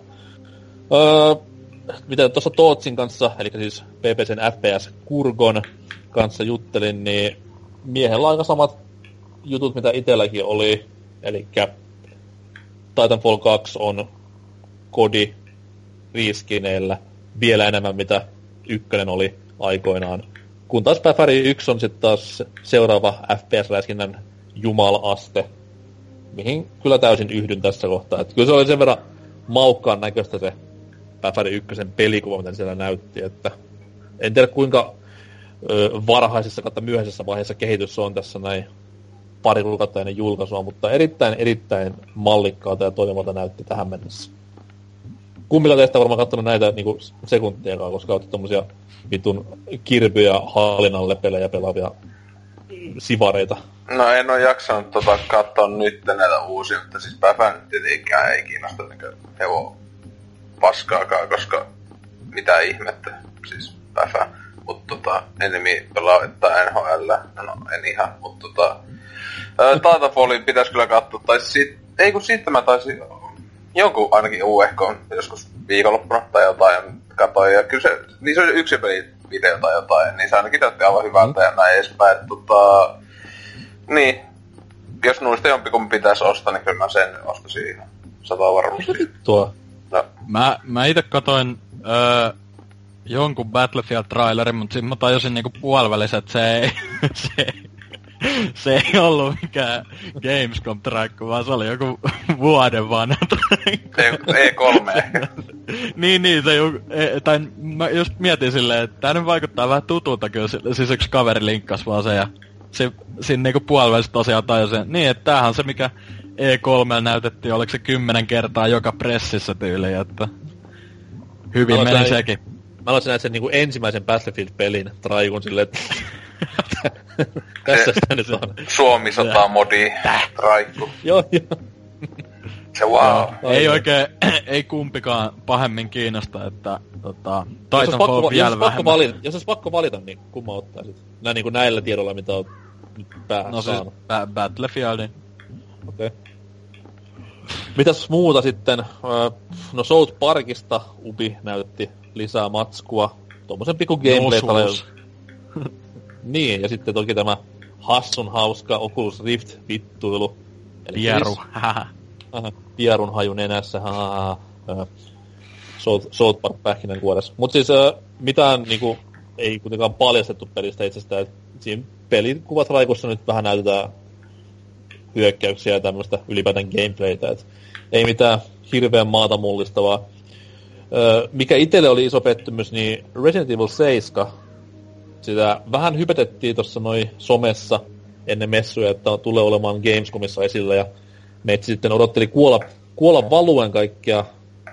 Öö, mitä tuossa Tootsin kanssa, eli siis P P C:n F P S-kurgon kanssa juttelin, niin miehellä on aika samat jutut, mitä itselläkin oli. Elikkä Titanfall kaksi on kodi riskineillä vielä enemmän, mitä ykkönen oli aikoinaan. Kun taas Päfäri yksi on sitten taas seuraava F P S-räiskinnän jumala-aste, mihin kyllä täysin yhdyn tässä kohtaa. Et kyllä se oli sen verran maukkaan näköistä se Päfäri ykkösen pelikuva, mitä siellä näytti. Että en tiedä kuinka ö, varhaisessa kautta myöhäisessä vaiheessa kehitys on tässä näin pari kuukautta ennen julkaisua, mutta erittäin, erittäin mallikkaalta ja toimivalta näytti tähän mennessä. Kummilla teistä varmaan katsonut näitä niinku sekuntiakaan, koska olette tommosia vitun kirpy- ja halinalle pelejä pelaavia sivareita. No en oo jaksanut tota katsoa nyt näitä uusia, mutta siis Päfä nyt tietenkään ei kiinnosta niinkö hevo paskaakaan, koska mitä ihmettä, siis Päfä. Mut tota, enemmän pelaa vettä N H L, no en ihan, mut tota... Titanfallin pitäis kyllä katsoa, tai sit, ei kun sitten mä taisin jonkun ainakin uehkoon joskus viikonloppuna tai jotain katsoin, ja kyllä se, niin se oli yksi pelivideo tai jotain, niin se ainakin näytti aivan hyvältä ja näin edespäin, että tota... Niin, jos noista jompikumpi pitäis ostaa, niin kyllä mä sen ostasin ihan sataa varmasti. Mitä vittua? No. Mä, mä ite katoin öö, jonkun Battlefield-trailerin, mut sit mä tajusin niinku puolivälissä, että se ei, se ei, se ei ollut mikään Gamescom-traikku, vaan se oli joku vuoden vanha traikku. E kolme. niin, niin, se joku, e, tai mä just mietin silleen, että tää nyt vaikuttaa vähän tutulta kyllä, siis yksi kaveri linkkas vaan se ja se, siinä niinku puolivälissä tosiaan tajusin, niin, että tämähän on se, mikä E kolme näytettiin, oliko se kymmenen kertaa joka pressissä tyyliin, että hyvin meni näin, sekin. Mä aloisin nähdä sen niinku ensimmäisen Battlefield-pelin traikun silleen, että tässä sitä nyt on. Suomi sata modi traikku. Joo, joo. Se wow. Ei oikein, ei kumpikaan pahemmin kiinnosta, että tota, Titanfall vielä vähemmän. Valita, jos olisi pakko valita, niin kumman ottaisit? Näin niinku näillä tiedoilla, mitä oot nyt päähän no saanut. No siis ba- Battlefieldin. Okei. Okay. Mitäs muuta sitten? No South Parkista Ubi näytti lisää matskua. Tuommoisen pikku gameplay. Niin, ja sitten toki tämä hassun hauska Oculus Rift-vittuilu. Pieru, haha. Pierun haju nenässä, haha. South, South Park pähkinänkuoressa. Mut siis mitään niinku ei kuitenkaan paljastettu pelistä itsestään. Et siinä pelikuvat raikussa nyt vähän näytetään hyökkäyksiä ja tämmöstä ylipäätään gameplaytä. Et ei mitään hirveän maata mullistavaa. Öö, mikä itselle oli iso pettymys, niin Resident Evil seitsemän, sitä vähän hypetettiin tuossa noi somessa ennen messuja, että tulee olemaan Gamescomissa esillä, ja meitä sitten odotteli kuolla, kuolla valuen kaikkia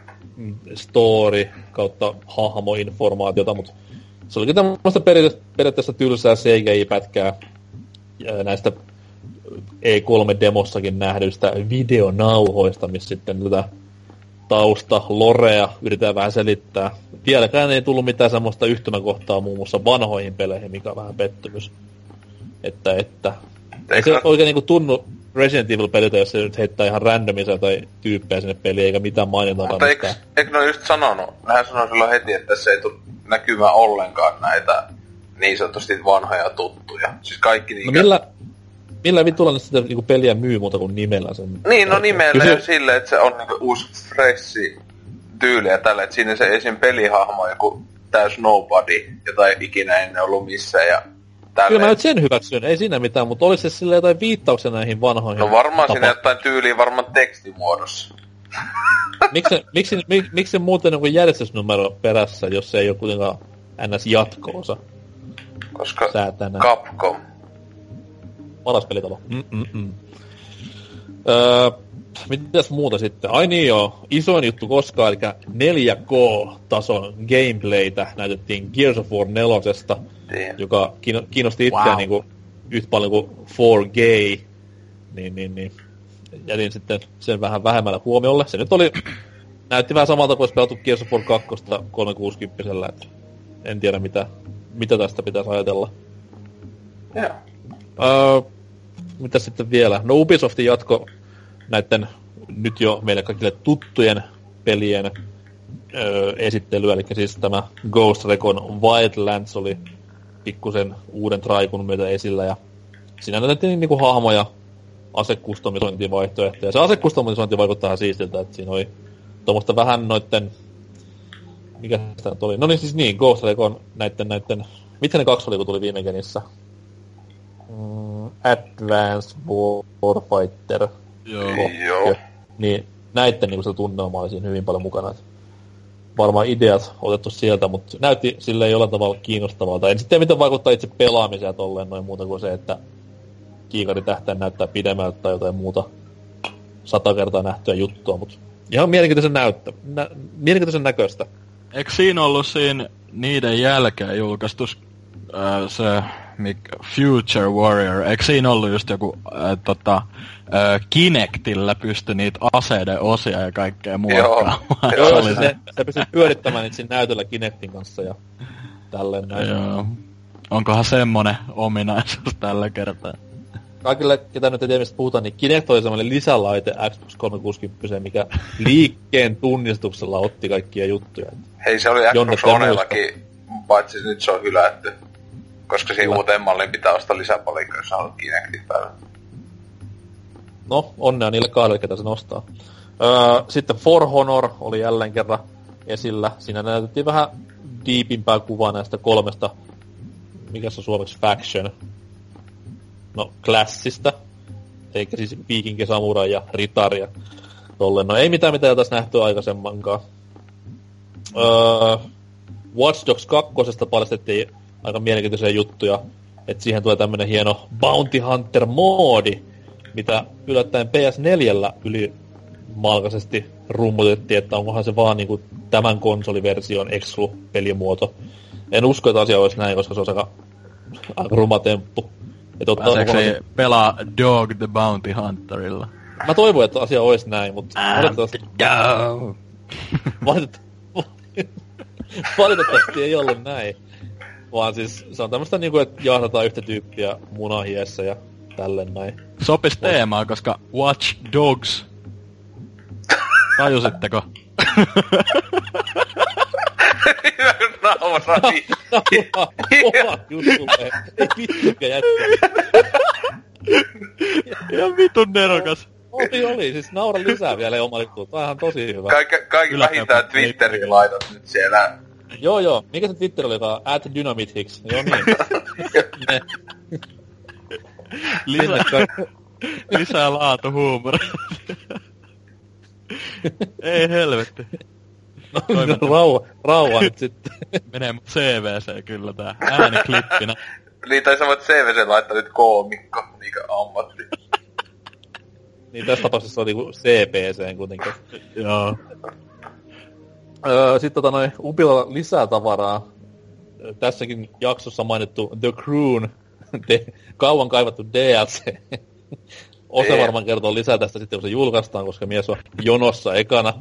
story kautta hahmoinformaatiota, mutta se olikin tämmöistä periaatteessa tylsää C G I-pätkää näistä E kolme-demossakin nähdyistä videonauhoista, missä sitten tätä tausta, lorea yritetään vähän selittää. Vieläkään ei tullut mitään semmoista yhtymäkohtaa muun muassa vanhoihin peleihin, mikä on vähän pettymys. Että, että. Ei se oikein niinku tunnu Resident Evil-peliltä, jos se nyt heittää ihan randomisia tai tyyppejä sinne peliin, eikä mitään mainintaa. Mutta eikö, eikö ne ole just sanonut? Nehän sanoi silloin heti, että tässä ei tule näkymään ollenkaan näitä niin sanotusti vanhoja tuttuja. Siis kaikki niinkö... No millä... Millä vitulla nyt sitä niinku peliä myy muuta kuin nimellä sen? Niin, no nimellä ja silleen, että se on niinku uusi freshi tyyli ja tällä, että siinä se esim. Pelihahmo on joku täys nobody, jota ei ikinä ennen ollut missään ja Tälleen. Kyllä mä nyt sen hyväksyn, ei siinä mitään, mutta olisi se silleen jotain viittauksia näihin vanhoihin. No varmaan tapa- siinä jotain tyyliin varmaan tekstimuodossa. Miksi, miksi, miksi, miksi muuten on järjestysnumero perässä, jos se ei ole kuitenkaan ns. Jatko-osa? Koska Säätänä. Capcom. Paras pelitalo. Mm-mm-mm. Öö, mitäs muuta sitten? Ai niin joo, isoin juttu koskaan, eli neljä K-tason gameplaytä näytettiin Gears of War nelosesta, Damn. joka kiino- kiinnosti itseään Wow. niinku yhtä paljon kuin four Gay. Niin, niin, niin. Jätin sitten sen vähän vähemmällä huomiolle. Se nyt oli, näytti vähän samalta kuin olisi pelattu Gears of War kaksi kolmesataakuusikymmentä, että en tiedä mitä, mitä tästä pitäisi ajatella. Joo. Öö, mitä sitten vielä? No Ubisoftin jatko näiden nyt jo meille kaikille tuttujen pelien öö, esittelyä, eli siis tämä Ghost Recon Wildlands oli pikkusen uuden traikun myötä esillä, ja siinä näytettiin niinku hahmoja, asekustomisointivaihtoehtoja. Se asekustomisointi vaikuttaa ihan siistiltä, että siinä oli tuommoista vähän noitten, mikä sitä nyt oli? No niin siis niin, Ghost Recon näitten näitten, mitkä ne kaksi oli, kun tuli viime genissä? Mm, Advanced Warfighter. Joo. Joo. Niin näitten niinku se tunnelma oli siinä hyvin paljon mukana. Et varmaan ideat otettu sieltä, mutta näytti silleen jollain tavalla kiinnostavalta. En sitten miten vaikuttaa itse pelaamiseen tolleen noin muuta kuin se, että kiikari tähtäin näyttää pidemmältä tai jotain muuta sata kertaa nähtyä juttua, mutta ihan mielenkiintoisen näyttö, nä, mielenkiintoisen näköistä. Eikö siinä ollut siinä niiden jälkeen julkaistus äh, se mikä, Future Warrior? Eikö siinä ollut just joku äh, tota, äh, Kinectillä pysty niitä aseiden osia ja kaikkea muokkaamaan? Joo, Se joo, oli se, se pystyy pyörittämään niitä siinä näytöllä Kinectin kanssa ja tälleen näin. Joo. Onkohan semmonen ominaisuus tällä kertaa? Kaikille, ketä nyt ei tiedä, mistä puhutaan, niin Kinect oli semmoinen lisälaite Xbox kolmesataakuusikymmentä, mikä liikkeen tunnistuksella otti kaikkia juttuja. Hei, se oli Jonne Xbox te Onellakin, paitsi nyt se on hylätty. Koska siinä Kyllä. uuteen malliin pitää ostaa lisäpalikka, jos haluat Kinectin päälle. No, onnea niille kahdelle, ketä se nostaa. Öö, sitten For Honor oli jälleen kerran esillä. Siinä näytettiin vähän diipimpää kuvaa näistä kolmesta, mikä se on suomeksi, faction. No, klassista. Eikä siis viikinki, samurai ja ritaria. Tolleen. No ei mitään, mitä ei taas nähty aikaisemmankaan. Öö, Watch Dogs kaksi paljastettiin aika mielenkiintoisia juttuja. Että siihen tulee tämmönen hieno Bounty Hunter-moodi, mitä yllättäen P S neljällä yli malkaisesti rummutettiin, että onkohan se vaan niinku tämän konsoliversion exclu-pelimuoto. En usko, että asia olisi näin, koska se on aika, aika ruma temppu. Pääseekö se pelaa Dog the Bounty Hunterilla? Mä toivon, että asia olisi näin, mutta valitettavasti... valitettavasti... valitettavasti ei ollut näin. Vaan siis se on tämmöstä niinku, että jahdataan yhtä tyyppiä munahiessä ja tälleen näin. Sopis teemaan, koska Watch Dogs. Tajusitteko? Naura niin. Naura oma jutulle. Ei vittukä jätkä. Ihan vitun nerokas. Oli, oli. Siis naura lisää vielä oma juttu. Tää on ihan tosi hyvä. Kaikki, kaikki vähintään Twitteriin laitat nyt siellä. Joo, joo. Mikä se Twitter oli, joka at Dynamithix? Joo niin. Ne. Lisää, lisää laatu huumoria. Ei helvetti. No, no rauha, rauha nyt sitten. Menee mut C V C kyllä tää ääniklippinä. Niin, tai sä voit C V C laittaa nyt koomikko, niinkö ammatti. Niin tässä tapauksessa se on niinku C P C kuitenkin. Joo. Öö, sitten tota noin, Upilla lisää tavaraa. Tässäkin jaksossa mainittu The Crewn, de, kauan kaivattu D L C. Osa varmaan kertoo lisää tästä sitten, kun se julkaistaan, koska mies on jonossa ekana.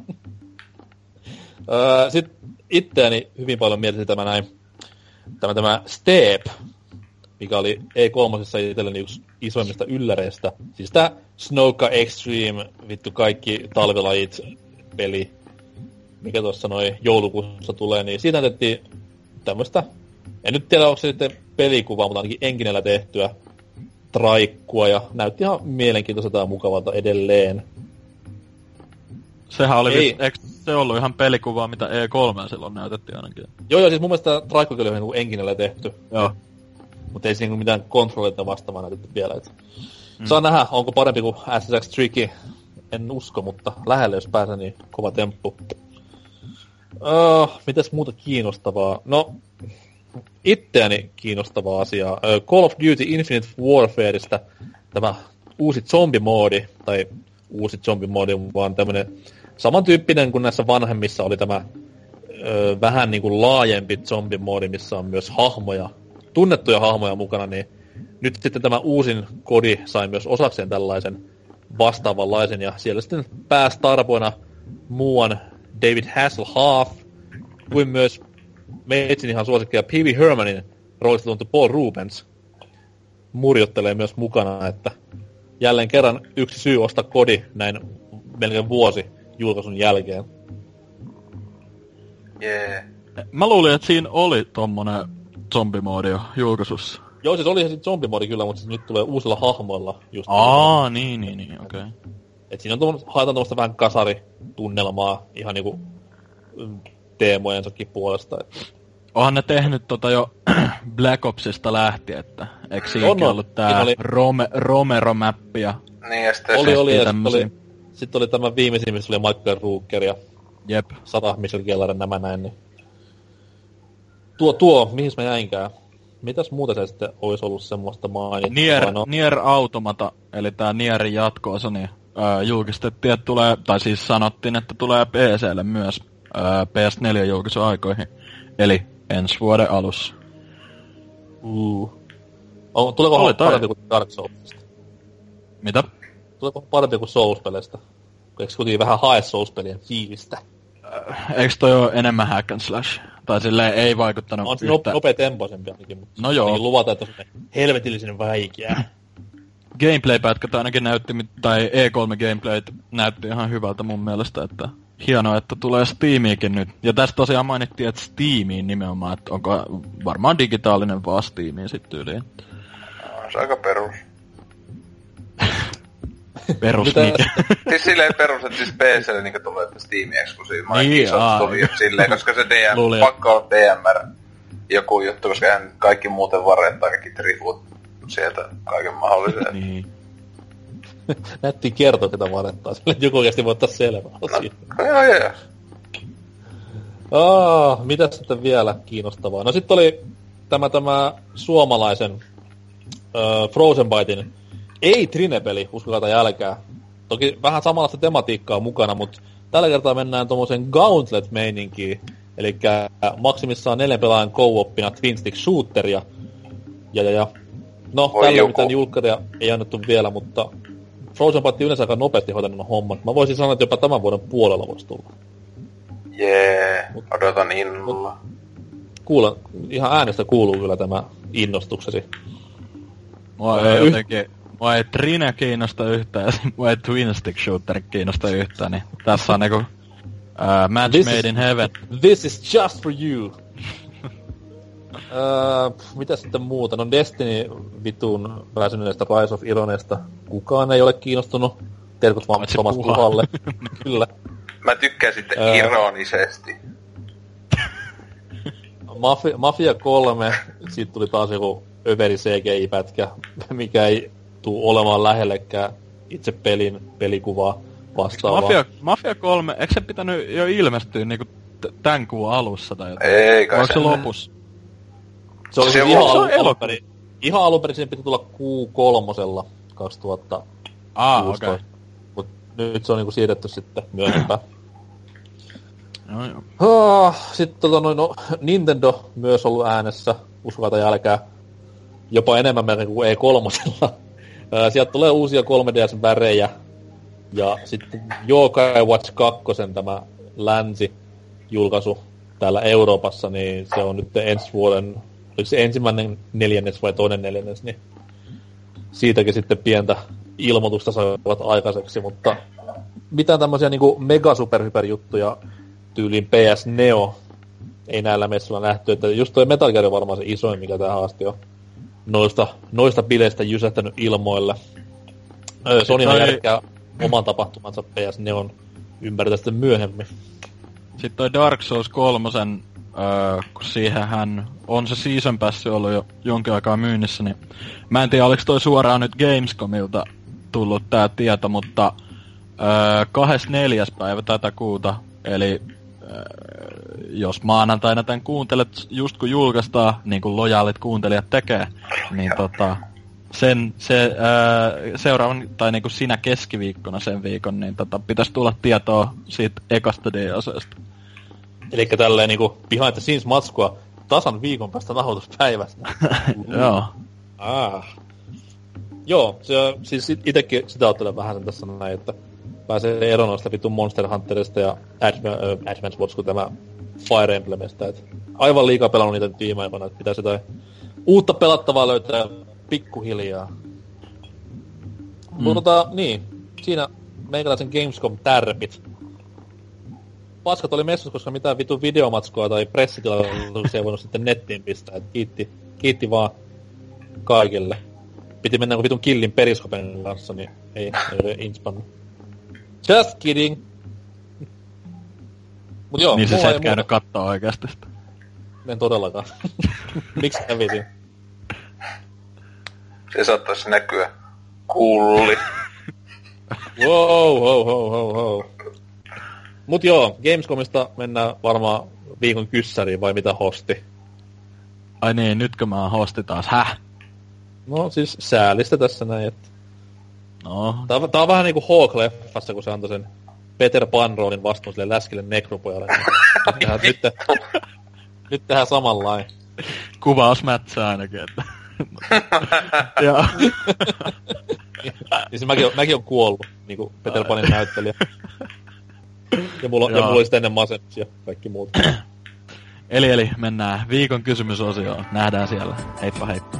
öö, sitten itseäni hyvin paljon mietisin tämä näin. Tämä, tämä Step, mikä oli E kolme itselleni yksi isoimmista ylläreistä. Siis tää Snowka Extreme, vittu kaikki talvilajit peli, mikä tuossa noin joulukuussa tulee, niin siitä näytettiin tämmöstä, en nyt tiedä onko se sitten pelikuvaa, mutta ainakin enkinellä tehtyä traikkua, ja näytti ihan mielenkiintoiselta ja mukavalta edelleen. Sehän oli, Ei. eikö se ollut ihan pelikuvaa, mitä E kolme silloin näytettiin ainakin? Joo, joo, siis mun mielestä traikkukin oli ihan enkinellä tehty. Joo. Mutta ei siinä niinku mitään kontrolleita vastaavaa näytetty vielä. Et mm. Saa nähdä, onko parempi kuin S S X Tricky. En usko, mutta lähelle jos pääsee, niin kova temppu. Uh, mitäs muuta kiinnostavaa? No, itseäni kiinnostavaa asiaa. Uh, Call of Duty Infinite Warfareista tämä uusi zombimoodi, tai uusi zombimoodi, vaan tämmönen samantyyppinen kuin näissä vanhemmissa oli tämä uh, vähän niinku laajempi zombimoodi, missä on myös hahmoja, tunnettuja hahmoja mukana, niin nyt sitten tämä uusin kodi sai myös osakseen tällaisen vastaavanlaisen, ja siellä sitten päästarpoina muuan David Hasselhoff, kuin myös meitsin ihan suosikkia Pee Wee Hermanin roolista tuntu Paul Rubens murjottelee myös mukana, että jälleen kerran yksi syy ostaa kodi näin melkein vuosi julkaisun jälkeen. Yeah. Mä luulin, että siinä oli tommonen zombimoodi jo julkaisussa. Joo, siis oli se sit zombimoodi kyllä, mutta siis nyt tulee uusilla hahmoilla just. Aa, niin, niin, niin, okei. Okay. Et siinä on tuommoista, haetaan tuommoista vähän kasaritunnelmaa ihan niinku teemojensakin puolesta. Et. Onhan ne tehnyt tota jo Black Opsista lähtien, että eikö siinäkin on, ollut tää oli... Rome, Romero-mäppi ja... Niin, ja sitten oli, oli, ja sitten oli, sit oli tämä viimeisin, missä oli Michael Rooker ja Jep. Sarah Michelle Gellar nämä näin, niin... Tuo, tuo, mihin mä jäinkään? Mitäs muuta se sitten olisi ollut semmoista mainittua? Nier, no? Nier Automata, eli tää Nierin jatko-osa, niin öö, julkistettiin, että tulee, tai siis sanottiin, että tulee P C:lle myös öö, P S neljä julkaisuaikoihin, eli ensi vuoden alussa. Uh. On, tuleeko Oli parempi kuin Dark Soulsista? Mitä? Tuleeko parempi kuin Souls-peleistä? Eikö kuitenkin vähän hae Souls-pelien fiilistä? Öö, eikö toi ole enemmän hack and slash? Tai silleen ei vaikuttanut on yhtä... On nopea tempoisempi ainakin, mutta no joo. Luvata, että on helvetillisen vaikeaa. Gameplay-pätkät ainakin näytti, tai E kolme gameplayt näytti ihan hyvältä mun mielestä, että hienoa, että tulee Steamiinkin nyt. Ja tästä tosiaan mainittiin, että Steamiin nimenomaan, että onko varmaan digitaalinen vaan Steamiin sit tyyliin. On se aika perus. Perus mikä? Siis silleen perus, että siis P C:lle niinku tulee, että Steam-eksklusiivi. Niin, tuli silleen, koska se D M, Luulin. Pakko on D M R joku juttu, koska eihän kaikki muuten varrettaa kaikki trifut sieltä kaiken mahdollisen. Niin. Nätti kertoo, ketä varettaa. Sille joku oikeasti voi ottaa selvää asia. No, joo, joo. Ah, mitä sitten vielä kiinnostavaa? No sitten oli tämä, tämä suomalaisen uh, Frozen Bytein ei Trine-peli, uskokaa tai jälkää. Toki vähän samanlaista tematiikkaa mukana, mutta tällä kertaa mennään tommoseen Gauntlet-meininkiin. Elikkä maksimissaan neljän pelaajan co-oppina Twin Stick Shooteria. Ja, ja, ja. No, Voi tällä joku. Mitään julkkaria ei annettu vielä, mutta Frozen Byte yleensä aika nopeasti hoitanut hommat. Mä voisin sanoa, että jopa tämän vuoden puolella voisi tulla. Jee, yeah, odotan innolla. Kuulen, ihan äänestä kuuluu kyllä tämä innostuksesi. Mua ei jotenkin... Mua ei Trine kiinnosta yhtään, ja mua ei Twin Stick Shooter kiinnosta yhtään, niin tässä on niinku... Uh, match this made is, in heaven. This is just for you! uh, mitä sitten muuta? No Destiny vitun väsyneestä Rise of Ironesta. Kukaan ei ole kiinnostunut. Terkut vaan Thomas Puhalle. Kyllä. Mä tykkään sitten uh, ironisesti. Mafia, Mafia kolme, siitä tuli taas joku överi C G I-pätkä, mikä ei tuu olemaan lähellekään itse pelin pelikuvaa vastaavaa. Mafia, Mafia kolme, eikö se pitänyt jo ilmestyä niinku t- tän kuun alussa tai jotain? Ei kai. Onko se lopussa? Se oli se ihan, alu, alunperin, ihan alunperin siinä piti tulla kuu kolmosella kaksituhattakuusitoista. Ah, okei. Okay. Mut nyt se on niinku siirretty sitten myöhempään. No joo. Oh, sitten tota noin, no, Nintendo myös ollut äänessä, uskokaa tai jälkää. Jopa enemmän melkein kuin E kolme. Sieltä tulee uusia kolme D S-värejä. Ja sitten Yokai Watch kaksi, tämä länsi-julkaisu täällä Euroopassa, niin se on nyt ensi vuoden, oliko se ensimmäinen neljännes vai toinen neljännes, niin siitäkin sitten pientä ilmoitusta saavat aikaiseksi, mutta mitään tämmöisiä niinku mega superhyper juttuja tyyliin P S Neo ei näillä messuilla nähty, että just toi Metal Gear on varmaan se isoin, mikä tähän asti on noista, noista bileistä jysähtänyt ilmoille. Öö, Sonyhan toi... järkkää oman tapahtumansa P S Neon ympärillä sitten myöhemmin. Sitten toi Dark Souls kolmosen öö, kun siihenhän on se Season Pass ollut jo jonkin aikaa myynnissä, niin mä en tiedä oliko toi suoraan nyt Gamescomilta tullut tää tieto, mutta öö, kahdeskymmenesneljäs päivä tätä kuuta, eli öö, jos maanantaina tän kuuntelet just kun julkaistaan, niin kuin lojaalit kuuntelijat tekee, niin tota, sen se, öö, seuraavan, tai niinku sinä keskiviikkona sen viikon, niin tota, pitäisi tulla tietoa siitä ekasta D L C:stä. Elikkä tälleen niinku behind the scenes matskua tasan viikon päästä nauhoituspäivästä. Joo. Ah. Joo, se, siis itekin sitä ottelen vähän sen tässä näin, että pääsee eroon noista vitun Monster Hunterista ja Adva- äh, Advance Wars, kun tämä Fire Emblemistä. Et aivan liikaa pelannut niitä nyt viime aikoina, että pitäisi jotain uutta pelattavaa löytää pikkuhiljaa. Mm. Mutta tota, niin, siinä meikäläisen Gamescom-tärpit. Paskat oli messus, koska mitään vitun videomatskoa tai pressitilaisuuksia ei voinut sitten nettiin pistää. Et kiitti, kiitti vaan kaikille. Piti mennä kuin vitun killin periskopen kanssa, niin ei, ei ole inspannut. Just kidding! Mut joo, niin se mulla et käynyt kattoo oikeasti. En todellakaan. Miksi kävisin? Se saattaisi näkyä. Kulli. Wow, wow, wow, wow, wow. Mut joo, Gamescomista mennään varmaan viikon kyssäriin, vai mitä hosti? Ai niin, nytkö mä oon hosti taas, häh? No siis säälistä tässä näin, että... No. Tää on, tää on vähän niinku Hawk-leffassa, kun se antoi sen Peter Pan-roolin vastuun sille läskille nekropojalle. Nyt tehdään, nyt, te, nyt tehdään samanlain. Kuvaus mätsää ainakin, että... Joo. Niin se mäkin on, mäkin on kuollut, niinku Peter Panin näyttelijä. Ja mulla, ja mulla oli sitten ennen masennus ja kaikki muut. Eli, eli mennään viikon kysymysosioon. Nähdään siellä. Heippa heippa.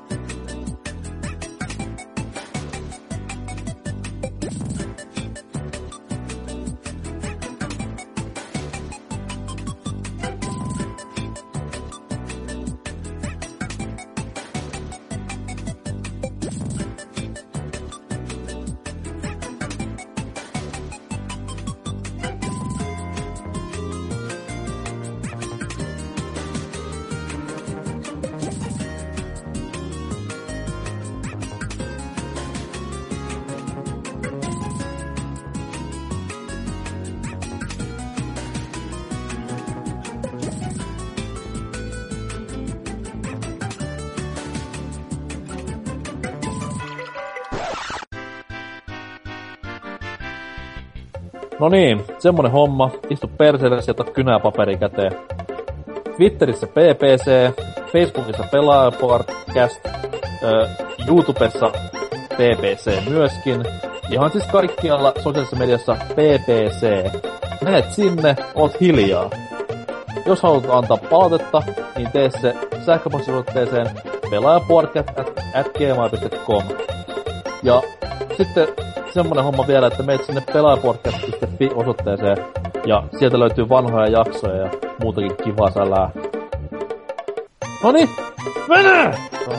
No niin, semmonen homma. Istu perseelle, sieltä kynää paperi käteen. Twitterissä P P C, Facebookissa Pelaajapodcast, äh, YouTubessa P P C myöskin. Ihan siis kaikkialla sosiaalisessa mediassa P P C. Menet sinne, oot hiljaa. Jos haluat antaa palautetta, niin tee se sähköpostiosoitteeseen pelaajapodcast at gmail dot com. Ja sitten semmonen homma vielä, että meet sinne pelaajapodcast piste fi osoitteeseen ja sieltä löytyy vanhoja jaksoja ja muutakin kivaa sälää. Noniin, mene!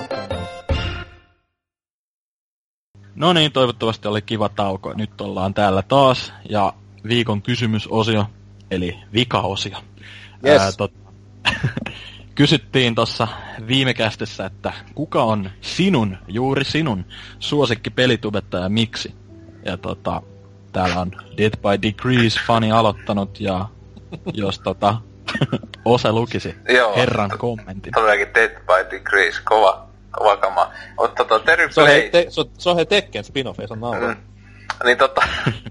No niin, toivottavasti oli kiva tauko. Nyt ollaan täällä taas ja viikon kysymysosio, eli vikaosio. Yes. Ää, tot... Kysyttiin tossa viime kästissä, että kuka on sinun, juuri sinun, suosikki pelitubettaja miksi? Ja tota, täällä on Dead by Degrees fani aloittanut ja jos tota, Ose lukisi Joo, herran to, kommentin. Todellakin Dead by Degrees, kova, kova kama. Mut tota, Terry Se on he, Blaze... te, se on, se on he Tekken spin-off, ei se on nauraa. Mm. Niin tota...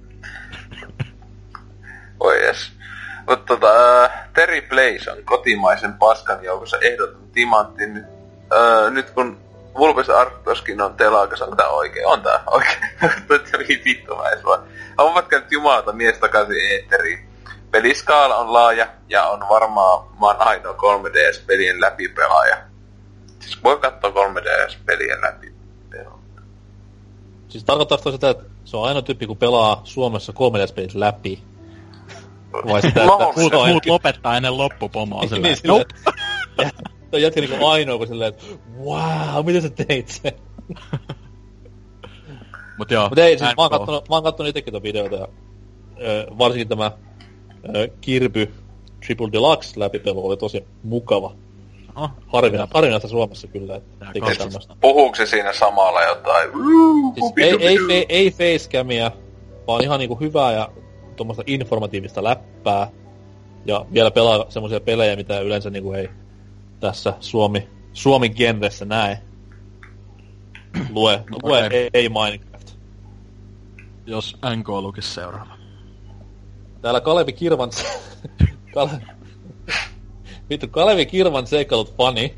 Oi jes. Mut tota, uh, Terry Blaze on kotimaisen paskan joukossa ehdoton timantti. Nyt, uh, nyt kun Vulpes Arctoskin on telakassa, onko tää oikein? On tää oikein. Toivottavasti mihin vittu mä ees vaan. Hommat käynyt jumalata mies takaisin eetteriin. Peliskaala on laaja ja on varmaan maan ainoa kolme D S-pelien läpipelaaja. Siis voi katsoa kolme D S-pelien läpi. Siis tarkoittaako toi sitä, että se on ainoa tyyppi, kun pelaa Suomessa kolme D S-pelit läpi? Vai sitä, että muut, muut lopettaa ennen loppupomoa silleen, niin, silleen nope. Toi jätkä niinku ainoa, kun silleen, että wow, miten sä teit sen? Mut joo. Mut ei, siis mä oon kattonut, mä oon kattonut itekin ton videota ja ö, varsinkin tämä ö, Kirby Triple Deluxe läpipelu oli tosi mukava. Oh, Harvina, harvinaista Suomessa kyllä, että teki tämmöstä. Puhuuko se siinä samalla jotain? Siis ei, ei, ei, ei facecamia, vaan ihan niinku hyvää ja tuommoista informatiivista läppää. Ja vielä pelaa semmosia pelejä, mitä yleensä niinku ei tässä Suomi, Suomen genressä näe. Lue, lue okay. ei, ei Minecraft. Jos N K lukis seuraava. Täällä Kalevi Kirvan... Kale... Vittu, Kalevi Kirvan seikkailut funny.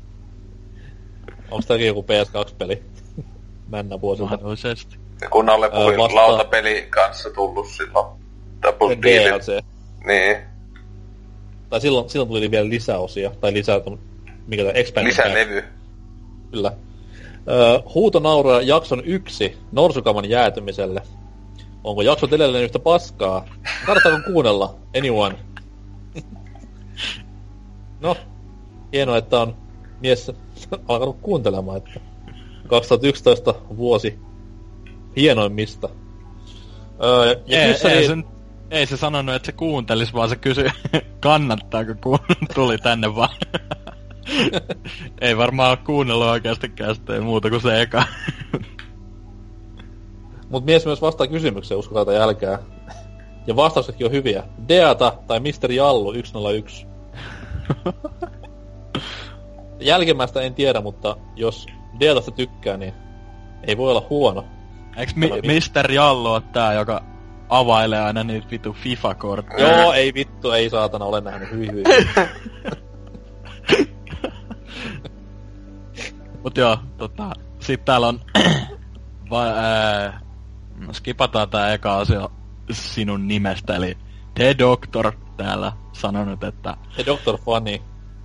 Onks tääkin joku P S kaksi-peli? Männä vuosilta. Mahdollisesti. Kun alle puhuin Äh, vasta... lautapeli kanssa tullut silloin. Double D L C. Niin. Tai silloin, silloin tuli vielä lisäosia. Tai lisää... Mikä tää? Expanded Lisälevy. Kyllä. Öö, huutonauroja jakson yksi Norsukaman jäätymiselle. Onko jaksot edelleen yhtä paskaa? Kannattaako kuunnella? Anyone? No, hienoa, että on mies alkanut kuuntelemaan, että kaksituhattayksitoista vuosi hienoimmista. Öö, ja ei, kyssäni... ei, sen, ei se sanonut, että se kuuntelis, vaan se kysyi, kannattaako kun tuli tänne vaan. Ei varmaan oo kuunnellut oikeastikään sitten muuta kuin se eka. Mut mies myös vastaa kysymykseen, uskokaa tai jälkää. Ja vastauksetkin on hyviä. Deata tai mister Jallu yksi nolla yksi. Jälkimmäistä en tiedä, mutta jos Deatasta tykkää, niin ei voi olla huono. Eiks mi- mister Jallu oo tää, joka availee aina niitä vitu FIFA-kortteja? Joo, ei vittu, ei saatana, ole nähnyt. Hyi hyi. Mut joo, tota, sit täällä on... vai, ää, no skipataan tää eka asia sinun nimestä, eli The Doctor täällä sanonut, että... The Doctor Funny.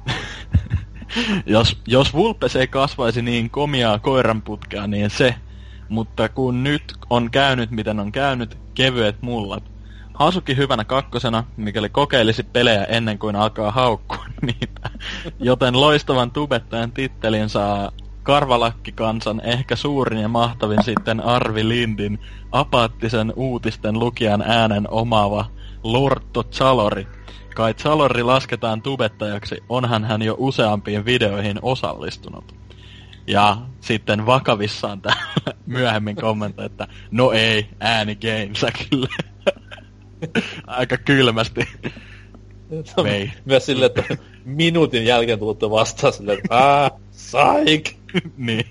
jos, jos Vulpes ei kasvaisi niin komiaa koiranputkea, niin se. Mutta kun nyt on käynyt miten on käynyt, kevyet mullat. Hasuki hyvänä kakkosena, mikäli kokeilisi pelejä ennen kuin alkaa haukkua niitä. Joten loistavan tubettajan tittelin saa Karvalakkikansan ehkä suurin ja mahtavin sitten Arvi Lindin apaattisen uutisten lukijan äänen omaava Lorto Chalori. Kai Chalori lasketaan tubettajaksi, onhan hän jo useampiin videoihin osallistunut. Ja sitten vakavissaan täällä myöhemmin kommentoi, että no ei, ääni gamesa kyllä. Aika kylmästi. Vei. Myös silleen, että minuutin jälkeen tulitte vastaan silleen, että aah, saik! Niin.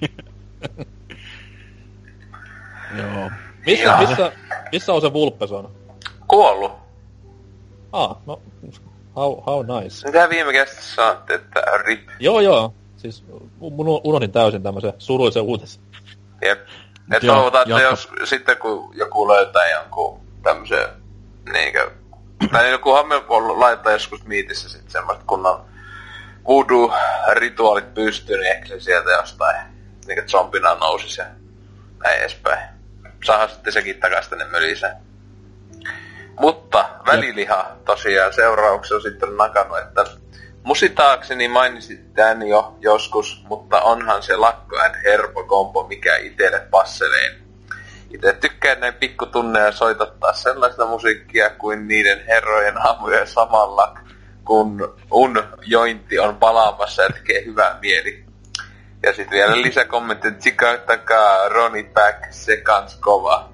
Joo. Missä, missä, missä on se Vulpes on? Kuollut. Ah, no, how, how nice. Mitä viime käsissä saatte, että rip? Joo, joo. Siis mun unohdin täysin tämmösen surullisen uutisen. Jep. Ja toivotaan, että jos sitten kun joku löytää jonkun tämmösen niinkö... Tai jokuhan me laittaa joskus miitissä sit semmoista kunnon voodoo-rituaalit pystyyn, niin ehkä se sieltä jostain niinkö zombina nousis ja näin edespäin. Saadaan sitten sekin takas tänne möliseen. Mutta väliliha tosiaan seurauksena on sitten nakannut, että musitaakseni mainitsit tän jo joskus, mutta onhan se lakko and herpo-kompo, mikä itelle passelee. Itse tykkään näin pikkutunneja soitattaa sellaista musiikkia kuin niiden herrojen aamujen samalla, kun un jointi on palaamassa ja tekee hyvää mieli. Ja sitten vielä lisäkommentti, että tsikauttakaa Ronnie Back, se kans kova.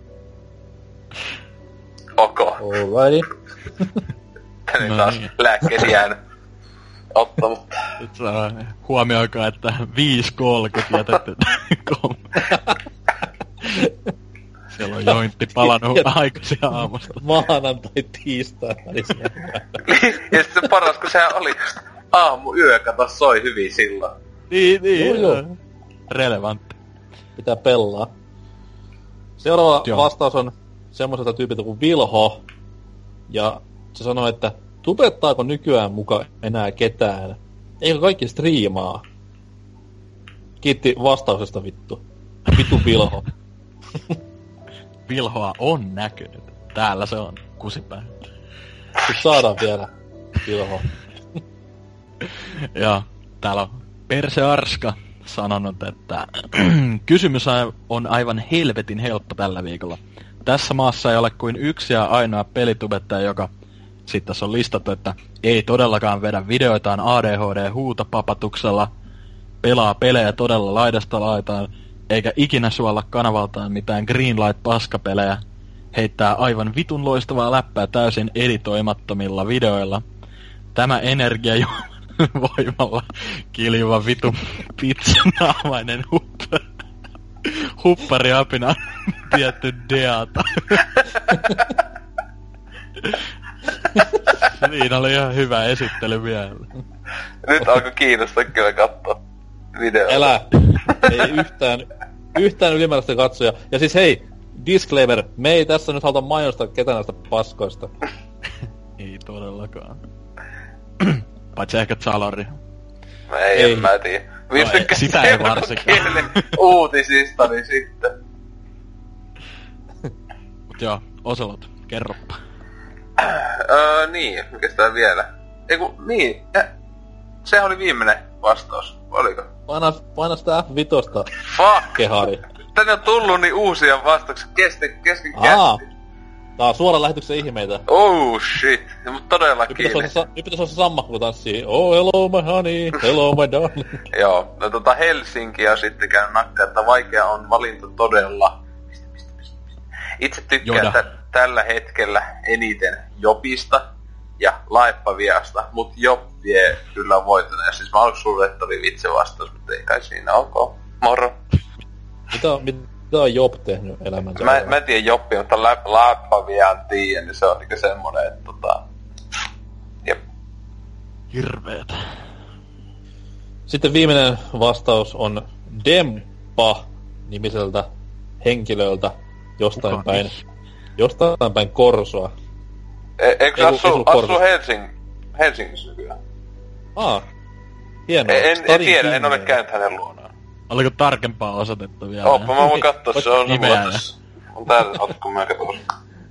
Oko. Alrighty. Tänne taas no niin. Lääkkeesi jäänyt ottamatta. Nyt saa huomioikaa, että viisi kolmekymmentä jätetty siellä on jointti palannut aikaisin aamusta. Maanantai tiistai välissä. Ja sitten se paras, kun sehän oli aamu yö, kato soi hyvin silloin. Niin, niin. Joo, joo. Relevantti. Pitää pelaa. Seuraava joo. Vastaus on semmoiselta tyypiltä kuin Vilho. Ja se sanoo, että tubettaako nykyään muka enää ketään? Eikö kaikki striimaa? Kiitti vastauksesta vittu. Vittu Vilho. Vilhoa on näkynyt. Täällä se on, kusipää. Sitten saadaan vielä Vilho. Ja täällä on Perse Arska sanonut, että kysymys on aivan helvetin helppo tällä viikolla. Tässä maassa ei ole kuin yksi ja ainoa pelitubettaja, joka sitten tässä on listattu, että ei todellakaan vedä videoitaan A D H D-huutopapatuksella, pelaa pelejä todella laidasta laitaan, eikä ikinä suolla kanavaltaan mitään Greenlight-paskapelejä, heittää aivan vitun loistavaa läppää täysin editoimattomilla videoilla. Tämä energiavoimalla kiljuva vitun pizzanaamainen huppari, huppariapina tietty deata. Siinä oli ihan hyvä esittely vielä. Nyt alkoi kiinnostaa kyllä katsoa videoita. Älä! Ei yhtään, yhtään ylimääräistä katsoja. Ja siis hei, disclaimer, me ei tässä nyt haluta mainostaa ketään näistä paskoista. Ei todellakaan. Paitsi ehkä Zalori. Mä ei, ei. En mä tiedä. No ei, sitä ei varsinkaan. Uutisista, niin sitten. Mut joo, Oselot, kerroppa. öö, niin, mikäs tää vielä? Eiku, niin, ja, sehän oli viimeinen vastaus, oliko? Paina, paina sitä F viisi Fuck! Kehari. Tänne on tullut niin uusia vastauksia kesken, kesken Aa, kästi. Tää on suoran lähetyksen ihmeitä. Oh shit, ja mut todellakin. Nyt pitäis olla, pitäis olla se sammakko, kun tanssii. Oh hello my honey, hello my darling. Joo, no tota Helsinki on sitten käynyt nakkaa, että vaikea on valinta todella. Piste, piste, piste, piste. Itse tykkään tä- tällä hetkellä eniten Jopista ja Laippaviasta, mut Jop vie kyllä voitona. Siis mä aluksi sulle, että oli vitsi vastaus, mutta ei kai siinä, ok. Moro. Mitä, mitä on Job tehnyt elämänsä? Mä, mä en tiedä Joppi, mutta lä- Laippaviaan tiedän, niin se on niinku semmonen, että tota... Jep. Hirveetä. Sitten viimeinen vastaus on Demppa-nimiseltä henkilöltä jostain Kuka päin. Niin? Jostain päin Korsoa. E- eikö se asu, asu Helsing, Helsingissä nykyään? Aa, hienoa. En, en, en tiedä, en ole käynyt hänen luonaan. Oliko tarkempaa osoitetta vielä? Oppa, mä voin katsoa, se on nimeäs. On täällä, otko mä katsoin.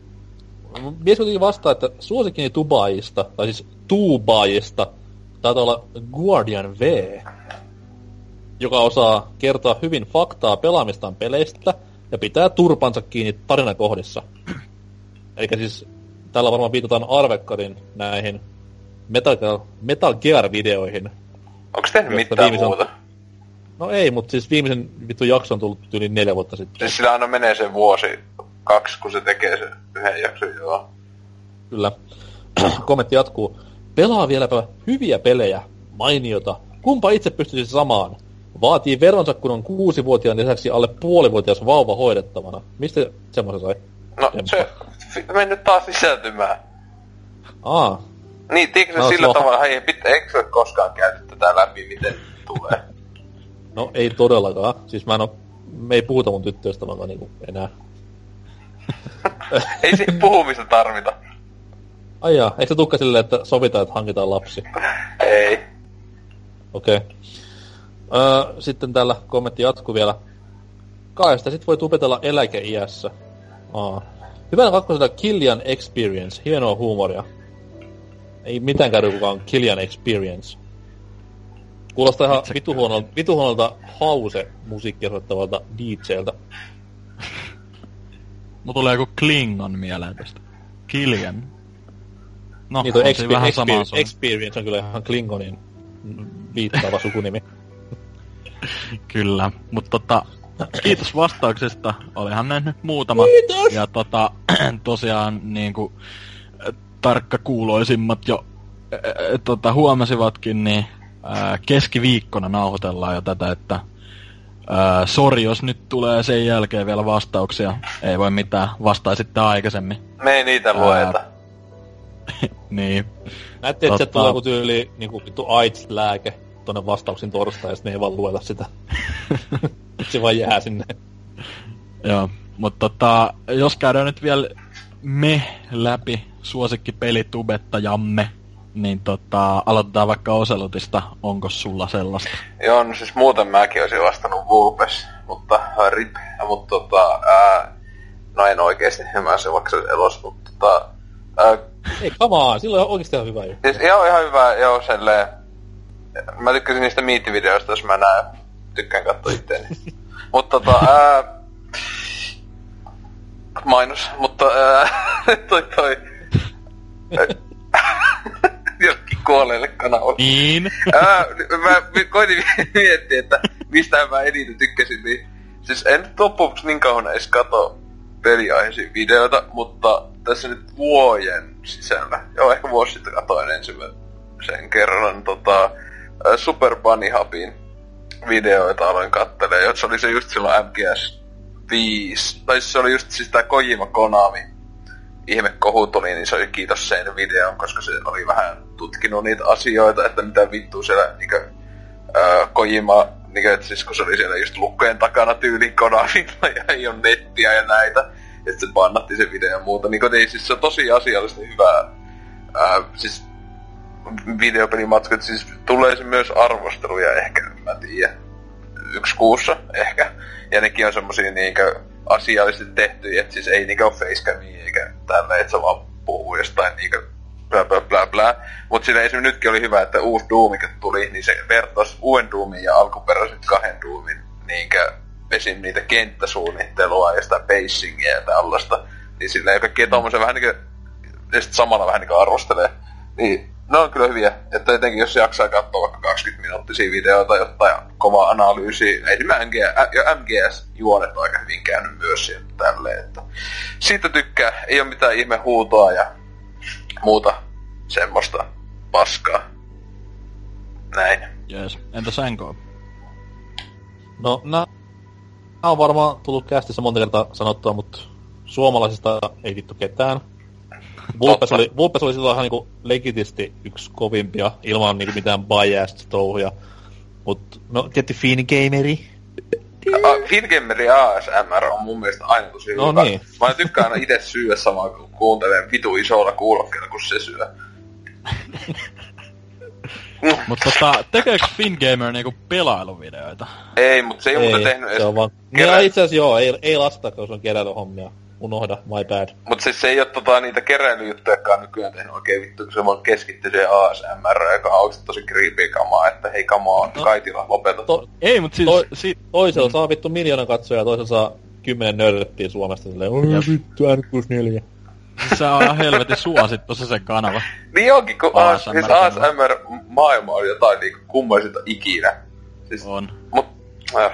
Mies kuitenkin vastaa, että suosikkini Dubaista, tai siis Dubaista, taitaa olla Guardian V, joka osaa kertoa hyvin faktaa pelaamistaan peleistä ja pitää turpansa kiinni tarinakohdissa. Eli siis tällä varmaan viitataan Arvekkarin näihin Metal Gear, Metal Gear-videoihin. Onks tehnyt mitään viimeisen... muuta? No ei, mutta siis viimeisen vittu jakso on tullut yli neljä vuotta sitten. Siis sillä aina menee se vuosi, kaksi, kun se tekee sen yhden jakson, joo. Kyllä. Kommentti jatkuu. Pelaa vieläpä hyviä pelejä, mainiota. Kumpa itse pystyisi samaan? Vaatii veronsa, kun on kuusivuotiaan lisäksi alle puolivuotias vauva hoidettavana. Mistä semmoisen sai? No Demppa. Se meni nyt taas sisältymään. Aa. Niin, tiedätkö se sillä tavalla, hei, pitää, eikö se ole koskaan käyty tätä läpi, miten tulee? No ei todellakaan. Siis mä en oo, me ei puhuta mun tyttöistä vaan niinku enää. Ei siihen puhumista tarvita. Ai jaa, eikö se tukka silleen, että sovitaan, että hankitaan lapsi? Ei. Okei. Okay. Öö, sitten täällä kommentti jatkuu vielä. Kai sitä sit voi tupetella eläkeiässä. Aa. Hyvänä kakkosella Killian Experience. Hienoa huumoria. Ei mitään käy kukaan Killian Experience. Kuulostaa ihan vitu huonolta, vitu huonolta hause-musiikkia soittavalta D J:ltä. Mulla tulee joku Klingon mieleen tästä. Killian. No, niin, on expi- vähän expi- Experience on kyllä ihan Klingonin viittaava sukunimi. Kyllä, mutta tota, kiitos vastauksesta. Olihan ne nyt muutama. Kiitos! Ja tota, tosiaan niinku tarkkakuuloisimmat jo ä, tota, huomasivatkin, niin ä, keskiviikkona nauhoitellaan jo tätä, että ä, sori, jos nyt tulee sen jälkeen vielä vastauksia. Ei voi mitään, vastaisitte aikaisemmin. Me ei niitä lueta. Niin. Näette, että tota... tulee joku tyyli niinku vittu AIDS-lääke tonne vastauksin torstai, ja sit ne ei vaan lueta sitä. Se vaan jää sinne. Joo, mutta tota, jos käydään nyt vielä me läpi suosikkipelitubettajamme, niin tota, aloitetaan vaikka Oselotista. Onko sulla sellaista? Joo, no siis muuten mäkin olisin vastannut Vulpes, mutta rip, mutta tota, ää, no en oikeesti, en mä se vaikka elos, mutta tota, ää, ei, come on, silloin on oikeesti ihan hyvä jo. Siis joo, ihan hyvä, joo, selleen. Mä tykkäsin niistä miittivideoista, jos mä näen. Tykkään katsoa itteeni. Mutta tota, ää... mainos, mutta ää... toi toi... jollekin kuolleelle kanavalle. Niin. Ää, mä koitin miettiä, että mistä mä eniten tykkäsin, niin siis en nyt loppujen niin kauan edes kato peliaiheisia videoita, mutta tässä nyt vuoden sisällä, joo ehkä vuosi sitten katoin ensimmäisen kerran tota, Super Bunny Hubin videoita aloin kattelemaan, se oli se just silloin M G S viisi, tai se oli just siis tää Kojima Konami ihme kohu tuli, niin se oli kiitos sen videon, koska se oli vähän tutkinut niitä asioita, että mitä vittua siellä niinkö ää, Kojima, niinkö, että siis kun se oli siellä just lukkojen takana tyyliin Konamilla ja ei oo nettiä ja näitä, että se bannatti se video ja muuta, niin ei, siis se on tosi asiallisesti hyvää, ää, siis videopelimatkat, siis tulee se myös arvosteluja ehkä, mä tiedän, yksi kuussa ehkä, ja nekin on semmosia niinkö asiallisesti tehty, että siis ei niinkö oo facecamia eikä tälleen, että se vaan puhuu jostain niinkö blä blä blä blä. Mut sillä esimerkiksi nytkin oli hyvä, että uusi Doom, mikä tuli, niin se vertaisi uuden Doomin ja alkuperäisen kahden Doomin niinkö esim. Niitä kenttäsuunnittelua ja sitä pacingia ja tällaista. Niin sillä ei kaikkia tommosen vähän niinkö, ja sit samalla vähän niinkö arvostelee. Niin ne on kyllä hyviä, että etenkin jos jaksaa katsoa vaikka kaksikymmentä minuuttisia videoita, jotain kovaa analyysiä, esimerkiksi M G S-juonet on aika hyvin käynyt myös sieltä tälleen, että siitä tykkää, ei ole mitään ihme huutoa ja muuta semmoista paskaa. Näin. Jees, entä N K? No, nää on varmaan tullut kästissä monta kertaa sanottua, mutta suomalaisista ei vittu ketään. Vulpes oli, Vulpes oli silloin ihan niinku legitisti yksi kovimpia, ilman niinku mitään biased touhuja. Mut, no, tietty Fingameri. Uh, Fingameri A S M R on mun mielestä aina tosi no hyvä. Niin. Mä tykkään aina ite syödä samaa, kun kuuntelen vitu isolla kuulokkeella, kun se syö. Mut tota, tekeekö Fingamer niinku pelailuvideoita? Ei, mut se ei, ei muuta tehnyt edes. Se on vaan... Kerä... No itse asiassa joo, ei, ei lasteta, kun se on keräilyhommia. Unohda, my bad. Mut siis se ei oo tota niitä keräilyjuttujakaan nykyään tehnyt oikein vittu, kun se vaan keskittyy siihen A S M R, joka on oikeesti tosi creepy kamaa, että hei kamaa, no, kaitila, lopeta. To, ei, mut siis... To, si- toisella mm. saa vittu miljoonan katsoja ja toisella saa kymmenen nörrettiä Suomesta silleen, oi vittu, N kuusikymmentäneljä. Se on ihan helvetin suosittu se sen kanava. Niin onkin, kun A S M R-maailma on jotain niinku kummaisinta ikinä. Siis, on. Mut... Äh.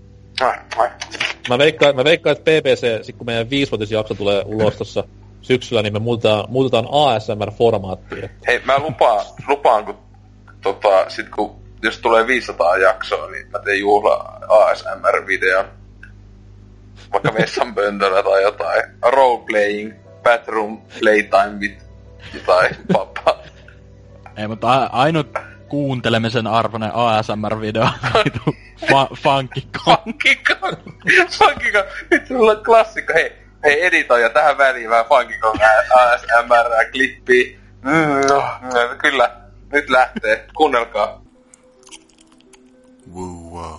Mä veikkaan, mä veikkaan, että P B C, sit kun meidän viisivuotisjakso tulee ulos tossa syksyllä, niin me muutetaan, muutetaan A S M R-formaattia. Hei, mä lupaan, lupaan kun, tota, sit kun, jos tulee viisisataa jaksoa, niin mä teen juhla A S M R-videon. Vaikka vessanpöntöllä tai jotain. Roleplaying, bathroom playtime with jotain papaa. Ei, mutta a- ainut kuuntelemisen arvoinen A S M R-video on fa- Funky Kong. Funky Kong! Funky Kong! Nyt sulla on klassikko. Hei, hei editoija tähän väliin vähän Funky Kong A S M R-klippiä. Mm, no, kyllä, nyt lähtee. Kuunnelkaa. Woo wow.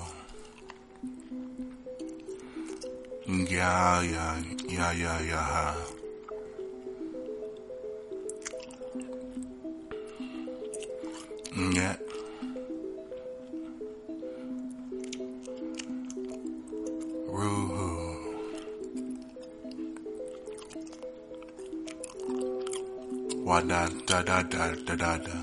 Ja ja ja ja ja. Yeah. Woo. Wada da da da da da da.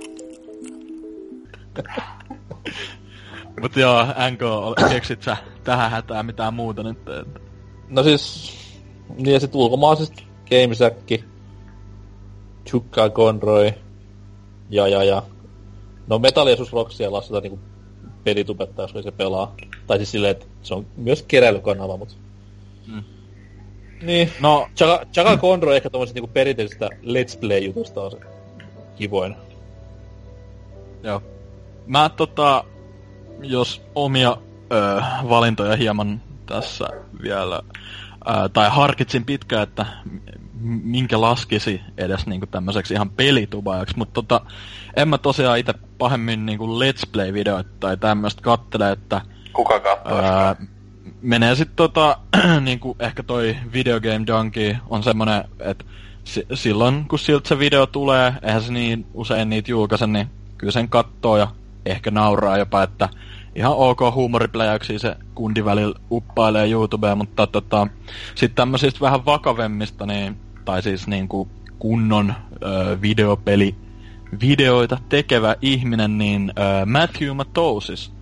Mut joo, N K, keksit sä tähän hätään mitään muuta nyt? Että... No siis, niin ja sit ulkomaisesta Gamesäkki, Chukka Conroy, ja ja ja. No Metal Jesus Rocksia lasketaan niinku pelitubettaa, jos se pelaa. Tai siis silleen, että se on myös keräilykanava, mut... Mm. Niin, no... Chaka, Chaka Conroy ehkä tommoset niinku perinteisestä Let's Play-jutusta on se kivoin. Joo. Mä tota... Jos omia ö, valintoja hieman tässä vielä... Ö, tai harkitsin pitkään, että minkä laskisi edes niinku tämmöiseksi ihan pelitubaajaksi, mutta tota, en mä tosiaan itse pahemmin niinku Let's Play-videoita tai tämmöistä kattele, että... Kuka kattoo sitä? Menee sit tota, niinku ehkä toi Video Game Donkey on semmonen, että si- silloin kun siltä se video tulee, eihän se niin usein niitä julkaise, niin kyllä sen kattoo ja ehkä nauraa jopa, että ihan ok huumoripläjäyksiä se kundi välillä uppailee YouTubeen, mutta tota, sit tämmöisistä vähän vakavemmista, niin, tai siis niinku kunnon ö, videopeli videoita tekevä ihminen, niin äh, Matthew Matosis.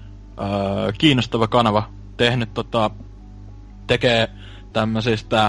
Äh, kiinnostava kanava. Tehnyt tota... Tekee tämmöisistä...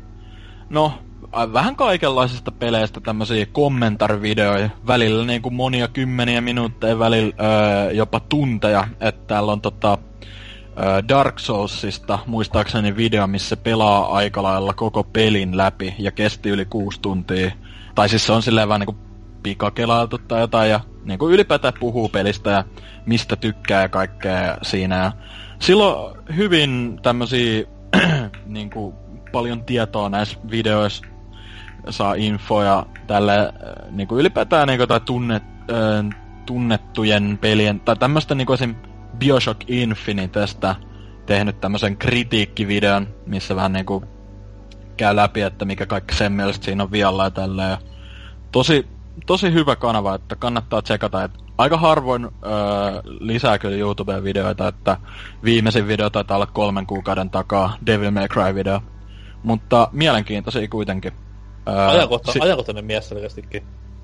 No, vähän kaikenlaisista peleistä tämmösiä kommentarivideoja. Välillä niinku monia kymmeniä minuutteja, välillä öö, jopa tunteja. Että täällä on tota öö, Dark Soulsista muistaakseni video, missä pelaa aika lailla koko pelin läpi ja kesti yli kuusi tuntia. Tai siis se on silleen vähän niinku pikakelailtu tai jotain ja niinku ylipäätään puhuu pelistä ja mistä tykkää ja kaikkea siinä. Ja silloin hyvin tämmösiä niinku paljon tietoa näissä videoissa, saa infoja tälle niinku ylipäätään niinku tai tunnet, äh, tunnettujen pelien tai tämmöstä niinku esim BioShock Infinitestä tehnyt tämmösen kritiikkivideon, missä vähän niinku käy läpi, että mikä kaikki sen mielestä siinä on vialla ja tälleen. Tosi, tosi hyvä kanava, että kannattaa tsekata, että aika harvoin öö, lisää kyllä YouTubeen videoita, että viimeisin video taitaa olla kolmen kuukauden takaa Devil May Cry-video. Mutta mielenkiintoisia kuitenkin. Öö, Ajankohta, si- ajankohtainen mies selkeästikin.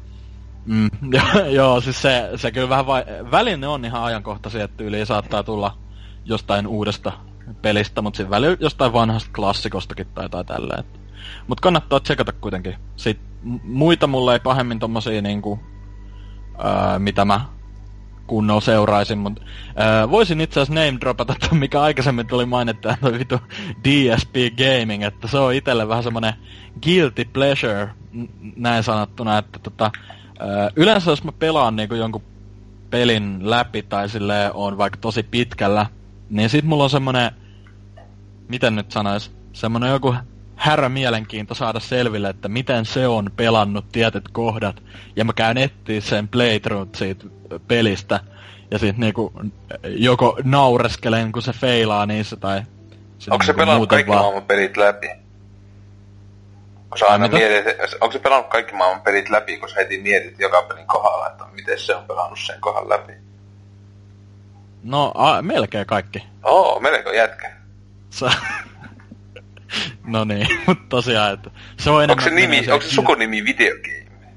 Mm, joo, joo, siis se, se kyllä vähän vai... Välillä ne on ihan ajankohtaisia, että yli saattaa tulla jostain uudesta pelistä, mutta sitten välillä jostain vanhasta klassikostakin tai jotain tälleen. Mut kannattaa tsekata kuitenkin. Sitten muita mulle ei pahemmin tommosia niinku... Öö, mitä mä kunnolla seuraisin, mut öö, voisin itse asiassa name dropata, mikä aikaisemmin tuli mainittua, toi vitu D S P Gaming, että se on itelle vähän semmonen guilty pleasure, n- näin sanottuna, että tota, öö, yleensä jos mä pelaan niinku jonkun pelin läpi tai silleen on vaikka tosi pitkällä, niin sit mulla on semmonen, miten nyt sanois, semmonen joku härä mielenkiinto saada selville, että miten se on pelannut tietyt kohdat. Ja mä käyn etsiä sen playthrough siitä pelistä. Ja sit niinku joko naureskelen, kun se feilaa niissä, tai... Onko se pelannut kaikki vaan maailman pelit läpi? Kun sä aina mietit, onko se pelannut kaikki maailman pelit läpi, kun sä heti mietit joka pelin kohdalla, että miten se on pelannut sen kohdan läpi? No, a, melkein kaikki. Oo, melko jätkä. Sä... No niin, mutta tosiaan, että se on enemmän... Onko se, nimi, onko se sukunimi videogame?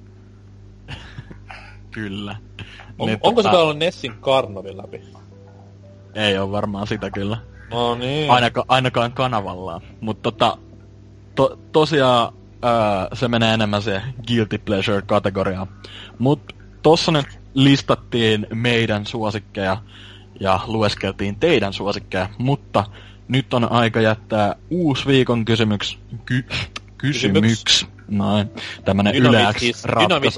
Kyllä. On, niin, onko tota... se pelannut Nessin Karnovin läpi? Ei oo varmaan sitä kyllä. No niin. Ainaka, ainakaan kanavallaan. Mutta tota, to, tosiaan ää, se menee enemmän se guilty pleasure-kategoriaan. Mut tossa nyt listattiin meidän suosikkeja ja lueskeltiin teidän suosikkeja, mutta nyt on aika jättää uusi viikon kysymyks... Ky, kysymyks. Noin. Tämmönen yleäks ratkaisu.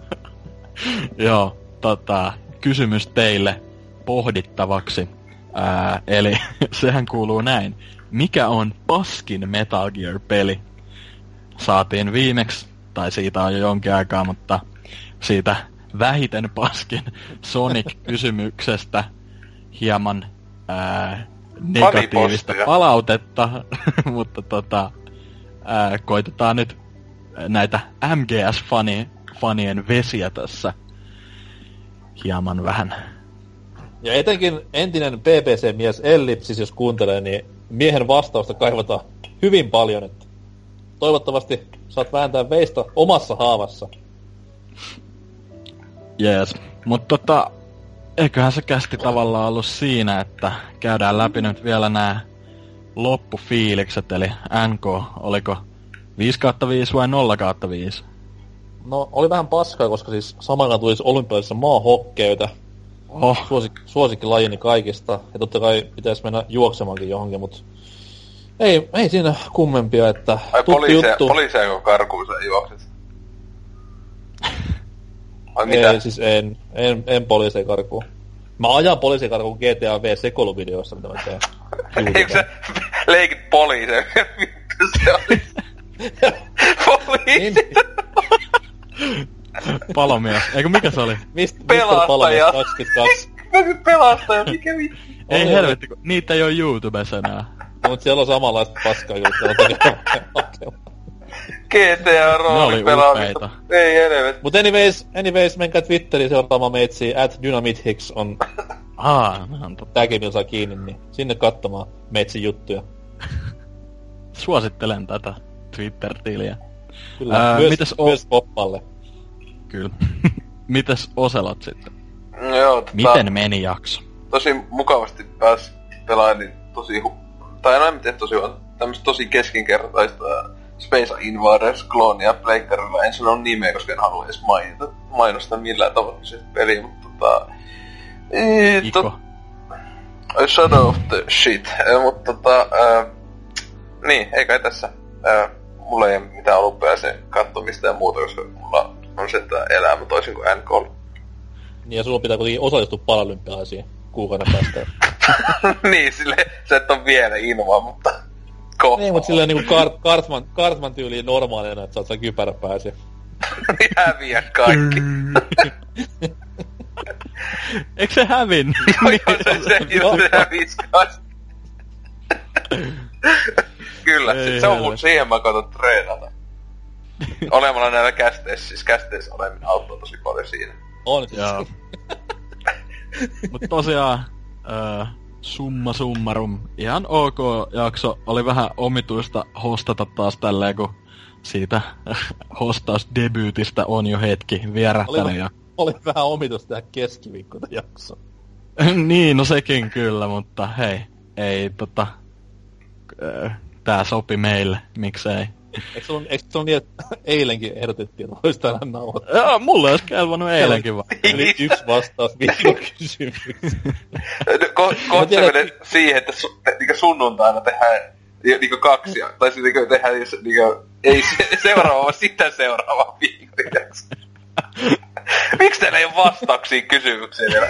Joo, tota, kysymys teille pohdittavaksi. Ää, eli sehän kuuluu näin. Mikä on paskin Metal Gear-peli? Saatiin viimeksi, tai siitä on jo jonkin aikaa, mutta siitä vähiten paskin Sonic-kysymyksestä hieman ää, negatiivista palautetta, mutta tota, ää, koitetaan nyt näitä M G S-fanien vesiä tässä hieman vähän. Ja etenkin entinen B B C-mies Ellipsis, jos kuuntelee, niin miehen vastausta kaivataan hyvin paljon, että toivottavasti saat vääntää veistä omassa haavassa. Jees, mutta tota, eiköhän se kästi tavallaan ollut siinä, että käydään läpi nyt vielä nämä loppufiilikset, eli N K, oliko viisi kautta viisi vai nolla kautta viisi? No, oli vähän paskaa, koska siis samalla tulisi olympialaisissa maahokkeita. Oh. Suosik, suosikkilajini kaikista. Ja totta kai pitäisi mennä juoksemaankin johonkin, mutta ei, ei siinä kummempia, että ai poliiseja, juttu. poliiseja karkuun sä juokset? Vai mitä? Ei, siis en, en, en poliiseja karkuun. Mä ajan poliiseja karkuun G T A V-sekoiluvideoissa, mitä mä teen. Eikö sä leikit poliiseja? Vittu se oli. Poliisi. Palomies. Eikö mikä se oli? Mistä Pelastaja. kaksikymmentäkaksi. Pelastaja, mikä vittu? Ei Oli, helvetti, kun niitä ei oo YouTubessa enää. Mut siellä on samanlaista paskaa juttua. G T A rooli pelaamista. Ei helvetti. Mut anyways, anyways, menkää Twitteriin seuraamaan meitsiä, at DynamitHicks on Aa, no on totta. taggi, millä saa kiinni, niin sinne katsomaan meitsin juttuja. Suosittelen tätä Twitter-tiliä. Kyllä, Ää, myös, mitäs o- myös poppalle. Kyllä. mites Oselot sitten? Joo, tota, Miten meni jakso? tosi mukavasti pääs pelaamaan, niin tosi hu... Tai en tiedä tosi on tämmöstä tosi keskinkertaista Space Invaders-kloonia pleikkarilla. En sano nimeä, koska en halua edes mainita, mainostaa millään tavalla se peli, mutta tota... Ee, Iko. to... Shadow of the shit. Eh, mutta tota... Äh, niin, ei kai tässä. Äh, mulla ei mitään ollut pääsee kattomista ja muuta, koska mulla on se tää elämä toisin kuin N K. Niin ja sulla pitää kuitenkin osallistua Paralympialaisiin kuukauden päästä. Niin, silleen, sä et on vielä invoa, mutta... Kohta. Niin, mut silleen niinku Kart, Kartman, Kartman tyyliin normaalina, että saat sä kypärä pääsi. Niin häviä kaikki. Eikö se hävin? Joo, se, se just se hävis kans. Kyllä, Ei sit se on mun, helvetti. siihen mä koitan treenata. Olemalla näillä kästeissä, siis kästeissä oleminen auttaa tosi paljon siinä. On siis. Joo. Mut tosiaan, äh, summa summarum, ihan ok jakso. Oli vähän omituista hostata taas tälleen, kun siitä hostausdebyytistä on jo hetki vierähtänyt. Oli, Ja... oli vähän omituista tehdä keskiviikkota jakso. niin, no sekin kyllä, mutta hei, ei tota... Äh, tää sopi meille, miksei. Eikö se ollut, eikö se ollut niin, että eilenkin ehdotettiin, että olisi tänään nauhoittaa? Joo, mulle olisi kelvannut eilenkin vaan. Eli yksi vastaus viikon kysymyksiin. Ko- kohta se menee siihen, että su- te- niinku sunnuntaina tehdään ni- niinku kaksi, ja- tai siis niinku tehdään niinku, ei se, seuraava, vaan sitä seuraava viikon jakso. Miksi teillä ei oo vastauksia kysymyksiin vielä?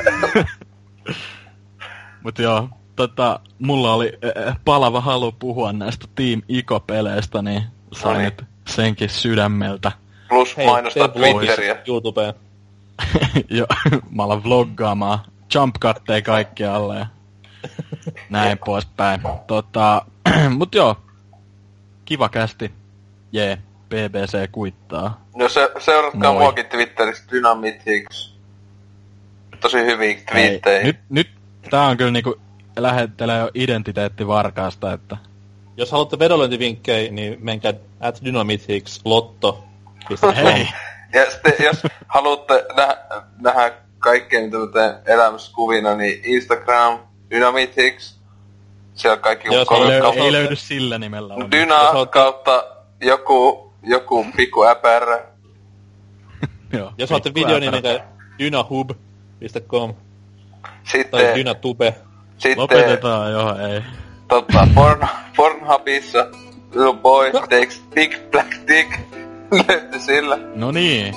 Mut joo, tota, mulla oli äh, palava halu puhua näistä Team Ico-peleistä, niin sain Noniin. nyt senkin sydämeltä. Plus Hei, mainostaa tee vlogis Twitteriä. YouTubeen. Joo, mä alan vloggaamaan jump-cutteja kaikkialle ja näin poispäin. Tota, mut joo, kiva kästi. Jee, B B C kuittaa. No se, seuratkaa Moi. muakin Twitterissä Dynamit Hicks. Tosi hyviä Hei, twiittejä. nyt, nyt tää on kyllä niinku lähettelee jo identiteettivarkaasta, että Jos haluatte vedonlyöntivinkkejä, niin menkää at Dynamithix Lotto. hei, Ja sitten jos haluatte nähdä, nähdä kaikkea, mitä mä teen elämässä kuvina, niin Instagram, Dynamit Hicks. Siellä kaikki Jos ei, Kolme löy- kautta. ei löydy sillä nimellä. on. Dyna Jos haluatte- kautta joku, joku pikku äpärä. Joo, Jos haluatte pikku video, niin äpärä. menkää dynahub piste com tai Sitten, dynatube. sitten Lopetetaan, joo, ei. tota, porn, Pornhubissa Little Boy Takes Big Black Dick. Löytyy sillä. No niin.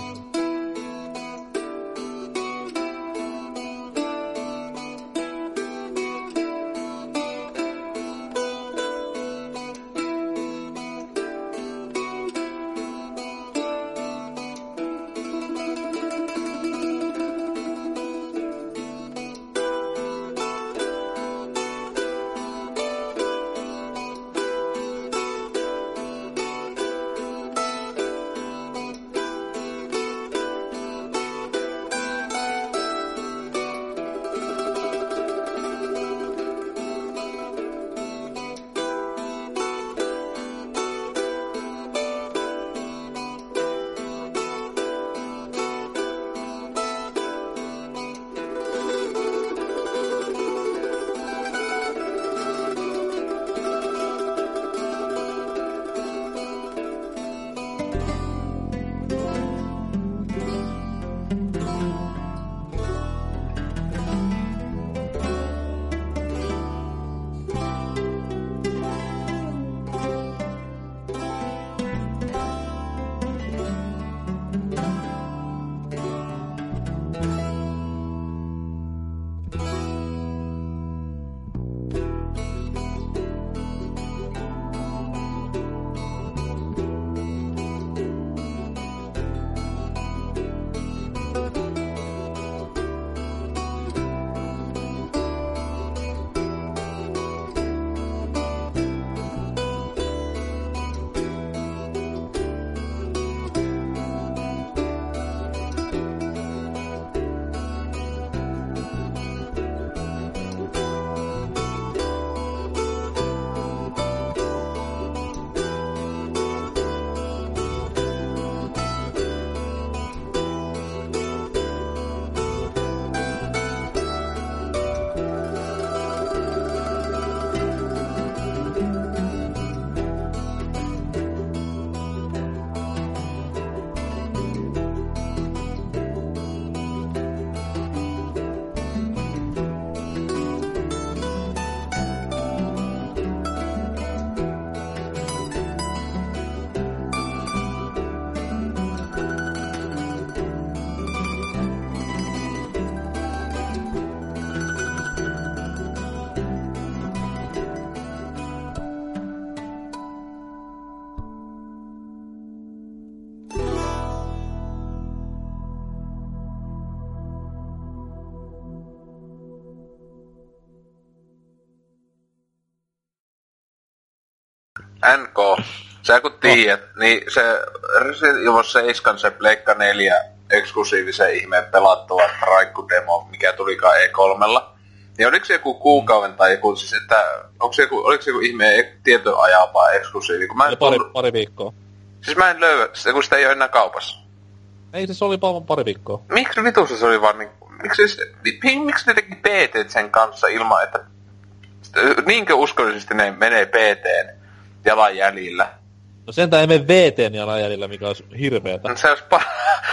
N K. Sä kun tiedät, no. niin se Resident Evil seitsemän, se Pleikka neljä eksklusiivisen ihmeen pelattava raikkudemo, mikä tulikaan E kolmella. Niin oliko se joku kuukauden tai joku, siis että, onko se joku, oliko se joku ihmeen tietoajapaa eksklusiivi? Kun mä en pari, tullut... pari viikkoa. Siis mä en löyä, kun sitä ei ole enää kaupassa. Ei, se oli vaan pari viikkoa. Miksi vitussa se oli vaan niin, miksi se, miksi ne teki P T sen kanssa ilman, että niinkö uskollisesti ne menee P T:n jalanjäljillä? No sentään ei mene V T:n jalanjäljillä, mikä olisi hirveetä. No se olisi pa...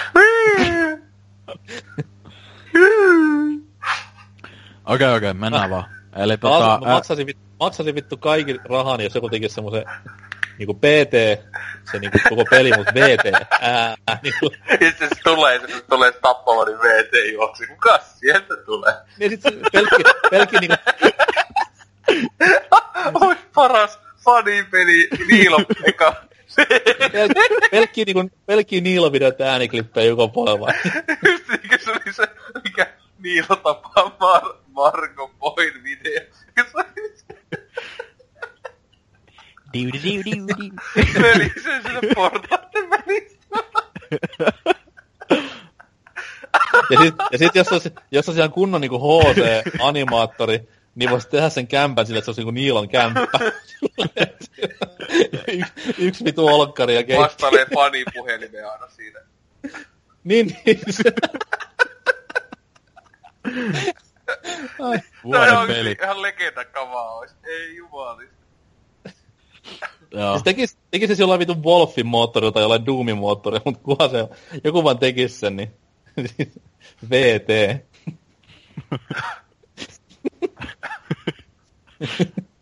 Okei, okei, mennään vaan. Eli tota... Mä, ää... mä maksasin, vittu, maksasin vittu kaikki rahani, jos joku tekisi semmosen niinku P T, se niinku koko peli, mut V T, ää, niinku... Ja se tulee, se tulee tappava, niin V T juoksi. Kuka sieltä tulee? Niin sit se pelkki, pelkki niinku... Ois paras funny-peli, Niilo eka. Pelkkiä niinku, pelkkiä Niilo-videot ääniklippejä joka puolella vai? Just niinkö se oli se, mikä Niilo tapaa Mar- Marko Boyn video. Diu diu diu diu diu. Meni se sinne portaiden välistä. Ja sit, ja sit jos olisi, jos olisi ihan kunnon niinku H C-animaattori, niin voisi tehdä sen kämpän sille, että se olisi niinku Niilon kämppä. Yksi yks vitu olkkari ja keittiö. Vastailee fanipuhelimeen aina siinä. Niin, niin. Ai, vuoden no, peli. Ihan legendakamaa ois. Ei jumalista. Joo. Siis tekis, tekis siis jollain vitun Wolfin moottorilla tai jollain Doomin moottorilla, mut kuhan se on. Joku vaan tekis sen, niin... V T.